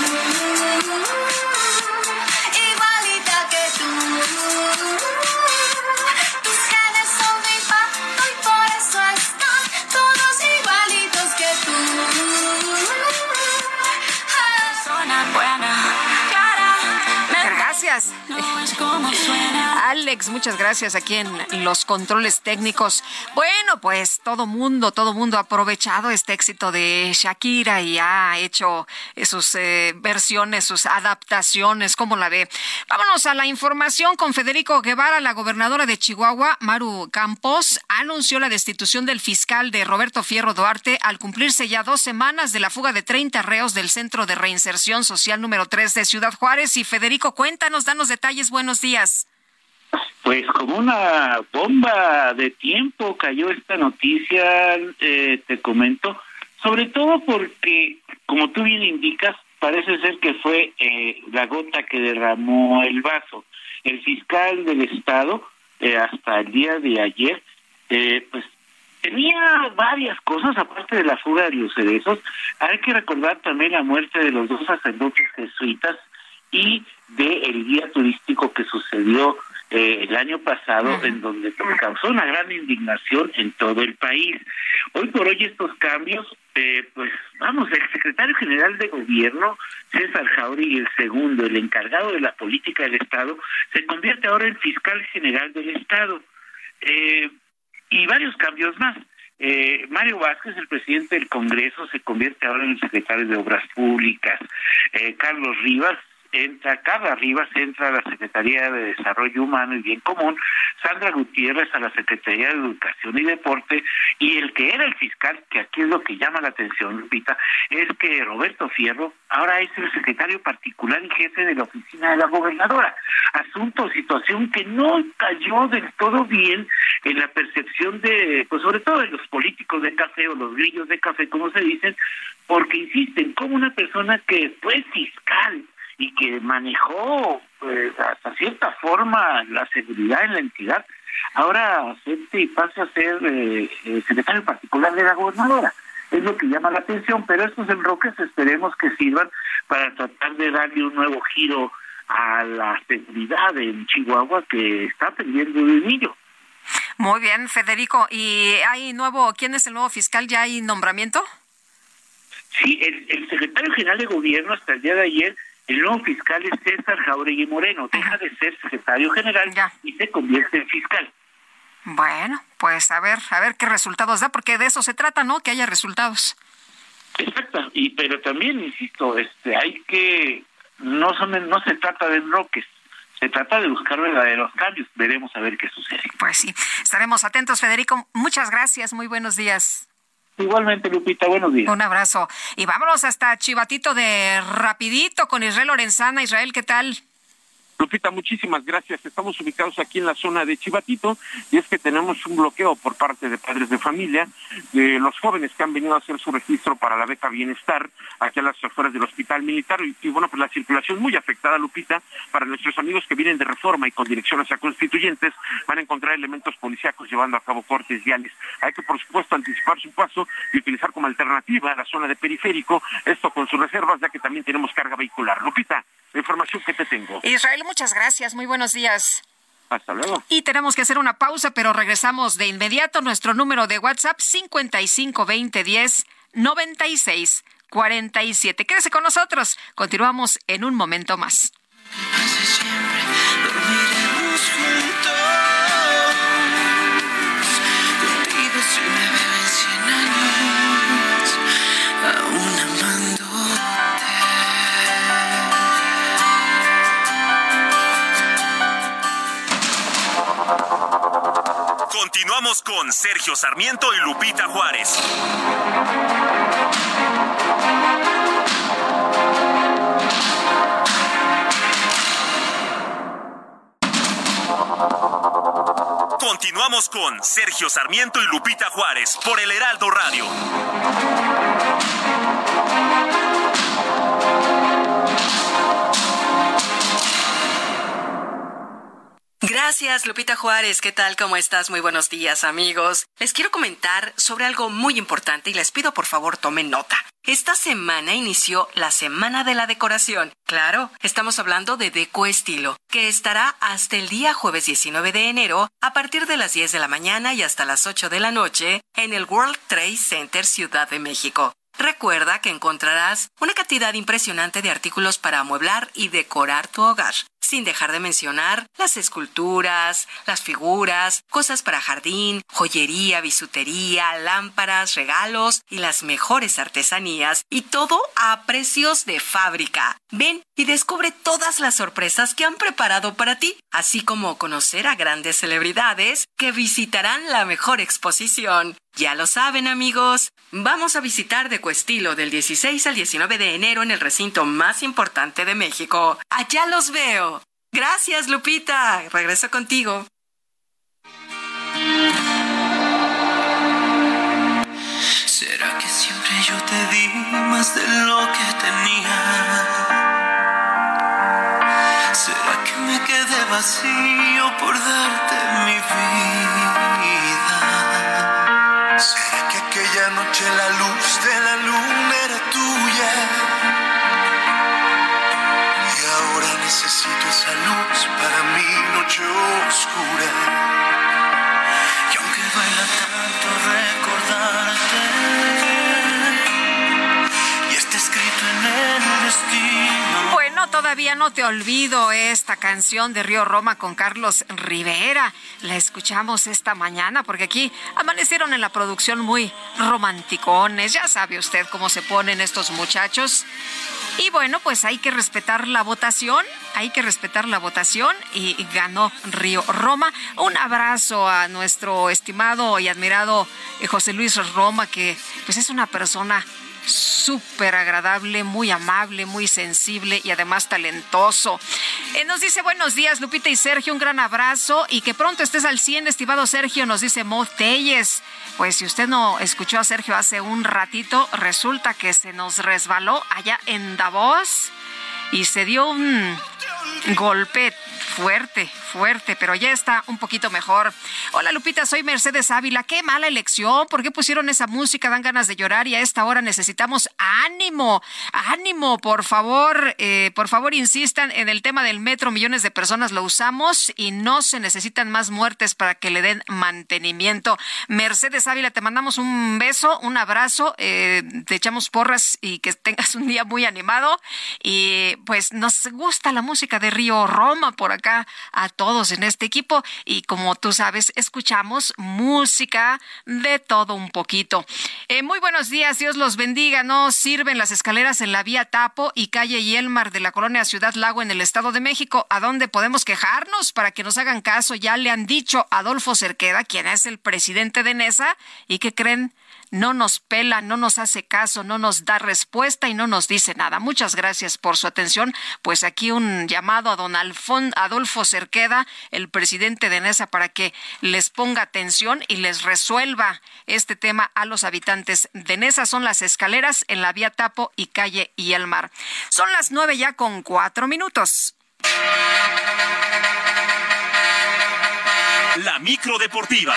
Igualita que tú. Tus genes son de impacto y por eso están todos igualitos que tú. Persona buena, clara. Gracias. Alex, muchas gracias aquí en los controles técnicos. Bueno, pues todo mundo ha aprovechado este éxito de Shakira y ha hecho sus versiones, sus adaptaciones. ¿Cómo la ve? Vámonos a la información con Federico Guevara. La gobernadora de Chihuahua, Maru Campos, anunció la destitución del fiscal de Roberto Fierro Duarte al cumplirse ya 2 semanas de la fuga de 30 reos del Centro de Reinserción Social número 3 de Ciudad Juárez. Y Federico, cuéntanos, danos detalles. Buenos días. Pues como una bomba de tiempo cayó esta noticia, te comento, sobre todo porque, como tú bien indicas, parece ser que fue la gota que derramó el vaso. El fiscal del Estado, hasta el día de ayer, pues tenía varias cosas, aparte de la fuga de los cerezos. Hay que recordar también la muerte de los 2 sacerdotes jesuitas y del guía turístico que sucedió el año pasado, en donde causó una gran indignación en todo el país. Hoy por hoy estos cambios, pues vamos, el secretario general de gobierno, César Jauregui, el segundo, el encargado de la política del Estado, se convierte ahora en fiscal general del Estado. Y varios cambios más. Mario Vázquez, el presidente del Congreso, se convierte ahora en el secretario de Obras Públicas. Carla Rivas entra a la Secretaría de Desarrollo Humano y Bien Común, Sandra Gutiérrez a la Secretaría de Educación y Deporte, y el que era el fiscal, que aquí es lo que llama la atención, Lupita, es que Roberto Fierro ahora es el secretario particular y jefe de la oficina de la gobernadora. Asunto, situación que no cayó del todo bien en la percepción de, pues sobre todo de los políticos de café o los grillos de café, como se dicen, porque insisten, como una persona que fue fiscal y que manejó hasta cierta forma la seguridad en la entidad, ahora acepte y pase a ser secretario particular de la gobernadora. Es lo que llama la atención, pero estos enroques esperemos que sirvan para tratar de darle un nuevo giro a la seguridad en Chihuahua, que está pendiente de un niño. Muy bien, Federico. ¿Y quién es el nuevo fiscal? ¿Ya hay nombramiento? Sí, el secretario general de gobierno hasta el día de ayer, el nuevo fiscal es César Jauregui Moreno. Deja de ser secretario general y se convierte en fiscal. Bueno, pues a ver qué resultados da, porque de eso se trata, ¿no? Que haya resultados. Exacto, pero también, insisto, hay que, no se trata de enroques, se trata de buscar verdaderos cambios. Veremos a ver qué sucede. Pues sí, estaremos atentos, Federico. Muchas gracias, muy buenos días. Igualmente, Lupita, buenos días. Un abrazo. Y vámonos hasta Chivatito de rapidito con Israel Lorenzana. Israel, ¿qué tal? Lupita, muchísimas gracias. Estamos ubicados aquí en la zona de Chivatito y es que tenemos un bloqueo por parte de padres de familia de los jóvenes que han venido a hacer su registro para la beca Bienestar aquí a las afueras del Hospital Militar y bueno, pues la circulación muy afectada, Lupita. Para nuestros amigos que vienen de Reforma y con dirección hacia Constituyentes van a encontrar elementos policíacos llevando a cabo cortes viales. Hay que, por supuesto, anticipar su paso y utilizar como alternativa la zona de Periférico, esto con sus reservas, ya que también tenemos carga vehicular. Lupita, la información que te tengo. Israel, muchas gracias. Muy buenos días. Hasta luego. Y tenemos que hacer una pausa, pero regresamos de inmediato. Nuestro número de WhatsApp, 5520109647. Quédese con nosotros. Continuamos en un momento más. Continuamos con Sergio Sarmiento y Lupita Juárez. Continuamos con Sergio Sarmiento y Lupita Juárez por el Heraldo Radio. Gracias, Lupita Juárez. ¿Qué tal? ¿Cómo estás? Muy buenos días, amigos. Les quiero comentar sobre algo muy importante y les pido por favor tomen nota. Esta semana inició la Semana de la Decoración. Claro, estamos hablando de Deco Estilo, que estará hasta el día jueves 19 de enero a partir de las 10 de la mañana y hasta las 8 de la noche en el World Trade Center Ciudad de México. Recuerda que encontrarás una cantidad impresionante de artículos para amueblar y decorar tu hogar, sin dejar de mencionar las esculturas, las figuras, cosas para jardín, joyería, bisutería, lámparas, regalos y las mejores artesanías, y todo a precios de fábrica. Ven y descubre todas las sorpresas que han preparado para ti, así como conocer a grandes celebridades que visitarán la mejor exposición. Ya lo saben, amigos, vamos a visitar Deco Estilo del 16 al 19 de enero en el recinto más importante de México. ¡Allá los veo! Gracias, Lupita. Regreso contigo. ¿Será que siempre yo te di más de lo que tenía? ¿Será que me quedé vacío por darte mi vida? ¿Será que aquella noche la luz de la luna era tuya? Y ahora necesito esa luz para mi noche oscura. Y aunque duela tanto recordarte, y está escrito en el destino. Bueno, todo todavía no te olvido, esta canción de Río Roma con Carlos Rivera. La escuchamos esta mañana porque aquí amanecieron en la producción muy romanticones. Ya sabe usted cómo se ponen estos muchachos. Y bueno, pues hay que respetar la votación, y ganó Río Roma. Un abrazo a nuestro estimado y admirado José Luis Roma, que pues es una persona súper agradable, muy amable, muy sensible y además talentoso. Nos dice buenos días Lupita y Sergio, un gran abrazo y que pronto estés al 100, estimado Sergio, nos dice Maud Telles. Pues si usted no escuchó a Sergio hace un ratito, resulta que se nos resbaló allá en Davos y se dio un golpe fuerte, pero ya está un poquito mejor. Hola Lupita, soy Mercedes Ávila. Qué mala elección, ¿por qué pusieron esa música? Dan ganas de llorar y a esta hora necesitamos ánimo, por favor insistan en el tema del metro, millones de personas lo usamos y no se necesitan más muertes para que le den mantenimiento. Mercedes Ávila, te mandamos un beso, un abrazo, te echamos porras y que tengas un día muy animado y pues nos gusta la música de Río Roma por acá a todos en este equipo y como tú sabes escuchamos música de todo un poquito. Muy buenos días, Dios los bendiga. No sirven las escaleras en la vía Tapo y calle Yelmar de la colonia Ciudad Lago en el Estado de México. ¿A dónde podemos quejarnos para que nos hagan caso? Ya le han dicho a Adolfo Cerqueda, quien es el presidente de NESA, ¿y qué creen? No nos pela, no nos hace caso, no nos da respuesta y no nos dice nada. Muchas gracias por su atención. Pues aquí un llamado a don Adolfo Cerqueda, el presidente de NESA, para que les ponga atención y les resuelva este tema a los habitantes de NESA. Son las escaleras en la vía Tapo y calle Yelmar. Son las 9:04. La micro deportiva.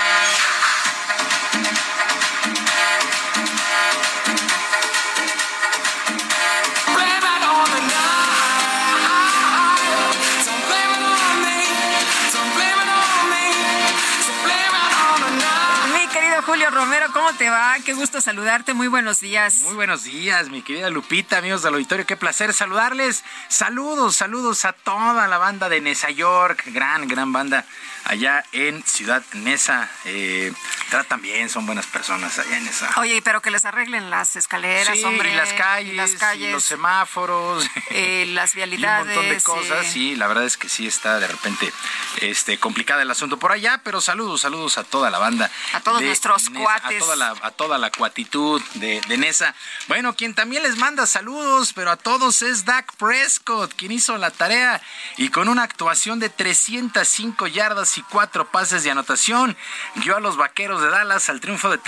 Julio Romero, ¿cómo te va? Qué gusto saludarte, muy buenos días. Muy buenos días, mi querida Lupita, amigos del auditorio, qué placer saludarles. Saludos a toda la banda de Nesa York, gran banda allá en Ciudad Nesa. Tratan bien, son buenas personas allá en Nesa. Oye, pero que les arreglen las escaleras, sí, hombre. Y las calles, y los semáforos, las vialidades. Y un montón de cosas, sí, la verdad es que sí está de repente complicada el asunto por allá, pero saludos a toda la banda. A todos nuestros cuates. A toda la cuatitud de NESA. Bueno, quien también les manda saludos, pero a todos es Dak Prescott, quien hizo la tarea y con una actuación de 305 yardas y 4 pases de anotación, guió a los Vaqueros de Dallas al triunfo de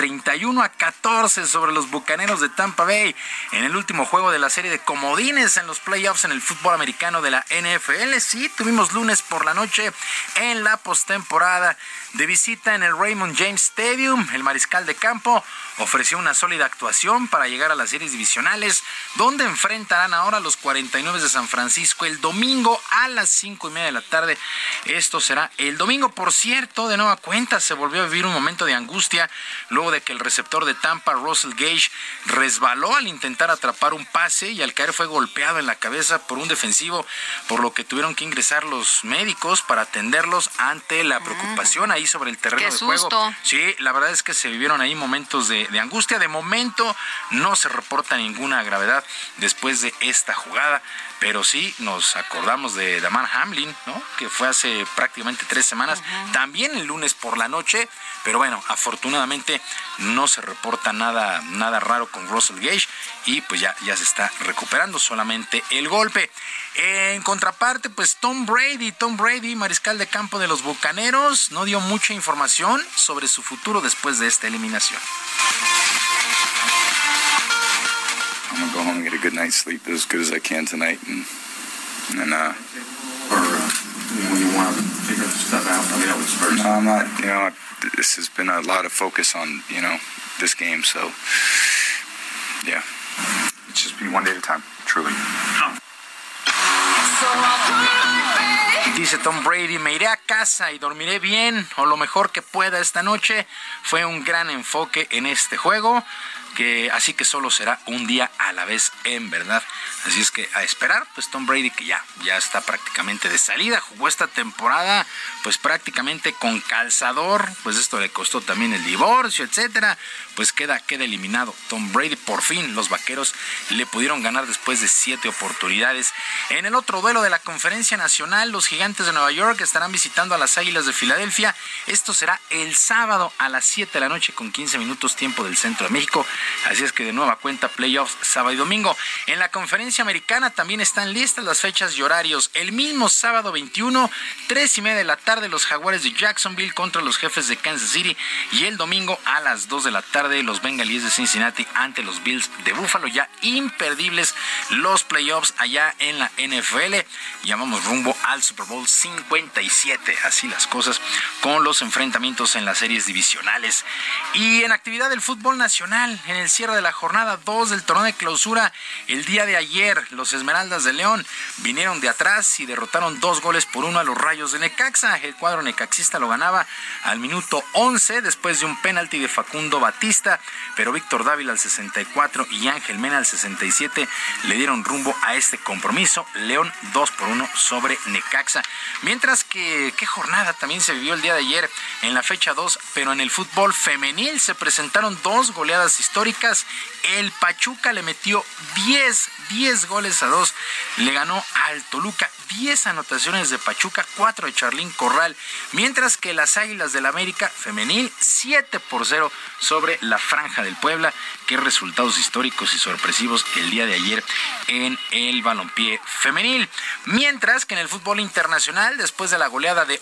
31-14 sobre los Bucaneros de Tampa Bay en el último juego de la serie de comodines en los playoffs en el fútbol americano de la NFL. Sí, tuvimos lunes por la noche en la postemporada. De visita en el Raymond James Stadium, el mariscal de campo ofreció una sólida actuación para llegar a las series divisionales, donde enfrentarán ahora a los 49 de San Francisco el domingo a las 5:30 de la tarde. Esto será el domingo. Por cierto, de nueva cuenta se volvió a vivir un momento de angustia luego de que el receptor de Tampa, Russell Gage, resbaló al intentar atrapar un pase y al caer fue golpeado en la cabeza por un defensivo, por lo que tuvieron que ingresar los médicos para atenderlos ante la preocupación ahí sobre el terreno de juego. Sí, la verdad es que se vivieron ahí momentos de angustia. De momento no se reporta ninguna gravedad después de esta jugada, pero sí nos acordamos de Damar Hamlin, ¿no? Que fue hace prácticamente 3 semanas, también el lunes por la noche, pero bueno, afortunadamente no se reporta nada raro con Russell Gage y pues ya se está recuperando, solamente el golpe. En contraparte, pues Tom Brady, mariscal de campo de los Bucaneros, no dio mucha información sobre su futuro después de esta eliminación. I'm gonna go home and get a good night's sleep as good as I can tonight, and when you want to figure stuff out, I mean, that was first. No, I'm not. You know, this has been a lot of focus on this game, so yeah, it's just be one day at a time, truly. Dice Tom Brady, me iré a casa y dormiré bien o lo mejor que pueda esta noche. Fue un gran enfoque en este juego. así que solo será un día a la vez, en verdad. Así es que a esperar, pues Tom Brady, que ya está prácticamente de salida, jugó esta temporada pues prácticamente con calzador, pues esto le costó también el divorcio, etcétera, pues queda eliminado Tom Brady. Por fin los Vaqueros le pudieron ganar después de 7 oportunidades. En el otro duelo de la Conferencia Nacional, los Gigantes de Nueva York estarán visitando a las Águilas de Filadelfia. Esto será el sábado a las 7 de la noche con 15 minutos tiempo del centro de México. Así es que de nueva cuenta playoffs sábado y domingo. En la Conferencia Americana también están listas las fechas y horarios. El mismo sábado 21, 3:30 de la tarde, los Jaguares de Jacksonville contra los Jefes de Kansas City. Y el domingo a las 2 de la tarde, los Bengalíes de Cincinnati ante los Bills de Buffalo. Ya imperdibles los playoffs allá en la NFL. Ya vamos rumbo al Super Bowl 57. Así las cosas con los enfrentamientos en las series divisionales. Y en actividad del fútbol nacional, en el cierre de la jornada 2 del torneo de clausura, el día de ayer, los Esmeraldas de León vinieron de atrás y derrotaron 2-1 a los Rayos de Necaxa. El cuadro necaxista lo ganaba al minuto 11 después de un penalti de Facundo Batista, pero Víctor Dávila al 64 y Ángel Mena al 67 le dieron rumbo a este compromiso. León 2-1 sobre Necaxa. Mientras que, qué jornada también se vivió el día de ayer en la fecha 2, pero en el fútbol femenil se presentaron 2 goleadas históricas. El Pachuca le metió 10 goles-2, le ganó al Toluca. 10 anotaciones de Pachuca, 4 de Charlín Corral, mientras que las Águilas del América femenil 7-0 sobre la Franja del Puebla. Qué resultados históricos y sorpresivos el día de ayer en el balompié femenil. Mientras que en el fútbol internacional, después de la goleada de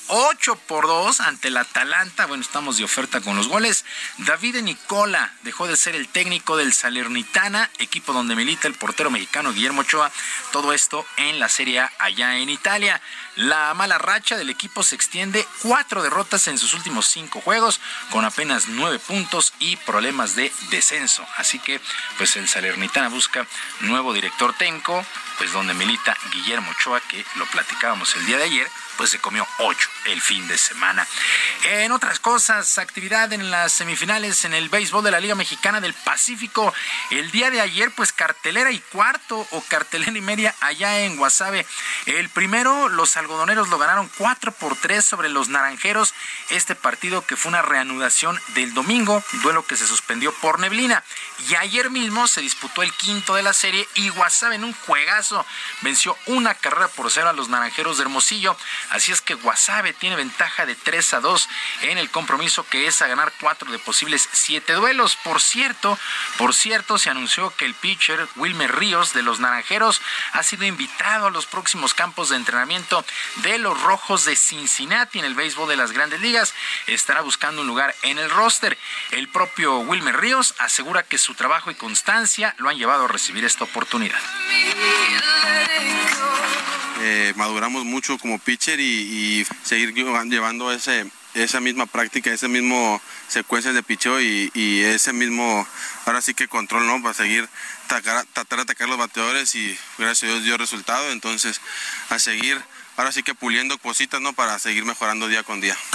8-2 ante el Atalanta, bueno, estamos de oferta con los goles, Davide Nicola dejó de ser el técnico del Salernitana, equipo donde milita el portero mexicano Guillermo Ochoa. Todo esto en la Serie A allá en Italia. La mala racha del equipo se extiende, 4 derrotas en sus últimos 5 juegos, con apenas 9 puntos y problemas de descenso. Así que, pues el Salernitana busca nuevo director técnico, pues donde milita Guillermo Ochoa, que lo platicábamos el día de ayer, pues se comió 8 el fin de semana. En otras cosas, actividad en las semifinales en el béisbol de la Liga Mexicana del Pacífico. El día de ayer, pues cartelera y cuarto o cartelera y media allá en Guasave. El primero, los algodoneros lo ganaron 4-3 sobre los naranjeros. Este partido que fue una reanudación del domingo, duelo que se suspendió por neblina. Y ayer mismo se disputó el quinto de la serie y Guasave en un juegazo venció 1-0 a los naranjeros de Hermosillo. Así es que Guasave tiene ventaja de 3-2 en el compromiso, que es a ganar 4 de posibles 7 duelos. Por cierto, se anunció que el pitcher Wilmer Ríos de los Naranjeros ha sido invitado a los próximos campos de entrenamiento de los Rojos de Cincinnati en el béisbol de las Grandes Ligas. Estará buscando un lugar en el roster. El propio Wilmer Ríos asegura que su trabajo y constancia lo han llevado a recibir esta oportunidad. Maduramos mucho como pitcher y seguir llevando esa misma práctica, ese mismo secuencia de picheo y ese mismo, ahora sí que control, ¿no? Para seguir tratar de atacar los bateadores y gracias a Dios dio resultado. Entonces a seguir, ahora sí que puliendo cositas, ¿no? Para seguir mejorando día con día.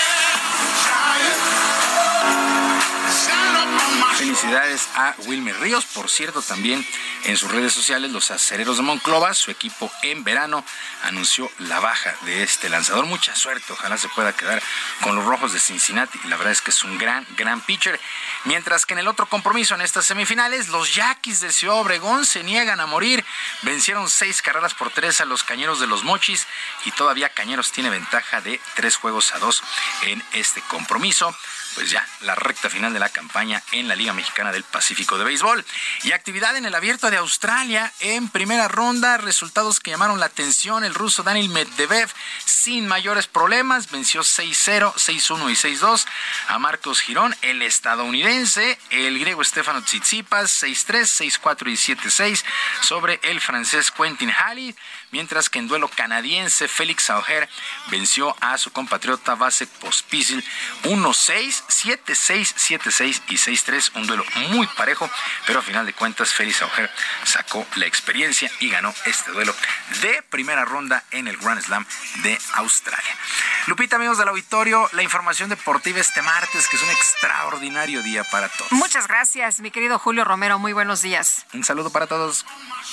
Felicidades a Wilmer Ríos. Por cierto, también en sus redes sociales, los Acereros de Monclova, su equipo en verano, anunció la baja de este lanzador. Mucha suerte, ojalá se pueda quedar con los Rojos de Cincinnati. La verdad es que es un gran pitcher. Mientras que en el otro compromiso, en estas semifinales, los Yaquis de Ciudad Obregón se niegan a morir. Vencieron 6-3 a los Cañeros de los Mochis y todavía Cañeros tiene ventaja de 3-2 en este compromiso. Pues ya, la recta final de la campaña en la Liga Mexicana del Pacífico de Béisbol. Y actividad en el Abierto de Australia en primera ronda, resultados que llamaron la atención. El ruso Daniil Medvedev, sin mayores problemas, venció 6-0, 6-1 y 6-2 a Marcos Girón. El estadounidense, el griego Stefano Tsitsipas, 6-3, 6-4 y 7-6 sobre el francés Quentin Halid. Mientras que en duelo canadiense, Félix Auger venció a su compatriota Vasek Pospisil 1-6, 7-6, 7-6 y 6-3. Un duelo muy parejo, pero a final de cuentas Félix Auger sacó la experiencia y ganó este duelo de primera ronda en el Grand Slam de Australia. Lupita, amigos del auditorio, la información deportiva este martes, que es un extraordinario día para todos. Muchas gracias, mi querido Julio Romero. Muy buenos días. Un saludo para todos.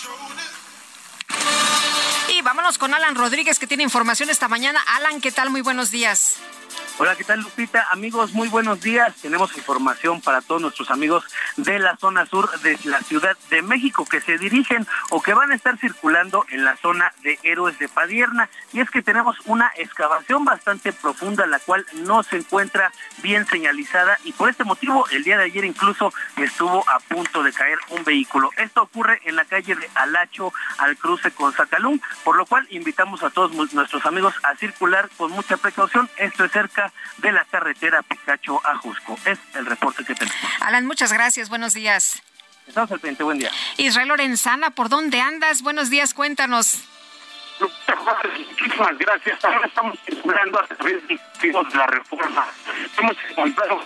Y vámonos con Alan Rodríguez, que tiene información esta mañana. Alan, ¿qué tal? Muy buenos días. Hola, ¿qué tal, Lupita? Amigos, muy buenos días. Tenemos información para todos nuestros amigos de la zona sur de la Ciudad de México que se dirigen o que van a estar circulando en la zona de Héroes de Padierna. Y es que tenemos una excavación bastante profunda, la cual no se encuentra bien señalizada, y por este motivo el día de ayer incluso estuvo a punto de caer un vehículo. Esto ocurre en la calle de Alacho al cruce con Zacalún, por lo cual invitamos a todos nuestros amigos a circular con mucha precaución. Esto es cerca de la carretera Picacho a Jusco. Es el reporte que tenemos. Alan, muchas gracias. Buenos días. Estamos al pendiente. Buen día. Israel Lorenzana, ¿por dónde andas? Buenos días, cuéntanos. Muchísimas gracias. Ahora estamos circulando a través de la Reforma. Hemos encontrado...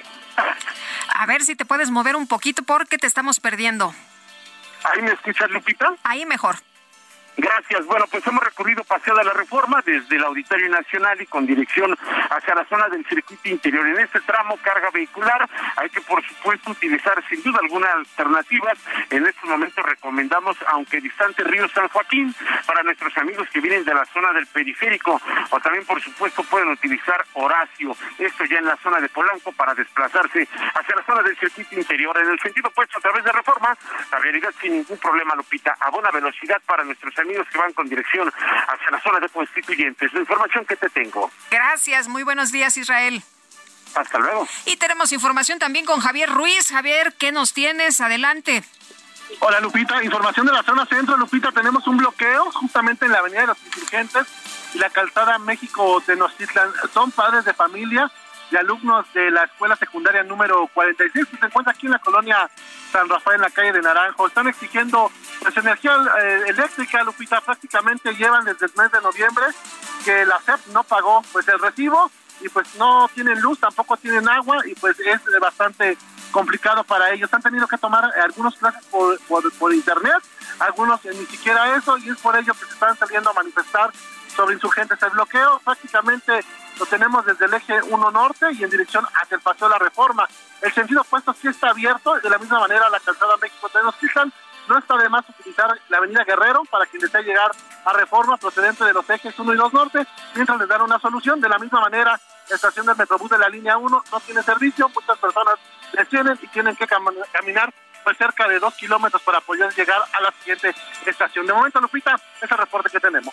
A ver si te puedes mover un poquito porque te estamos perdiendo. ¿Ahí me escuchas, Lupita? Ahí mejor. Gracias. Bueno, pues hemos recorrido Paseo de la Reforma desde el Auditorio Nacional y con dirección hacia la zona del circuito interior. En este tramo, carga vehicular, hay que por supuesto utilizar sin duda alguna alternativas. En estos momentos recomendamos, aunque distante, Río San Joaquín, para nuestros amigos que vienen de la zona del periférico, o también por supuesto pueden utilizar Horacio, esto ya en la zona de Polanco, para desplazarse hacia la zona del circuito interior. En el sentido opuesto, a través de Reforma, la vialidad sin ningún problema, Lupita, a buena velocidad para nuestros amigos que van con dirección hacia la zona de Constituyentes. La información que te tengo. Gracias, muy buenos días, Israel. Hasta luego. Y tenemos información también con Javier Ruiz. Javier, ¿qué nos tienes? Adelante. Hola, Lupita, información de la zona centro. Lupita, tenemos un bloqueo justamente en la avenida de los Insurgentes y la calzada México-Tenochtitlan. Son padres de familia y alumnos de la escuela secundaria número 46, que se encuentra aquí en la colonia San Rafael, en la calle de Naranjo. Están exigiendo pues energía eléctrica, Lupita. Prácticamente llevan desde el mes de noviembre que la SEP no pagó pues el recibo, y pues no tienen luz, tampoco tienen agua, y pues es bastante complicado para ellos. Han tenido que tomar algunos clases por internet, algunos ni siquiera eso, y es por ello que se están saliendo a manifestar sobre Insurgentes. El bloqueo prácticamente lo tenemos desde el eje 1 norte y en dirección hacia el Paseo de la Reforma. El sentido opuesto sí está abierto, de la misma manera la calzada México-Tenochtitlan. No está de más utilizar la avenida Guerrero para quien desea llegar a Reforma procedente de los ejes 1 y 2 norte, mientras les dan una solución. De la misma manera, la estación del Metrobús de la línea 1 no tiene servicio, muchas personas descienden y tienen que caminar pues cerca de 2 kilómetros para poder llegar a la siguiente estación. De momento, Lupita, es el reporte que tenemos.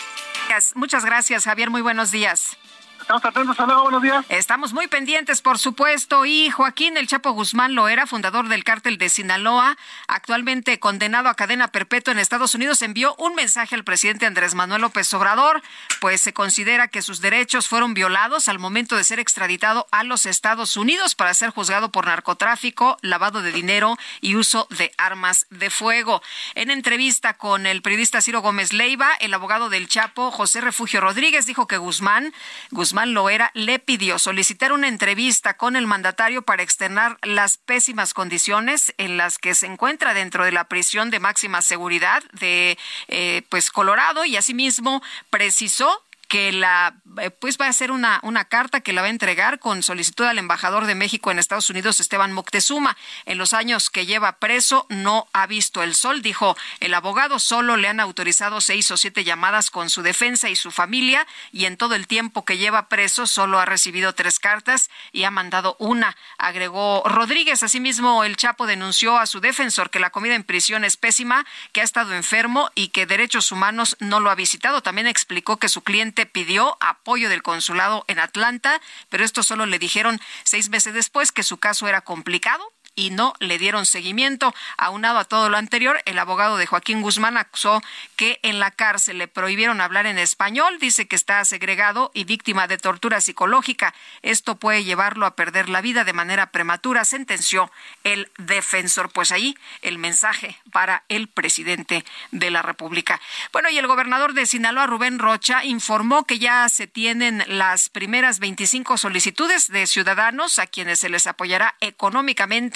Muchas gracias, Javier, muy buenos días. Estamos atentos, hasta luego, buenos días. Estamos muy pendientes, por supuesto. Y Joaquín El Chapo Guzmán Loera, fundador del cártel de Sinaloa, actualmente condenado a cadena perpetua en Estados Unidos, envió un mensaje al presidente Andrés Manuel López Obrador, pues se considera que sus derechos fueron violados al momento de ser extraditado a los Estados Unidos para ser juzgado por narcotráfico, lavado de dinero y uso de armas de fuego. En entrevista con el periodista Ciro Gómez Leiva, el abogado del Chapo, José Refugio Rodríguez, dijo que Guzmán Loera le pidió solicitar una entrevista con el mandatario para externar las pésimas condiciones en las que se encuentra dentro de la prisión de máxima seguridad de Colorado, y asimismo precisó que pues va a hacer una carta que la va a entregar con solicitud al embajador de México en Estados Unidos, Esteban Moctezuma. En los años que lleva preso no ha visto el sol, dijo el abogado. Solo le han autorizado 6 o 7 llamadas con su defensa y su familia, y en todo el tiempo que lleva preso solo ha recibido 3 cartas y ha mandado una, agregó Rodríguez. Asimismo, el Chapo denunció a su defensor que la comida en prisión es pésima, que ha estado enfermo y que Derechos Humanos no lo ha visitado. También explicó que su cliente pidió apoyo del consulado en Atlanta, pero esto solo le dijeron 6 meses después que su caso era complicado y no le dieron seguimiento. Aunado a todo lo anterior, el abogado de Joaquín Guzmán acusó que en la cárcel le prohibieron hablar en español. Dice que está segregado y víctima de tortura psicológica. Esto puede llevarlo a perder la vida de manera prematura, sentenció el defensor. Pues ahí el mensaje para el presidente de la República. Bueno, y el gobernador de Sinaloa, Rubén Rocha, informó que ya se tienen las primeras 25 solicitudes de ciudadanos a quienes se les apoyará económicamente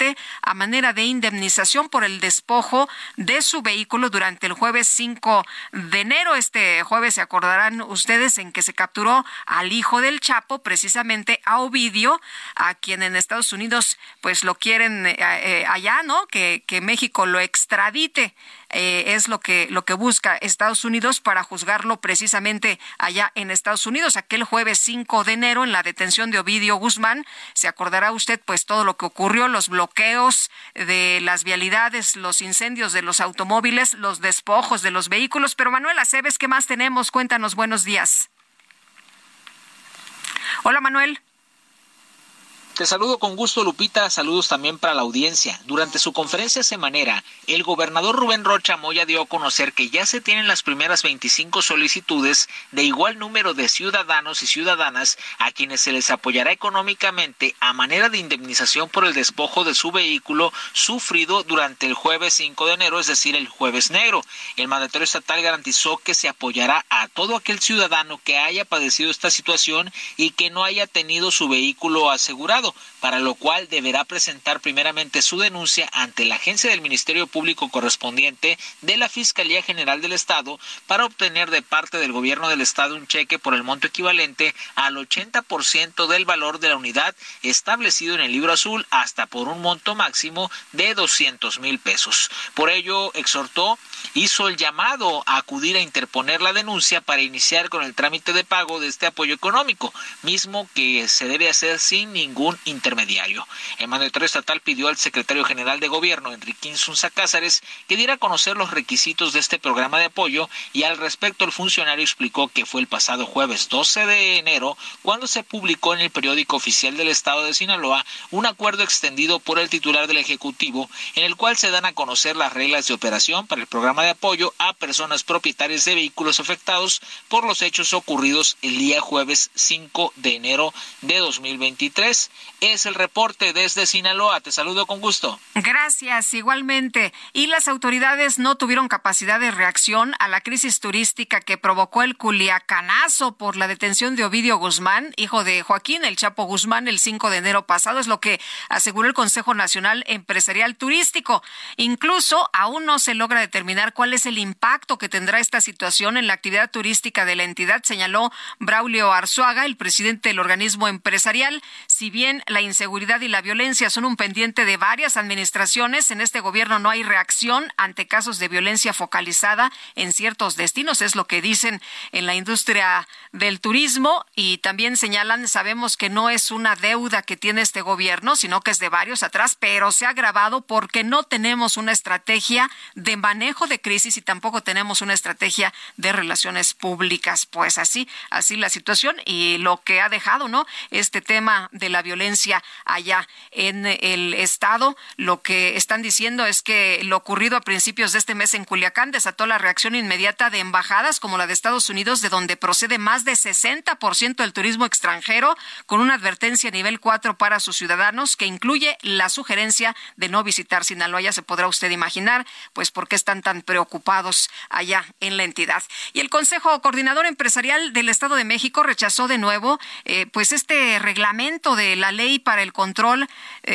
precisamente a manera de indemnización por el despojo de su vehículo durante el jueves 5 de enero. Este jueves se acordarán ustedes en que se capturó al hijo del Chapo, precisamente a Ovidio, a quien en Estados Unidos pues lo quieren allá, ¿no? Que México lo extradite. Es lo que busca Estados Unidos para juzgarlo precisamente allá en Estados Unidos. Aquel jueves 5 de enero, en la detención de Ovidio Guzmán, se acordará usted pues todo lo que ocurrió, los bloqueos de las vialidades, los incendios de los automóviles, los despojos de los vehículos. Pero Manuel Aceves, ¿qué más tenemos? Cuéntanos, buenos días. Hola, Manuel. Te saludo con gusto, Lupita. Saludos también para la audiencia. Durante su conferencia semanera, el gobernador Rubén Rocha Moya dio a conocer que ya se tienen las primeras 25 solicitudes de igual número de ciudadanos y ciudadanas a quienes se les apoyará económicamente a manera de indemnización por el despojo de su vehículo sufrido durante el jueves 5 de enero, es decir, el jueves negro. El mandatario estatal garantizó que se apoyará a todo aquel ciudadano que haya padecido esta situación y que no haya tenido su vehículo asegurado, para lo cual deberá presentar primeramente su denuncia ante la agencia del Ministerio Público correspondiente de la Fiscalía General del Estado para obtener de parte del gobierno del Estado un cheque por el monto equivalente al 80% del valor de la unidad establecido en el libro azul, hasta por un monto máximo de 200,000 pesos. Por ello, hizo el llamado a acudir a interponer la denuncia para iniciar con el trámite de pago de este apoyo económico, mismo que se debe hacer sin ningún intermediario. El mandatario estatal pidió al secretario general de Gobierno, Enrique Insunza Cázares, que diera a conocer los requisitos de este programa de apoyo, y al respecto el funcionario explicó que fue el pasado jueves 12 de enero cuando se publicó en el periódico oficial del Estado de Sinaloa un acuerdo extendido por el titular del Ejecutivo en el cual se dan a conocer las reglas de operación para el programa de apoyo a personas propietarias de vehículos afectados por los hechos ocurridos el día jueves 5 de enero de 2023. Es el reporte desde Sinaloa. Te saludo con gusto. Gracias, igualmente. Y las autoridades no tuvieron capacidad de reacción a la crisis turística que provocó el culiacanazo por la detención de Ovidio Guzmán, hijo de Joaquín El Chapo Guzmán, el 5 de enero pasado, es lo que aseguró el Consejo Nacional Empresarial Turístico. Incluso aún no se logra determinar cuál es el impacto que tendrá esta situación en la actividad turística de la entidad, señaló Braulio Arzuaga, el presidente del organismo empresarial. Si bien la inseguridad y la violencia son un pendiente de varias administraciones, en este gobierno no hay reacción ante casos de violencia focalizada en ciertos destinos, es lo que dicen en la industria del turismo, y también señalan, sabemos que no es una deuda que tiene este gobierno, sino que es de varios atrás, pero se ha agravado porque no tenemos una estrategia de manejo de crisis y tampoco tenemos una estrategia de relaciones públicas. Pues así la situación y lo que ha dejado, ¿no?, este tema de la violencia allá en el estado. Lo que están diciendo es que lo ocurrido a principios de este mes en Culiacán desató la reacción inmediata de embajadas como la de Estados Unidos, de donde procede más de 60% del turismo extranjero, con una advertencia nivel 4 para sus ciudadanos que incluye la sugerencia de no visitar Sinaloa. Ya se podrá usted imaginar pues por qué están tan preocupados allá en la entidad. Y el Consejo Coordinador Empresarial del Estado de México rechazó de nuevo pues este reglamento de la ley para el control,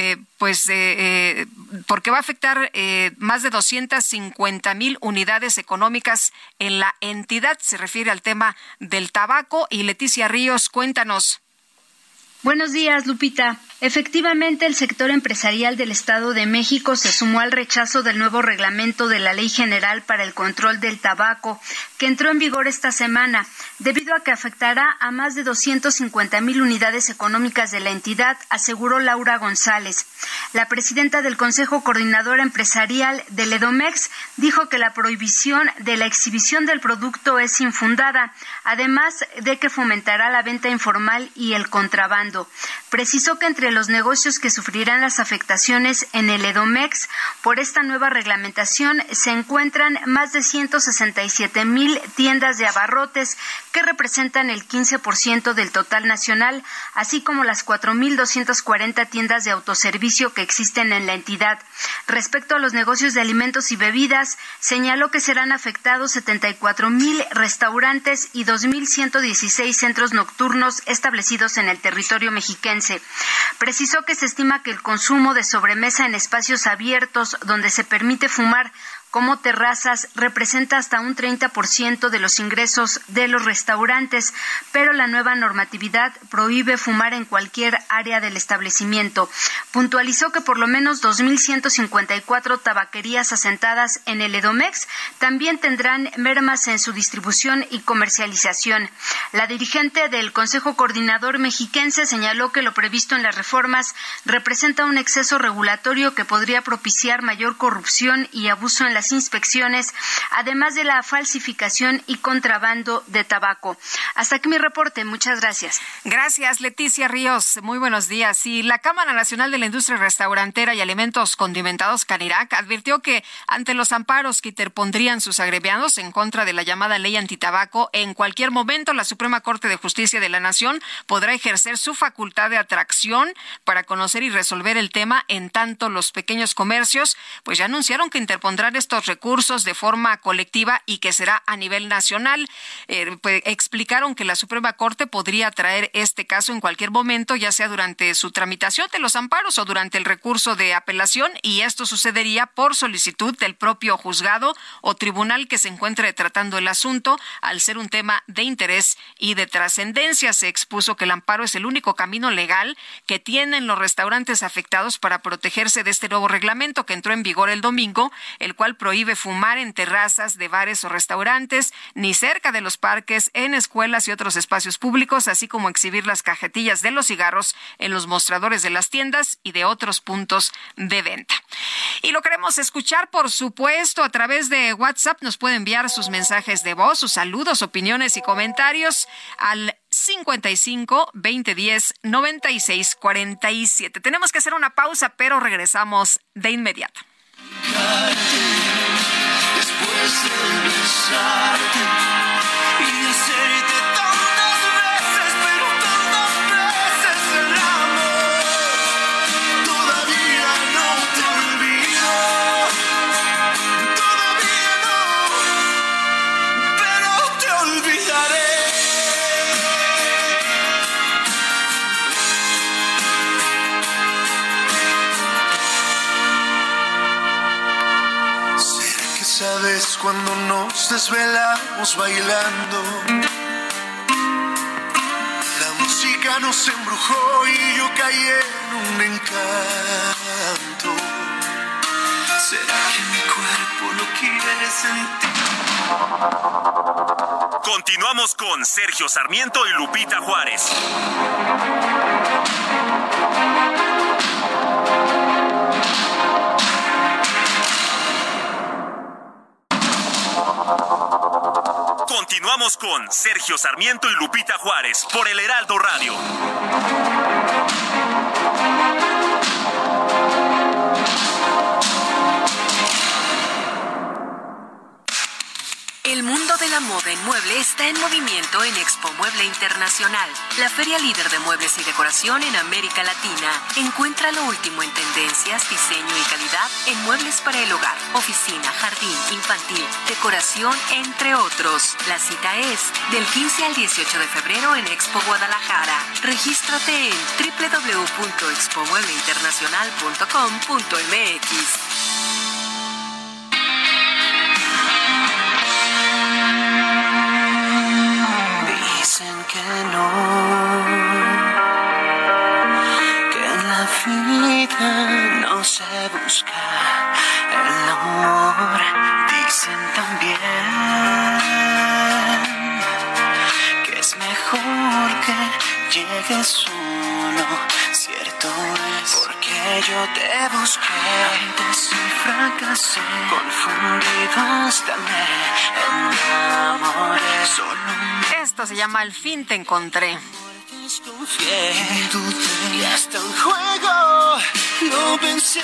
porque va a afectar más de 250,000 unidades económicas en la entidad. Se refiere al tema del tabaco. Y Leticia Ríos, cuéntanos. Buenos días, Lupita. Efectivamente, el sector empresarial del Estado de México se sumó al rechazo del nuevo reglamento de la Ley General para el Control del Tabaco, que entró en vigor esta semana, debido a que afectará a más de 250,000 unidades económicas de la entidad, aseguró Laura González. La presidenta del Consejo Coordinador Empresarial del Edomex dijo que la prohibición de la exhibición del producto es infundada, además de que fomentará la venta informal y el contrabando. Precisó que entre los negocios que sufrirán las afectaciones en el Edomex por esta nueva reglamentación se encuentran más de 167,000 tiendas de abarrotes, que representan el 15% del total nacional, así como las 4,240 tiendas de autoservicio que existen en la entidad. Respecto a los negocios de alimentos y bebidas, señaló que serán afectados 74,000 restaurantes y 2,116 centros nocturnos establecidos en el territorio mexiquense. Precisó que se estima que el consumo de sobremesa en espacios abiertos donde se permite fumar, como terrazas, representa hasta un 30% de los ingresos de los restaurantes, pero la nueva normatividad prohíbe fumar en cualquier área del establecimiento. Puntualizó que por lo menos 2.154 tabaquerías asentadas en el Edomex también tendrán mermas en su distribución y comercialización. La dirigente del Consejo Coordinador Mexiquense señaló que lo previsto en las reformas representa un exceso regulatorio que podría propiciar mayor corrupción y abuso en las inspecciones, además de la falsificación y contrabando de tabaco. Hasta aquí mi reporte. Muchas gracias. Gracias, Leticia Ríos. Muy buenos días. Y la Cámara Nacional de la Industria Restaurantera y Alimentos Condimentados, Canirac, advirtió que ante los amparos que interpondrían sus agremiados en contra de la llamada ley antitabaco, en cualquier momento la Suprema Corte de Justicia de la Nación podrá ejercer su facultad de atracción para conocer y resolver el tema. En tanto, los pequeños comercios pues ya anunciaron que interpondrán estos recursos de forma colectiva y que será a nivel nacional. Pues explicaron que la Suprema Corte podría traer este caso en cualquier momento, ya sea durante su tramitación de los amparos o durante el recurso de apelación, y esto sucedería por solicitud del propio juzgado o tribunal que se encuentre tratando el asunto. Al ser un tema de interés y de trascendencia, se expuso que el amparo es el único camino legal que tienen los restaurantes afectados para protegerse de este nuevo reglamento que entró en vigor el domingo, el cual prohíbe fumar en terrazas de bares o restaurantes, ni cerca de los parques, en escuelas y otros espacios públicos, así como exhibir las cajetillas de los cigarros en los mostradores de las tiendas y de otros puntos de venta. Y lo queremos escuchar, por supuesto, a través de WhatsApp. Nos puede enviar sus mensajes de voz, sus saludos, opiniones y comentarios al 55 2010 96 47. Tenemos que hacer una pausa, pero regresamos de inmediato. Después de besarte y hacerte tantas veces, pero tantas veces el amor, todavía no te olvido, todavía no, pero te olvidaré. ¿Sabes cuando nos desvelamos bailando? La música nos embrujó y yo caí en un encanto. ¿Será que mi cuerpo no quiere sentir? Continuamos con Sergio Sarmiento y Lupita Juárez. Continuamos con Sergio Sarmiento y Lupita Juárez por el Heraldo Radio. El mundo de la moda en mueble está en movimiento en Expo Mueble Internacional, la feria líder de muebles y decoración en América Latina. Encuentra lo último en tendencias, diseño y calidad en muebles para el hogar, oficina, jardín, infantil, decoración, entre otros. La cita es del 15 al 18 de febrero en Expo Guadalajara. Regístrate en www.expomuebleinternacional.com.mx. Dicen que no, que en la vida no se busca el amor. Dicen también que es mejor que llegues solo. Cierto es, porque yo te busqué antes y fracasé, confundido hasta me enamoré. Esto se llama Al fin te encontré. Desconfié, dudé y hasta un juego lo pensé,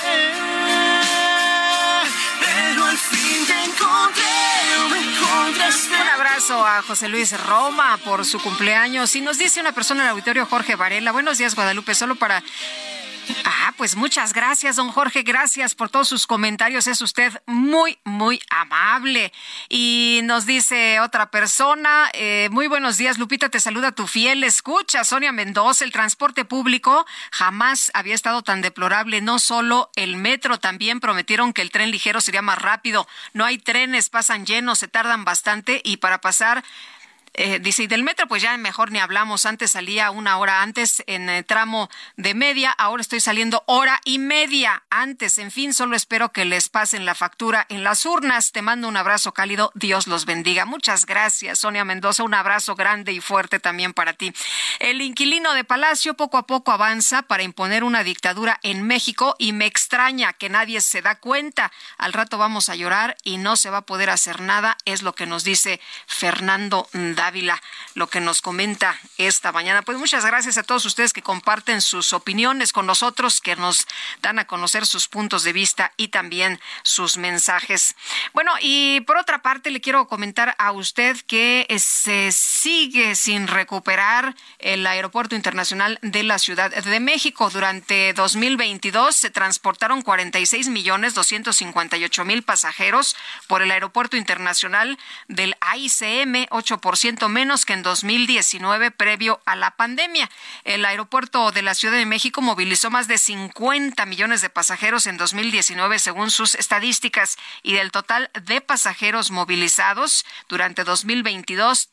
pero al fin te encontré, me encontraste. Un abrazo a José Luis Roma por su cumpleaños. Y nos dice una persona en el auditorio, Jorge Varela: buenos días, Guadalupe, solo para Pues muchas gracias, don Jorge, gracias por todos sus comentarios, es usted muy, muy amable. Y nos dice otra persona, muy buenos días, Lupita, te saluda tu fiel escucha, Sonia Mendoza. El transporte público jamás había estado tan deplorable, no solo el metro, también prometieron que el tren ligero sería más rápido, no hay trenes, pasan llenos, se tardan bastante y para pasar... dice, y del metro pues ya mejor ni hablamos, antes salía 1 hora antes en el tramo de media, ahora estoy saliendo 1.5 horas antes, en fin, solo espero que les pasen la factura en las urnas. Te mando un abrazo cálido, Dios los bendiga. Muchas gracias, Sonia Mendoza, un abrazo grande y fuerte también para ti. El inquilino de Palacio poco a poco avanza para imponer una dictadura en México y me extraña que nadie se da cuenta. Al rato vamos a llorar y no se va a poder hacer nada, es lo que nos dice Fernando Dávila, lo que nos comenta esta mañana. Pues muchas gracias a todos ustedes que comparten sus opiniones con nosotros, que nos dan a conocer sus puntos de vista y también sus mensajes. Bueno, y por otra parte le quiero comentar a usted que se sigue sin recuperar el Aeropuerto Internacional de la Ciudad de México. Durante 2022 se transportaron 46,258,000 pasajeros por el Aeropuerto Internacional del AICM, 8% menos que en 2019 previo a la pandemia. El aeropuerto de la Ciudad de México movilizó más de 50 millones de pasajeros en 2019 según sus estadísticas, y del total de pasajeros movilizados durante 2022,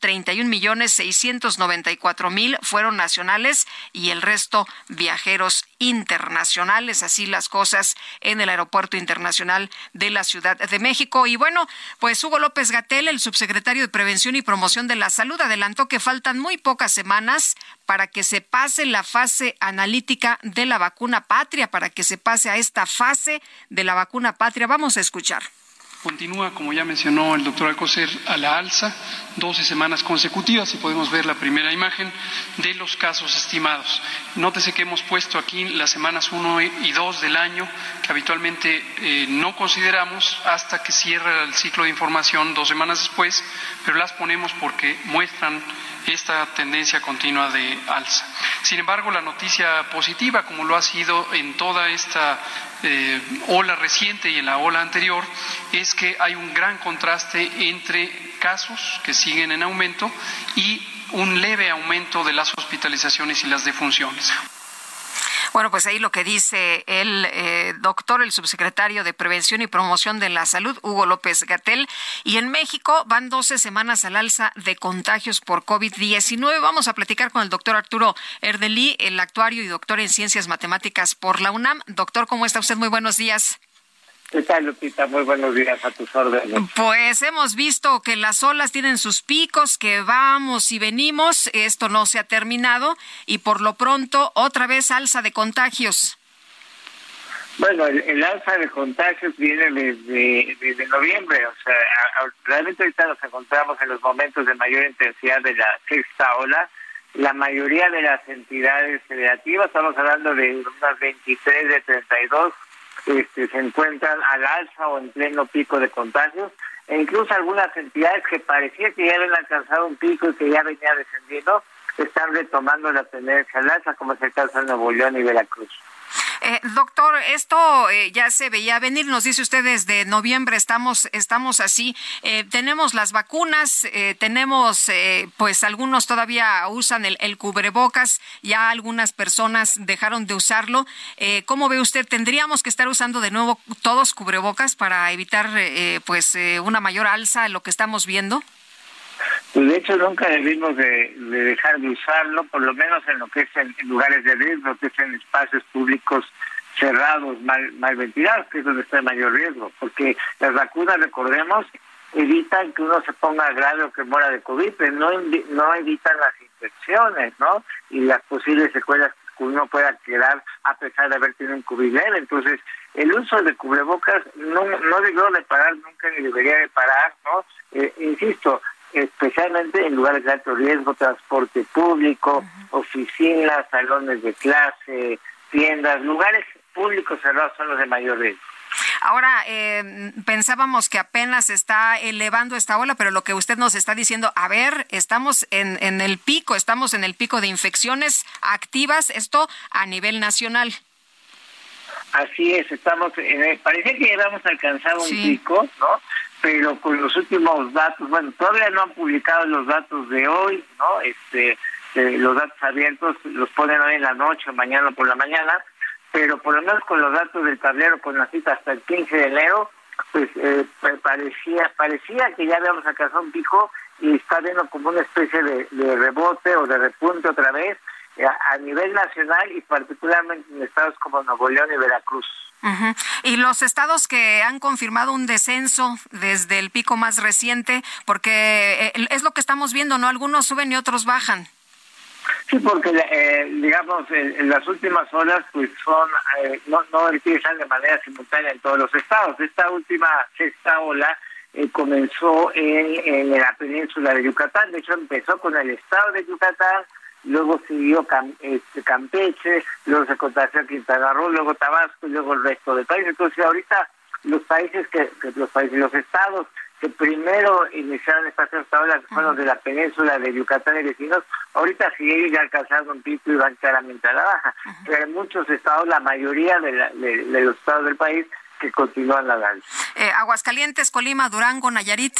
31,694,000 fueron nacionales y el resto viajeros internacionales. Así las cosas en el Aeropuerto Internacional de la Ciudad de México. Y bueno, pues Hugo López-Gatell, el subsecretario de Prevención y Promoción de la Salud, adelantó que faltan muy pocas semanas para que se pase la fase analítica de la vacuna patria, para que se pase a esta fase de la vacuna patria. Vamos a escuchar. Continúa, como ya mencionó el doctor Alcocer, a la alza, 12 semanas consecutivas, y podemos ver la primera imagen de los casos estimados. Nótese que hemos puesto aquí las semanas 1 y 2 del año, que habitualmente no consideramos hasta que cierra el ciclo de información 2 semanas después, pero las ponemos porque muestran esta tendencia continua de alza. Sin embargo, la noticia positiva, como lo ha sido en toda esta ola reciente y en la ola anterior, es que hay un gran contraste entre casos que siguen en aumento y un leve aumento de las hospitalizaciones y las defunciones. Bueno, pues ahí lo que dice el doctor, el subsecretario de Prevención y Promoción de la Salud, Hugo López-Gatell. Y en México van 12 semanas al alza de contagios por COVID-19. Vamos a platicar con el doctor Arturo Erdely, el actuario y doctor en Ciencias Matemáticas por la UNAM. Doctor, ¿cómo está usted? Muy buenos días. ¿Qué tal, Lupita? Muy buenos días, a tus órdenes. Pues hemos visto que las olas tienen sus picos, que vamos y venimos, esto no se ha terminado y por lo pronto otra vez alza de contagios. Bueno, el alza de contagios viene desde noviembre, o sea, realmente ahorita nos encontramos en los momentos de mayor intensidad de la sexta ola. La mayoría de las entidades federativas, estamos hablando de unas 23 de 32, se encuentran al alza o en pleno pico de contagios, e incluso algunas entidades que parecía que ya habían alcanzado un pico y que ya venía descendiendo, están retomando la tendencia al alza, como es el caso de Nuevo León y Veracruz. Doctor, esto ya se veía venir, nos dice usted desde noviembre estamos así, tenemos las vacunas, tenemos pues algunos todavía usan el cubrebocas, ya algunas personas dejaron de usarlo. ¿Cómo ve usted? ¿Tendríamos que estar usando de nuevo todos cubrebocas para evitar una mayor alza en lo que estamos viendo? Pues de hecho nunca debimos de dejar de usarlo, por lo menos en lo que es en lugares de riesgo, que es en espacios públicos cerrados, mal ventilados, que es donde está el mayor riesgo, porque las vacunas, recordemos, evitan que uno se ponga grave o que muera de COVID, pero no evitan las infecciones, ¿no? Y las posibles secuelas que uno pueda quedar a pesar de haber tenido un COVID leve. Entonces, el uso de cubrebocas no debió de parar nunca ni debería de parar, ¿no? Insisto, especialmente en lugares de alto riesgo, transporte público, oficinas, salones de clase, tiendas, lugares públicos cerrados son los de mayor riesgo. Ahora, pensábamos que apenas está elevando esta ola, pero lo que usted nos está diciendo, a ver, estamos en el pico de infecciones activas, esto a nivel nacional. Así es, parece que ya vamos a alcanzar un pico, ¿no? Pero con los últimos datos, bueno, todavía no han publicado los datos de hoy, ¿no? Los datos abiertos los ponen hoy en la noche, mañana por la mañana, pero por lo menos con los datos del tablero, con la cita hasta el 15 de enero, pues parecía que ya habíamos alcanzado un pico y está viendo como una especie de rebote o de repunte otra vez a nivel nacional y particularmente en estados como Nuevo León y Veracruz. Uh-huh. Y los estados que han confirmado un descenso desde el pico más reciente, porque es lo que estamos viendo, ¿no? Algunos suben y otros bajan. Sí, porque digamos en las últimas horas pues son no empiezan de manera simultánea en todos los estados. Esta última sexta ola comenzó en la península de Yucatán. De hecho empezó con el estado de Yucatán, luego siguió Campeche, luego se contagió Quintana Roo, luego Tabasco y luego el resto del país. Entonces ahorita los estados que primero iniciaron esta sexta ola fueron de la península de Yucatán y vecinos, ahorita sí ellos ya alcanzaron un pico y van claramente a la baja. Pero hay muchos estados, la mayoría de los estados del país, que continúan la alza. Aguascalientes, Colima, Durango, Nayarit.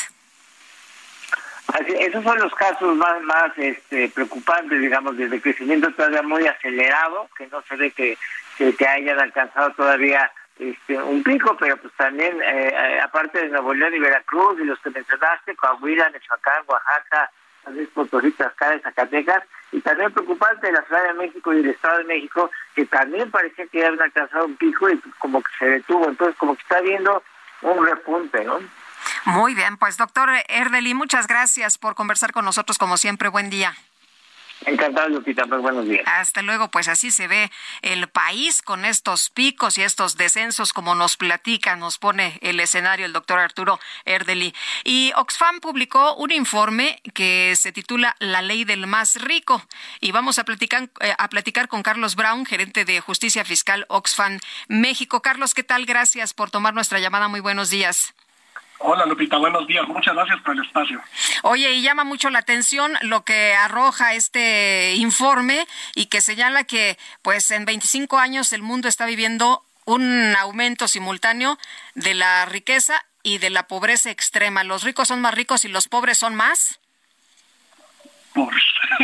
Así, esos son los casos más preocupantes, digamos, desde crecimiento todavía muy acelerado, que no se ve que hayan alcanzado todavía un pico, pero pues también aparte de Nuevo León y Veracruz y los que mencionaste, Coahuila, Michoacán, Oaxaca, San Luis Potosí, Tlaxcala, Zacatecas, y también preocupante la Ciudad de México y el Estado de México, que también parecía que habían alcanzado un pico y como que se detuvo, entonces como que está viendo un repunte, ¿no? Muy bien, pues doctor Erdely, muchas gracias por conversar con nosotros como siempre, buen día. Encantado, Lupita, pues buenos días. Hasta luego, pues así se ve el país con estos picos y estos descensos, como nos platica, nos pone el escenario el doctor Arturo Erdely. Y Oxfam publicó un informe que se titula La Ley del Más Rico. Y vamos a platicar con Carlos Brown, gerente de Justicia Fiscal Oxfam México. Carlos, ¿qué tal? Gracias por tomar nuestra llamada. Muy buenos días. Hola Lupita, buenos días, muchas gracias por el espacio. Oye, y llama mucho la atención lo que arroja este informe y que señala que pues en 25 años el mundo está viviendo un aumento simultáneo de la riqueza y de la pobreza extrema. ¿Los ricos son más ricos y los pobres son más? Pobres.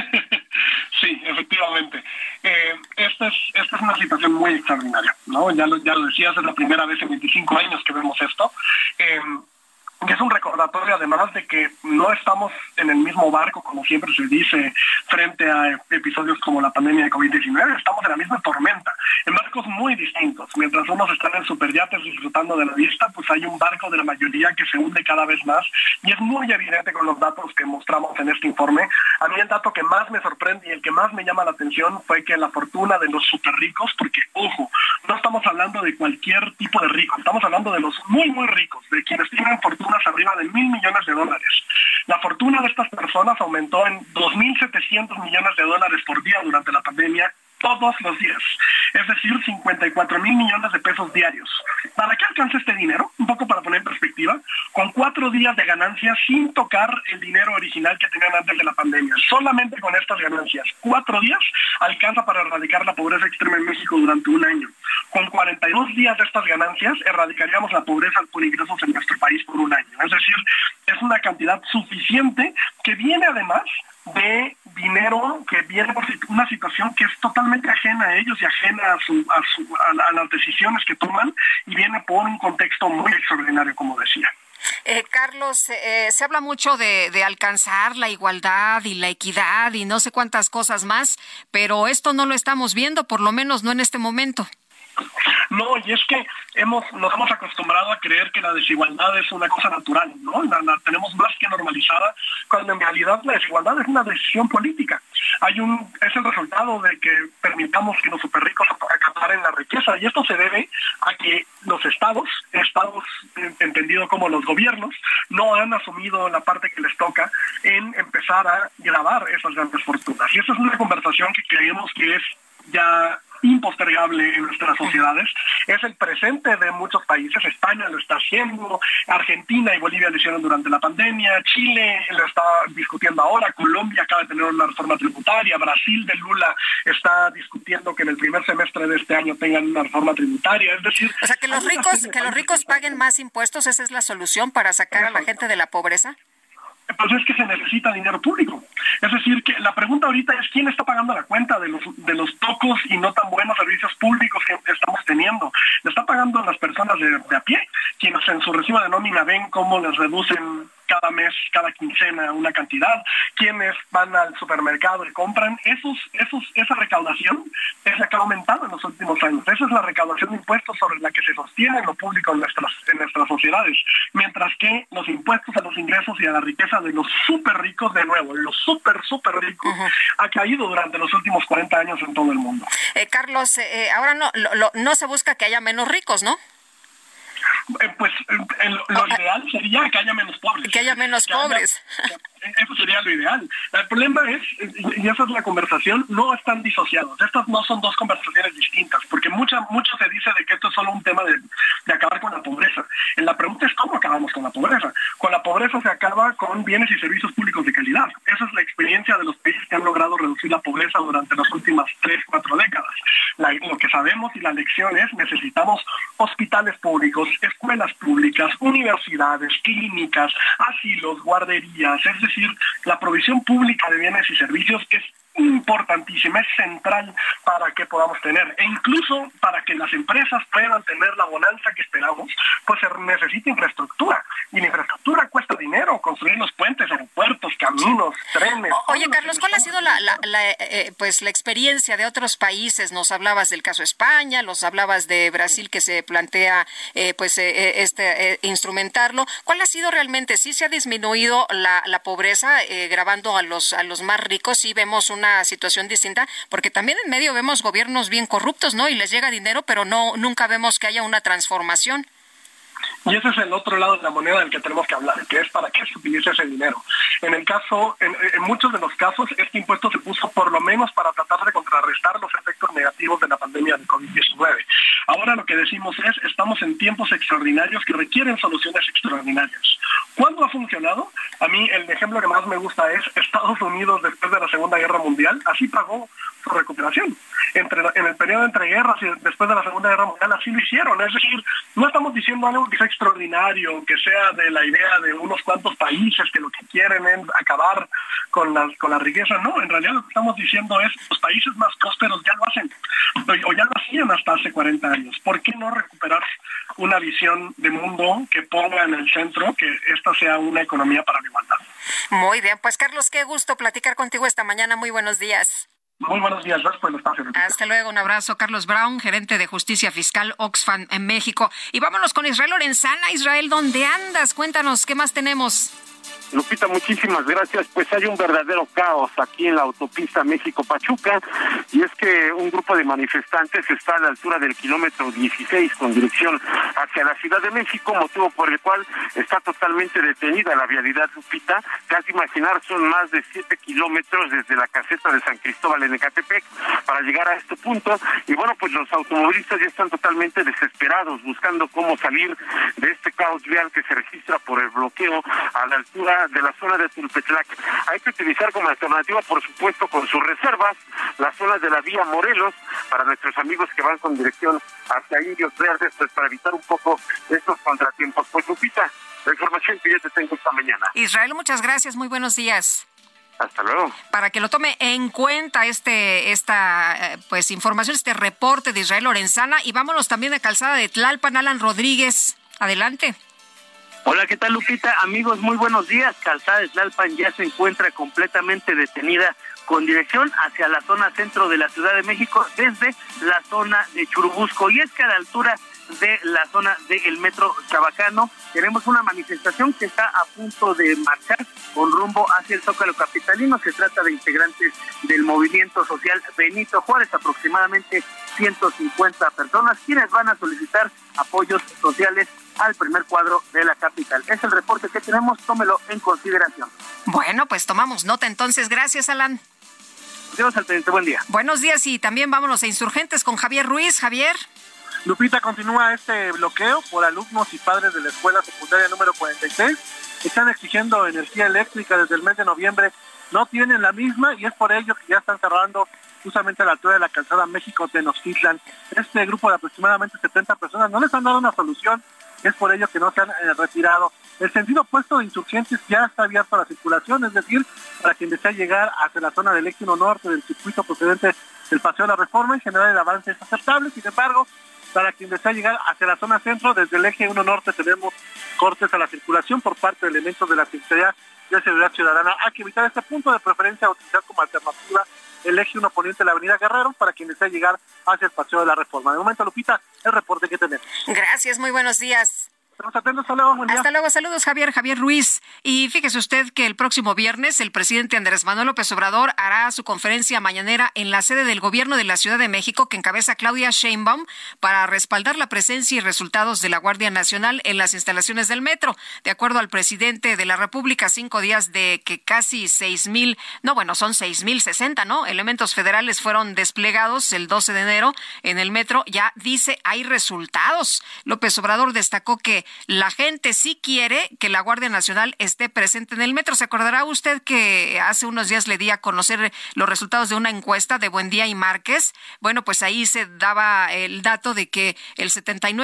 Sí, efectivamente. Esta es una situación muy extraordinaria, ¿no? Ya lo decías, es la primera vez en 25 años que vemos esto. Es un recordatorio además de que no estamos en el mismo barco, como siempre se dice, frente a episodios como la pandemia de COVID-19, estamos en la misma tormenta, en barcos muy distintos. Mientras unos están en superyates disfrutando de la vista, pues hay un barco de la mayoría que se hunde cada vez más, y es muy evidente con los datos que mostramos en este informe. A mí el dato que más me sorprende y el que más me llama la atención fue que la fortuna de los superricos, porque ojo, no estamos hablando de cualquier tipo de rico, estamos hablando de los muy muy ricos, de quienes tienen fortunas arriba de $1,000 millones. La fortuna de estas personas aumentó en $2,700 millones por día durante la pandemia, todos los días, es decir, 54,000 millones de pesos diarios. ¿Para qué alcanza este dinero? Un poco para poner en perspectiva, con 4 días de ganancias sin tocar el dinero original que tenían antes de la pandemia. Solamente con estas ganancias, 4 días, alcanza para erradicar la pobreza extrema en México durante un año. Con 42 días de estas ganancias, erradicaríamos la pobreza por ingresos en nuestro país por un año. Es decir, es una cantidad suficiente que viene además de dinero que viene por una situación que es totalmente ajena a ellos y ajena a las decisiones que toman, y viene por un contexto muy extraordinario, como decía. Carlos, se habla mucho de alcanzar la igualdad y la equidad y no sé cuántas cosas más, pero esto no lo estamos viendo, por lo menos no en este momento. No, y es que nos hemos acostumbrado a creer que la desigualdad es una cosa natural, ¿no? La tenemos más que normalizada, cuando en realidad la desigualdad es una decisión política. Es el resultado de que permitamos que los superricos acaparen la riqueza, y esto se debe a que los estados entendido como los gobiernos, no han asumido la parte que les toca en empezar a gravar esas grandes fortunas. Y esa es una conversación que creemos que es ya impostergable en nuestras sociedades. Es el presente de muchos países. España lo está haciendo, Argentina y Bolivia lo hicieron durante la pandemia, Chile lo está discutiendo ahora, Colombia acaba de tener una reforma tributaria, Brasil de Lula está discutiendo que en el primer semestre de este año tengan una reforma tributaria. Es decir, o sea, que los ricos paguen más impuestos, ¿esa es la solución para sacar a la gente de la pobreza? Pues es que se necesita dinero público. Es decir, que la pregunta ahorita es quién está pagando la cuenta de los pocos y no tan buenos servicios públicos que estamos teniendo. Le está pagando las personas de a pie, quienes en su recibo de nómina ven cómo les reducen cada mes, cada quincena una cantidad, quienes van al supermercado y compran. Esa recaudación es la que ha aumentado en los últimos años. Esa es la recaudación de impuestos sobre la que se sostiene lo público en nuestras sociedades, mientras que los impuestos a los ingresos y a la riqueza de los súper ricos, de nuevo, los súper ricos, ha caído durante los últimos 40 años en todo el mundo. Carlos, ahora no se busca que haya menos ricos, ¿no? Pues lo ideal sería que haya menos pobres. Que haya menos pobres. Eso sería lo ideal. El problema es, y esa es la conversación, no están disociados. Estas no son dos conversaciones distintas, porque mucho se dice de que esto es solo un tema de acabar con la pobreza. La pregunta es cómo acabamos con la pobreza. Con la pobreza se acaba con bienes y servicios públicos de calidad. Esa es la experiencia de los países que han logrado reducir la pobreza durante las últimas 3-4 décadas. Lo que sabemos y la lección es, necesitamos hospitales públicos, escuelas públicas, universidades, clínicas, asilos, guarderías, es decir, la provisión pública de bienes y servicios es importantísima, es central para que podamos tener, e incluso para que las empresas puedan tener la bonanza que esperamos, pues se necesita infraestructura, y la infraestructura cuesta dinero, construir los puentes, aeropuertos, caminos, trenes. Oye, Carlos, ¿cuál ha sido la experiencia de otros países? Nos hablabas del caso España, nos hablabas de Brasil, que se plantea instrumentarlo. ¿Cuál ha sido realmente? ¿Sí se ha disminuido la pobreza gravando a los más ricos? ¿Sí vemos una situación distinta? Porque también en medio vemos gobiernos bien corruptos, ¿no? Y les llega dinero, pero nunca vemos que haya una transformación. Y ese es el otro lado de la moneda del que tenemos que hablar, que es para qué se utiliza ese dinero. En muchos de los casos, este impuesto se puso por lo menos para tratar de contrarrestar los efectos negativos de la pandemia de COVID-19. Ahora lo que decimos es, estamos en tiempos extraordinarios que requieren soluciones extraordinarias. ¿Cuándo ha funcionado? A mí el ejemplo que más me gusta es Estados Unidos después de la Segunda Guerra Mundial, así pagó su recuperación. En el periodo entre guerras y después de la Segunda Guerra Mundial así lo hicieron. Es decir, no estamos diciendo algo que sea extraordinario, que sea de la idea de unos cuantos países que lo que quieren es acabar con la riqueza. No, en realidad lo que estamos diciendo es los países más prósperos ya lo hacen, o ya lo hacían hasta hace 40 años. ¿Por qué no recuperar una visión de mundo que ponga en el centro que esta sea una economía para la igualdad? Muy bien, pues Carlos, qué gusto platicar contigo esta mañana. Muy buenos días. Muy buenos días, gracias por el espacio. Hasta luego, un abrazo. Carlos Brown, gerente de Justicia Fiscal Oxfam en México. Y vámonos con Israel Lorenzana. Israel, ¿dónde andas? Cuéntanos, ¿qué más tenemos? Lupita, muchísimas gracias. Pues hay un verdadero caos aquí en la autopista México-Pachuca, y es que un grupo de manifestantes está a la altura del kilómetro 16 con dirección hacia la Ciudad de México, motivo por el cual está totalmente detenida la vialidad, Lupita. Te has de imaginar, son más de 7 kilómetros desde la caseta de San Cristóbal en Ecatepec para llegar a este punto, y bueno, pues los automovilistas ya están totalmente desesperados buscando cómo salir de este caos vial que se registra por el bloqueo a la altura de la zona de Tulpetlac. Hay que utilizar como alternativa, por supuesto, con sus reservas, la zona de la vía Morelos, para nuestros amigos que van con dirección hacia Indios Verdes, pues para evitar un poco estos contratiempos. Pues Lupita, la información que yo te tengo esta mañana. Israel, muchas gracias, muy buenos días. Hasta luego. Para que lo tome en cuenta esta información, este reporte de Israel Lorenzana. Y vámonos también a Calzada de Tlalpan. Alan Rodríguez, adelante. Hola, ¿qué tal, Lupita? Amigos, muy buenos días. Calzada de Tlalpan ya se encuentra completamente detenida con dirección hacia la zona centro de la Ciudad de México desde la zona de Churubusco. Y es que a la altura de la zona del Metro Chabacano tenemos una manifestación que está a punto de marchar con rumbo hacia el Zócalo capitalino. Se trata de integrantes del movimiento social Benito Juárez, aproximadamente 150 personas, quienes van a solicitar apoyos sociales al primer cuadro de la capital. Es el reporte que tenemos, tómelo en consideración. Bueno, pues tomamos nota entonces. Gracias, Alan. Dios al pendiente, buen día. Buenos días y también vámonos a Insurgentes con Javier Ruiz. Javier. Lupita, continúa este bloqueo por alumnos y padres de la escuela secundaria número 46. Están exigiendo energía eléctrica desde el mes de noviembre. No tienen la misma y es por ello que ya están cerrando justamente a la altura de la calzada México-Tenochtitlan. Este grupo de aproximadamente 70 personas no les han dado una solución. Es por ello que no se han retirado. El sentido opuesto de Insurgentes ya está abierto a la circulación, es decir, para quien desea llegar hacia la zona del eje 1 norte del circuito procedente del Paseo de la Reforma, en general el avance es aceptable. Sin embargo, para quien desea llegar hacia la zona centro, desde el eje 1 norte tenemos cortes a la circulación por parte de elementos de la Secretaría de Seguridad Ciudadana. Hay que evitar este punto, de preferencia utilizar como alternativa el eje 1 poniente de la avenida Guerrero para quien desea llegar hacia el Paseo de la Reforma. De momento, Lupita, el reporte que tenemos. Gracias, muy buenos días. Estamos atentos, hasta luego, buen día. Hasta luego, saludos Javier Ruiz. Y fíjese usted que el próximo viernes el presidente Andrés Manuel López Obrador hará su conferencia mañanera en la sede del gobierno de la Ciudad de México que encabeza Claudia Sheinbaum para respaldar la presencia y resultados de la Guardia Nacional en las instalaciones del metro. De acuerdo al presidente de la República, 5 días de que casi 6,060, ¿no? Elementos federales fueron desplegados el 12 de enero en el metro. Ya dice, hay resultados. López Obrador destacó que la gente sí quiere que la Guardia Nacional esté presente en el metro. ¿Se acordará usted que hace unos días le di a conocer los resultados de una encuesta de Buendía y Márquez? Bueno, pues ahí se daba el dato de que el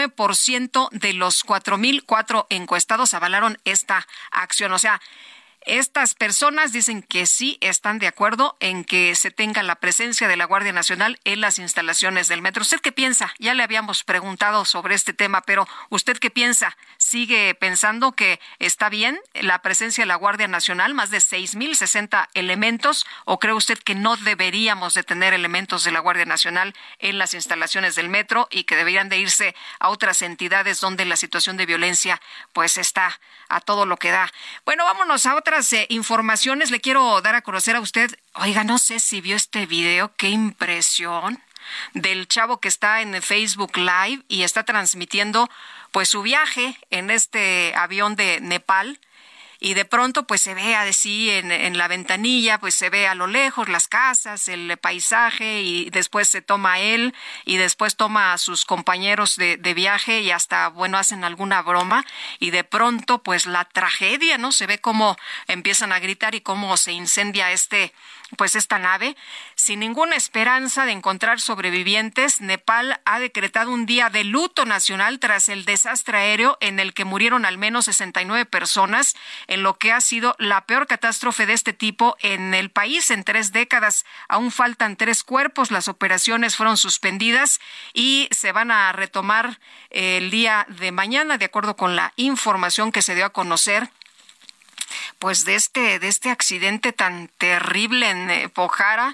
79% de los 4,004 encuestados avalaron esta acción. O sea, estas personas dicen que sí están de acuerdo en que se tenga la presencia de la Guardia Nacional en las instalaciones del metro. ¿Usted qué piensa? Ya le habíamos preguntado sobre este tema, pero ¿usted qué piensa? ¿Sigue pensando que está bien la presencia de la Guardia Nacional, más de 6,060 elementos, o cree usted que no deberíamos de tener elementos de la Guardia Nacional en las instalaciones del metro y que deberían de irse a otras entidades donde la situación de violencia pues está a todo lo que da? Bueno, vámonos a otras informaciones. Le quiero dar a conocer a usted, oiga, no sé si vio este video, qué impresión del chavo que está en Facebook Live y está transmitiendo pues su viaje en este avión de Nepal. Y de pronto pues se ve así en la ventanilla, pues se ve a lo lejos las casas, el paisaje, y después se toma él y después toma a sus compañeros de viaje y hasta, bueno, hacen alguna broma y de pronto pues la tragedia, ¿no? Se ve cómo empiezan a gritar y cómo se incendia esta nave. Sin ninguna esperanza de encontrar sobrevivientes, Nepal ha decretado un día de luto nacional tras el desastre aéreo en el que murieron al menos 69 personas, en lo que ha sido la peor catástrofe de este tipo en el país en 3 décadas. Aún faltan 3 cuerpos, las operaciones fueron suspendidas y se van a retomar el día de mañana, de acuerdo con la información que se dio a conocer pues de este accidente tan terrible en Pokhara,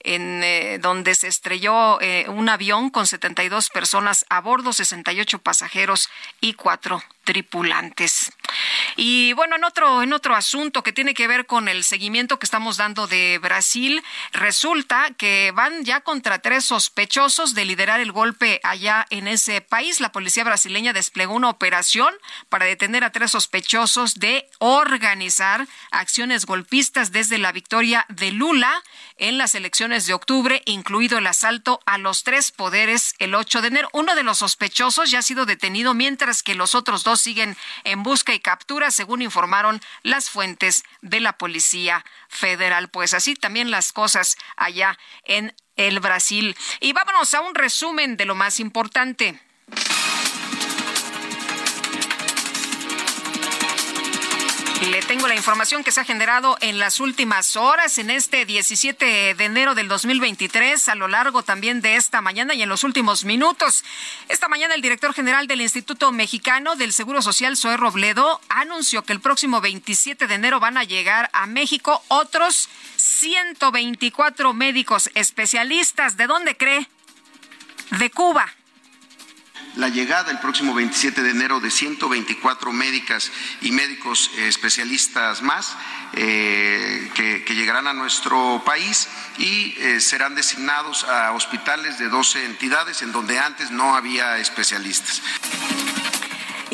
donde se estrelló un avión con 72 personas a bordo, 68 pasajeros y 4 tripulantes. Y bueno, en otro asunto que tiene que ver con el seguimiento que estamos dando de Brasil, resulta que van ya contra 3 sospechosos de liderar el golpe allá en ese país. La policía brasileña desplegó una operación para detener a 3 sospechosos de organizar acciones golpistas desde la victoria de Lula en las elecciones de octubre, incluido el asalto a los 3 poderes el 8 de enero. Uno de los sospechosos ya ha sido detenido, mientras que los otros 2 siguen en busca y captura, según informaron las fuentes de la Policía Federal. Pues así también las cosas allá en el Brasil. Y vámonos a un resumen de lo más importante. Le tengo la información que se ha generado en las últimas horas, en este 17 de enero del 2023, a lo largo también de esta mañana y en los últimos minutos. Esta mañana el director general del Instituto Mexicano del Seguro Social, Zoé Robledo, anunció que el próximo 27 de enero van a llegar a México otros 124 médicos especialistas. ¿De dónde cree? De Cuba. La llegada el próximo 27 de enero de 124 médicas y médicos especialistas más que llegarán a nuestro país y serán designados a hospitales de 12 entidades en donde antes no había especialistas.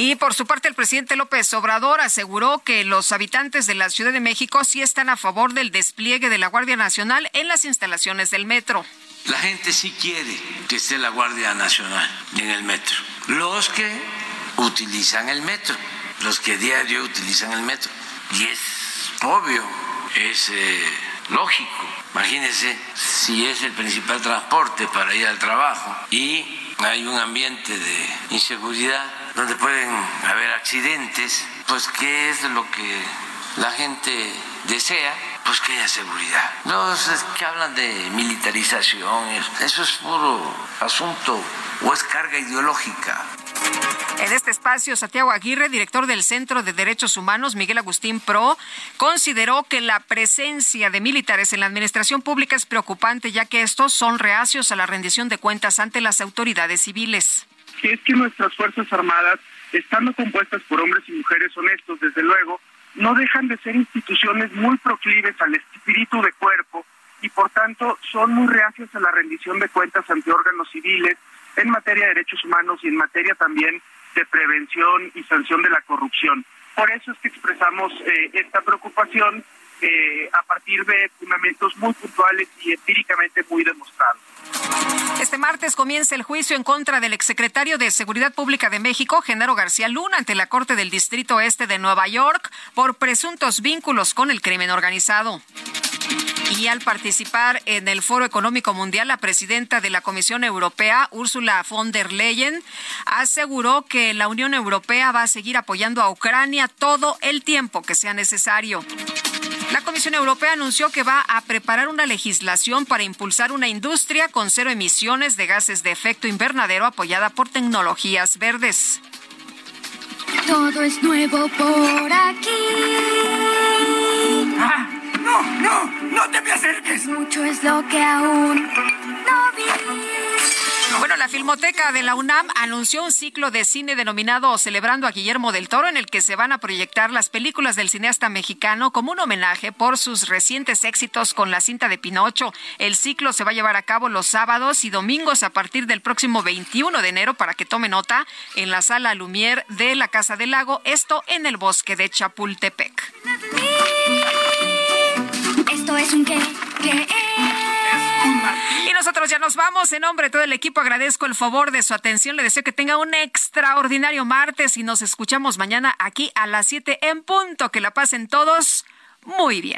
Y por su parte, el presidente López Obrador aseguró que los habitantes de la Ciudad de México sí están a favor del despliegue de la Guardia Nacional en las instalaciones del metro. La gente sí quiere que esté la Guardia Nacional en el metro. Los que utilizan el metro, los que diario utilizan el metro. Y es obvio, es lógico. Imagínense si es el principal transporte para ir al trabajo y hay un ambiente de inseguridad donde pueden haber accidentes, pues ¿qué es lo que la gente desea? Pues que haya seguridad. Los que hablan de militarización, eso es puro asunto o es carga ideológica. En este espacio, Santiago Aguirre, director del Centro de Derechos Humanos, Miguel Agustín Pro, consideró que la presencia de militares en la administración pública es preocupante, ya que estos son reacios a la rendición de cuentas ante las autoridades civiles. Es que nuestras Fuerzas Armadas, estando compuestas por hombres y mujeres honestos, desde luego, no dejan de ser instituciones muy proclives al espíritu de cuerpo y, por tanto, son muy reacias a la rendición de cuentas ante órganos civiles en materia de derechos humanos y en materia también de prevención y sanción de la corrupción. Por eso es que expresamos esta preocupación a partir de fundamentos muy puntuales y empíricamente muy demostrados. Este martes comienza el juicio en contra del exsecretario de Seguridad Pública de México, Genaro García Luna, ante la Corte del Distrito Este de Nueva York por presuntos vínculos con el crimen organizado. Y al participar en el Foro Económico Mundial, la presidenta de la Comisión Europea, Ursula von der Leyen, aseguró que la Unión Europea va a seguir apoyando a Ucrania todo el tiempo que sea necesario. La Comisión Europea anunció que va a preparar una legislación para impulsar una industria con cero emisiones de gases de efecto invernadero apoyada por tecnologías verdes. Todo es nuevo por aquí. ¡No te me acerques! Mucho es lo que aún no vi. Bueno, la Filmoteca de la UNAM anunció un ciclo de cine denominado Celebrando a Guillermo del Toro, en el que se van a proyectar las películas del cineasta mexicano como un homenaje por sus recientes éxitos con la cinta de Pinocho. El ciclo se va a llevar a cabo los sábados y domingos a partir del próximo 21 de enero, para que tome nota, en la Sala Lumière de la Casa del Lago, esto en el bosque de Chapultepec. Esto es un qué es. Y nosotros ya nos vamos. En nombre de todo el equipo agradezco el favor de su atención. Le deseo que tenga un extraordinario martes y nos escuchamos mañana aquí a las 7 en punto. Que la pasen todos muy bien.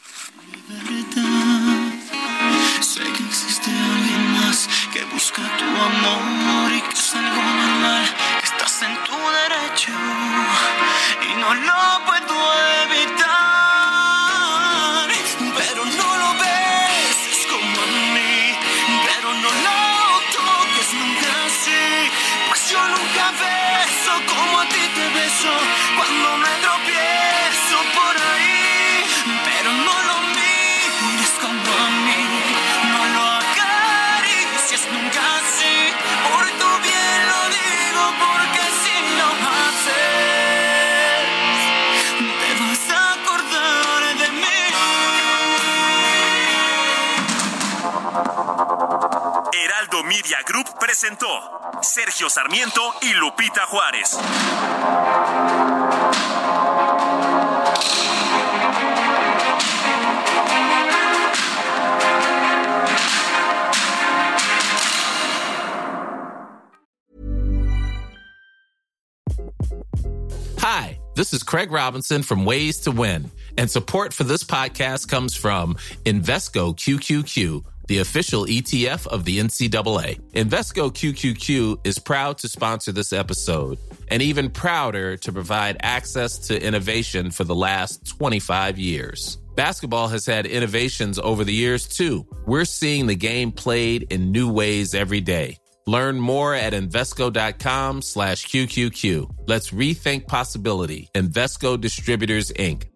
Sé que existe alguien más que busca tu amor y que es algo normal, que estás en tu derecho y no lo puedo evitar. Pero no lo ves, es como a mí, pero no lo toques nunca así, pues yo nunca beso como a ti te beso cuando me tropiezo por ahí, pero no lo mires como a mí, no lo acaricies nunca así, por tu bien lo digo, porque si lo haces te vas a acordar de mí. Heraldo Media Group presentó Sergio Sarmiento y Lupita Juárez. Hi, this is Craig Robinson from Ways to Win, and support for this podcast comes from Invesco QQQ, the official ETF of the NCAA. Invesco QQQ is proud to sponsor this episode, and even prouder to provide access to innovation for the last 25 years. Basketball has had innovations over the years, too. We're seeing the game played in new ways every day. Learn more at Invesco.com/QQQ. Let's rethink possibility. Invesco Distributors, Inc.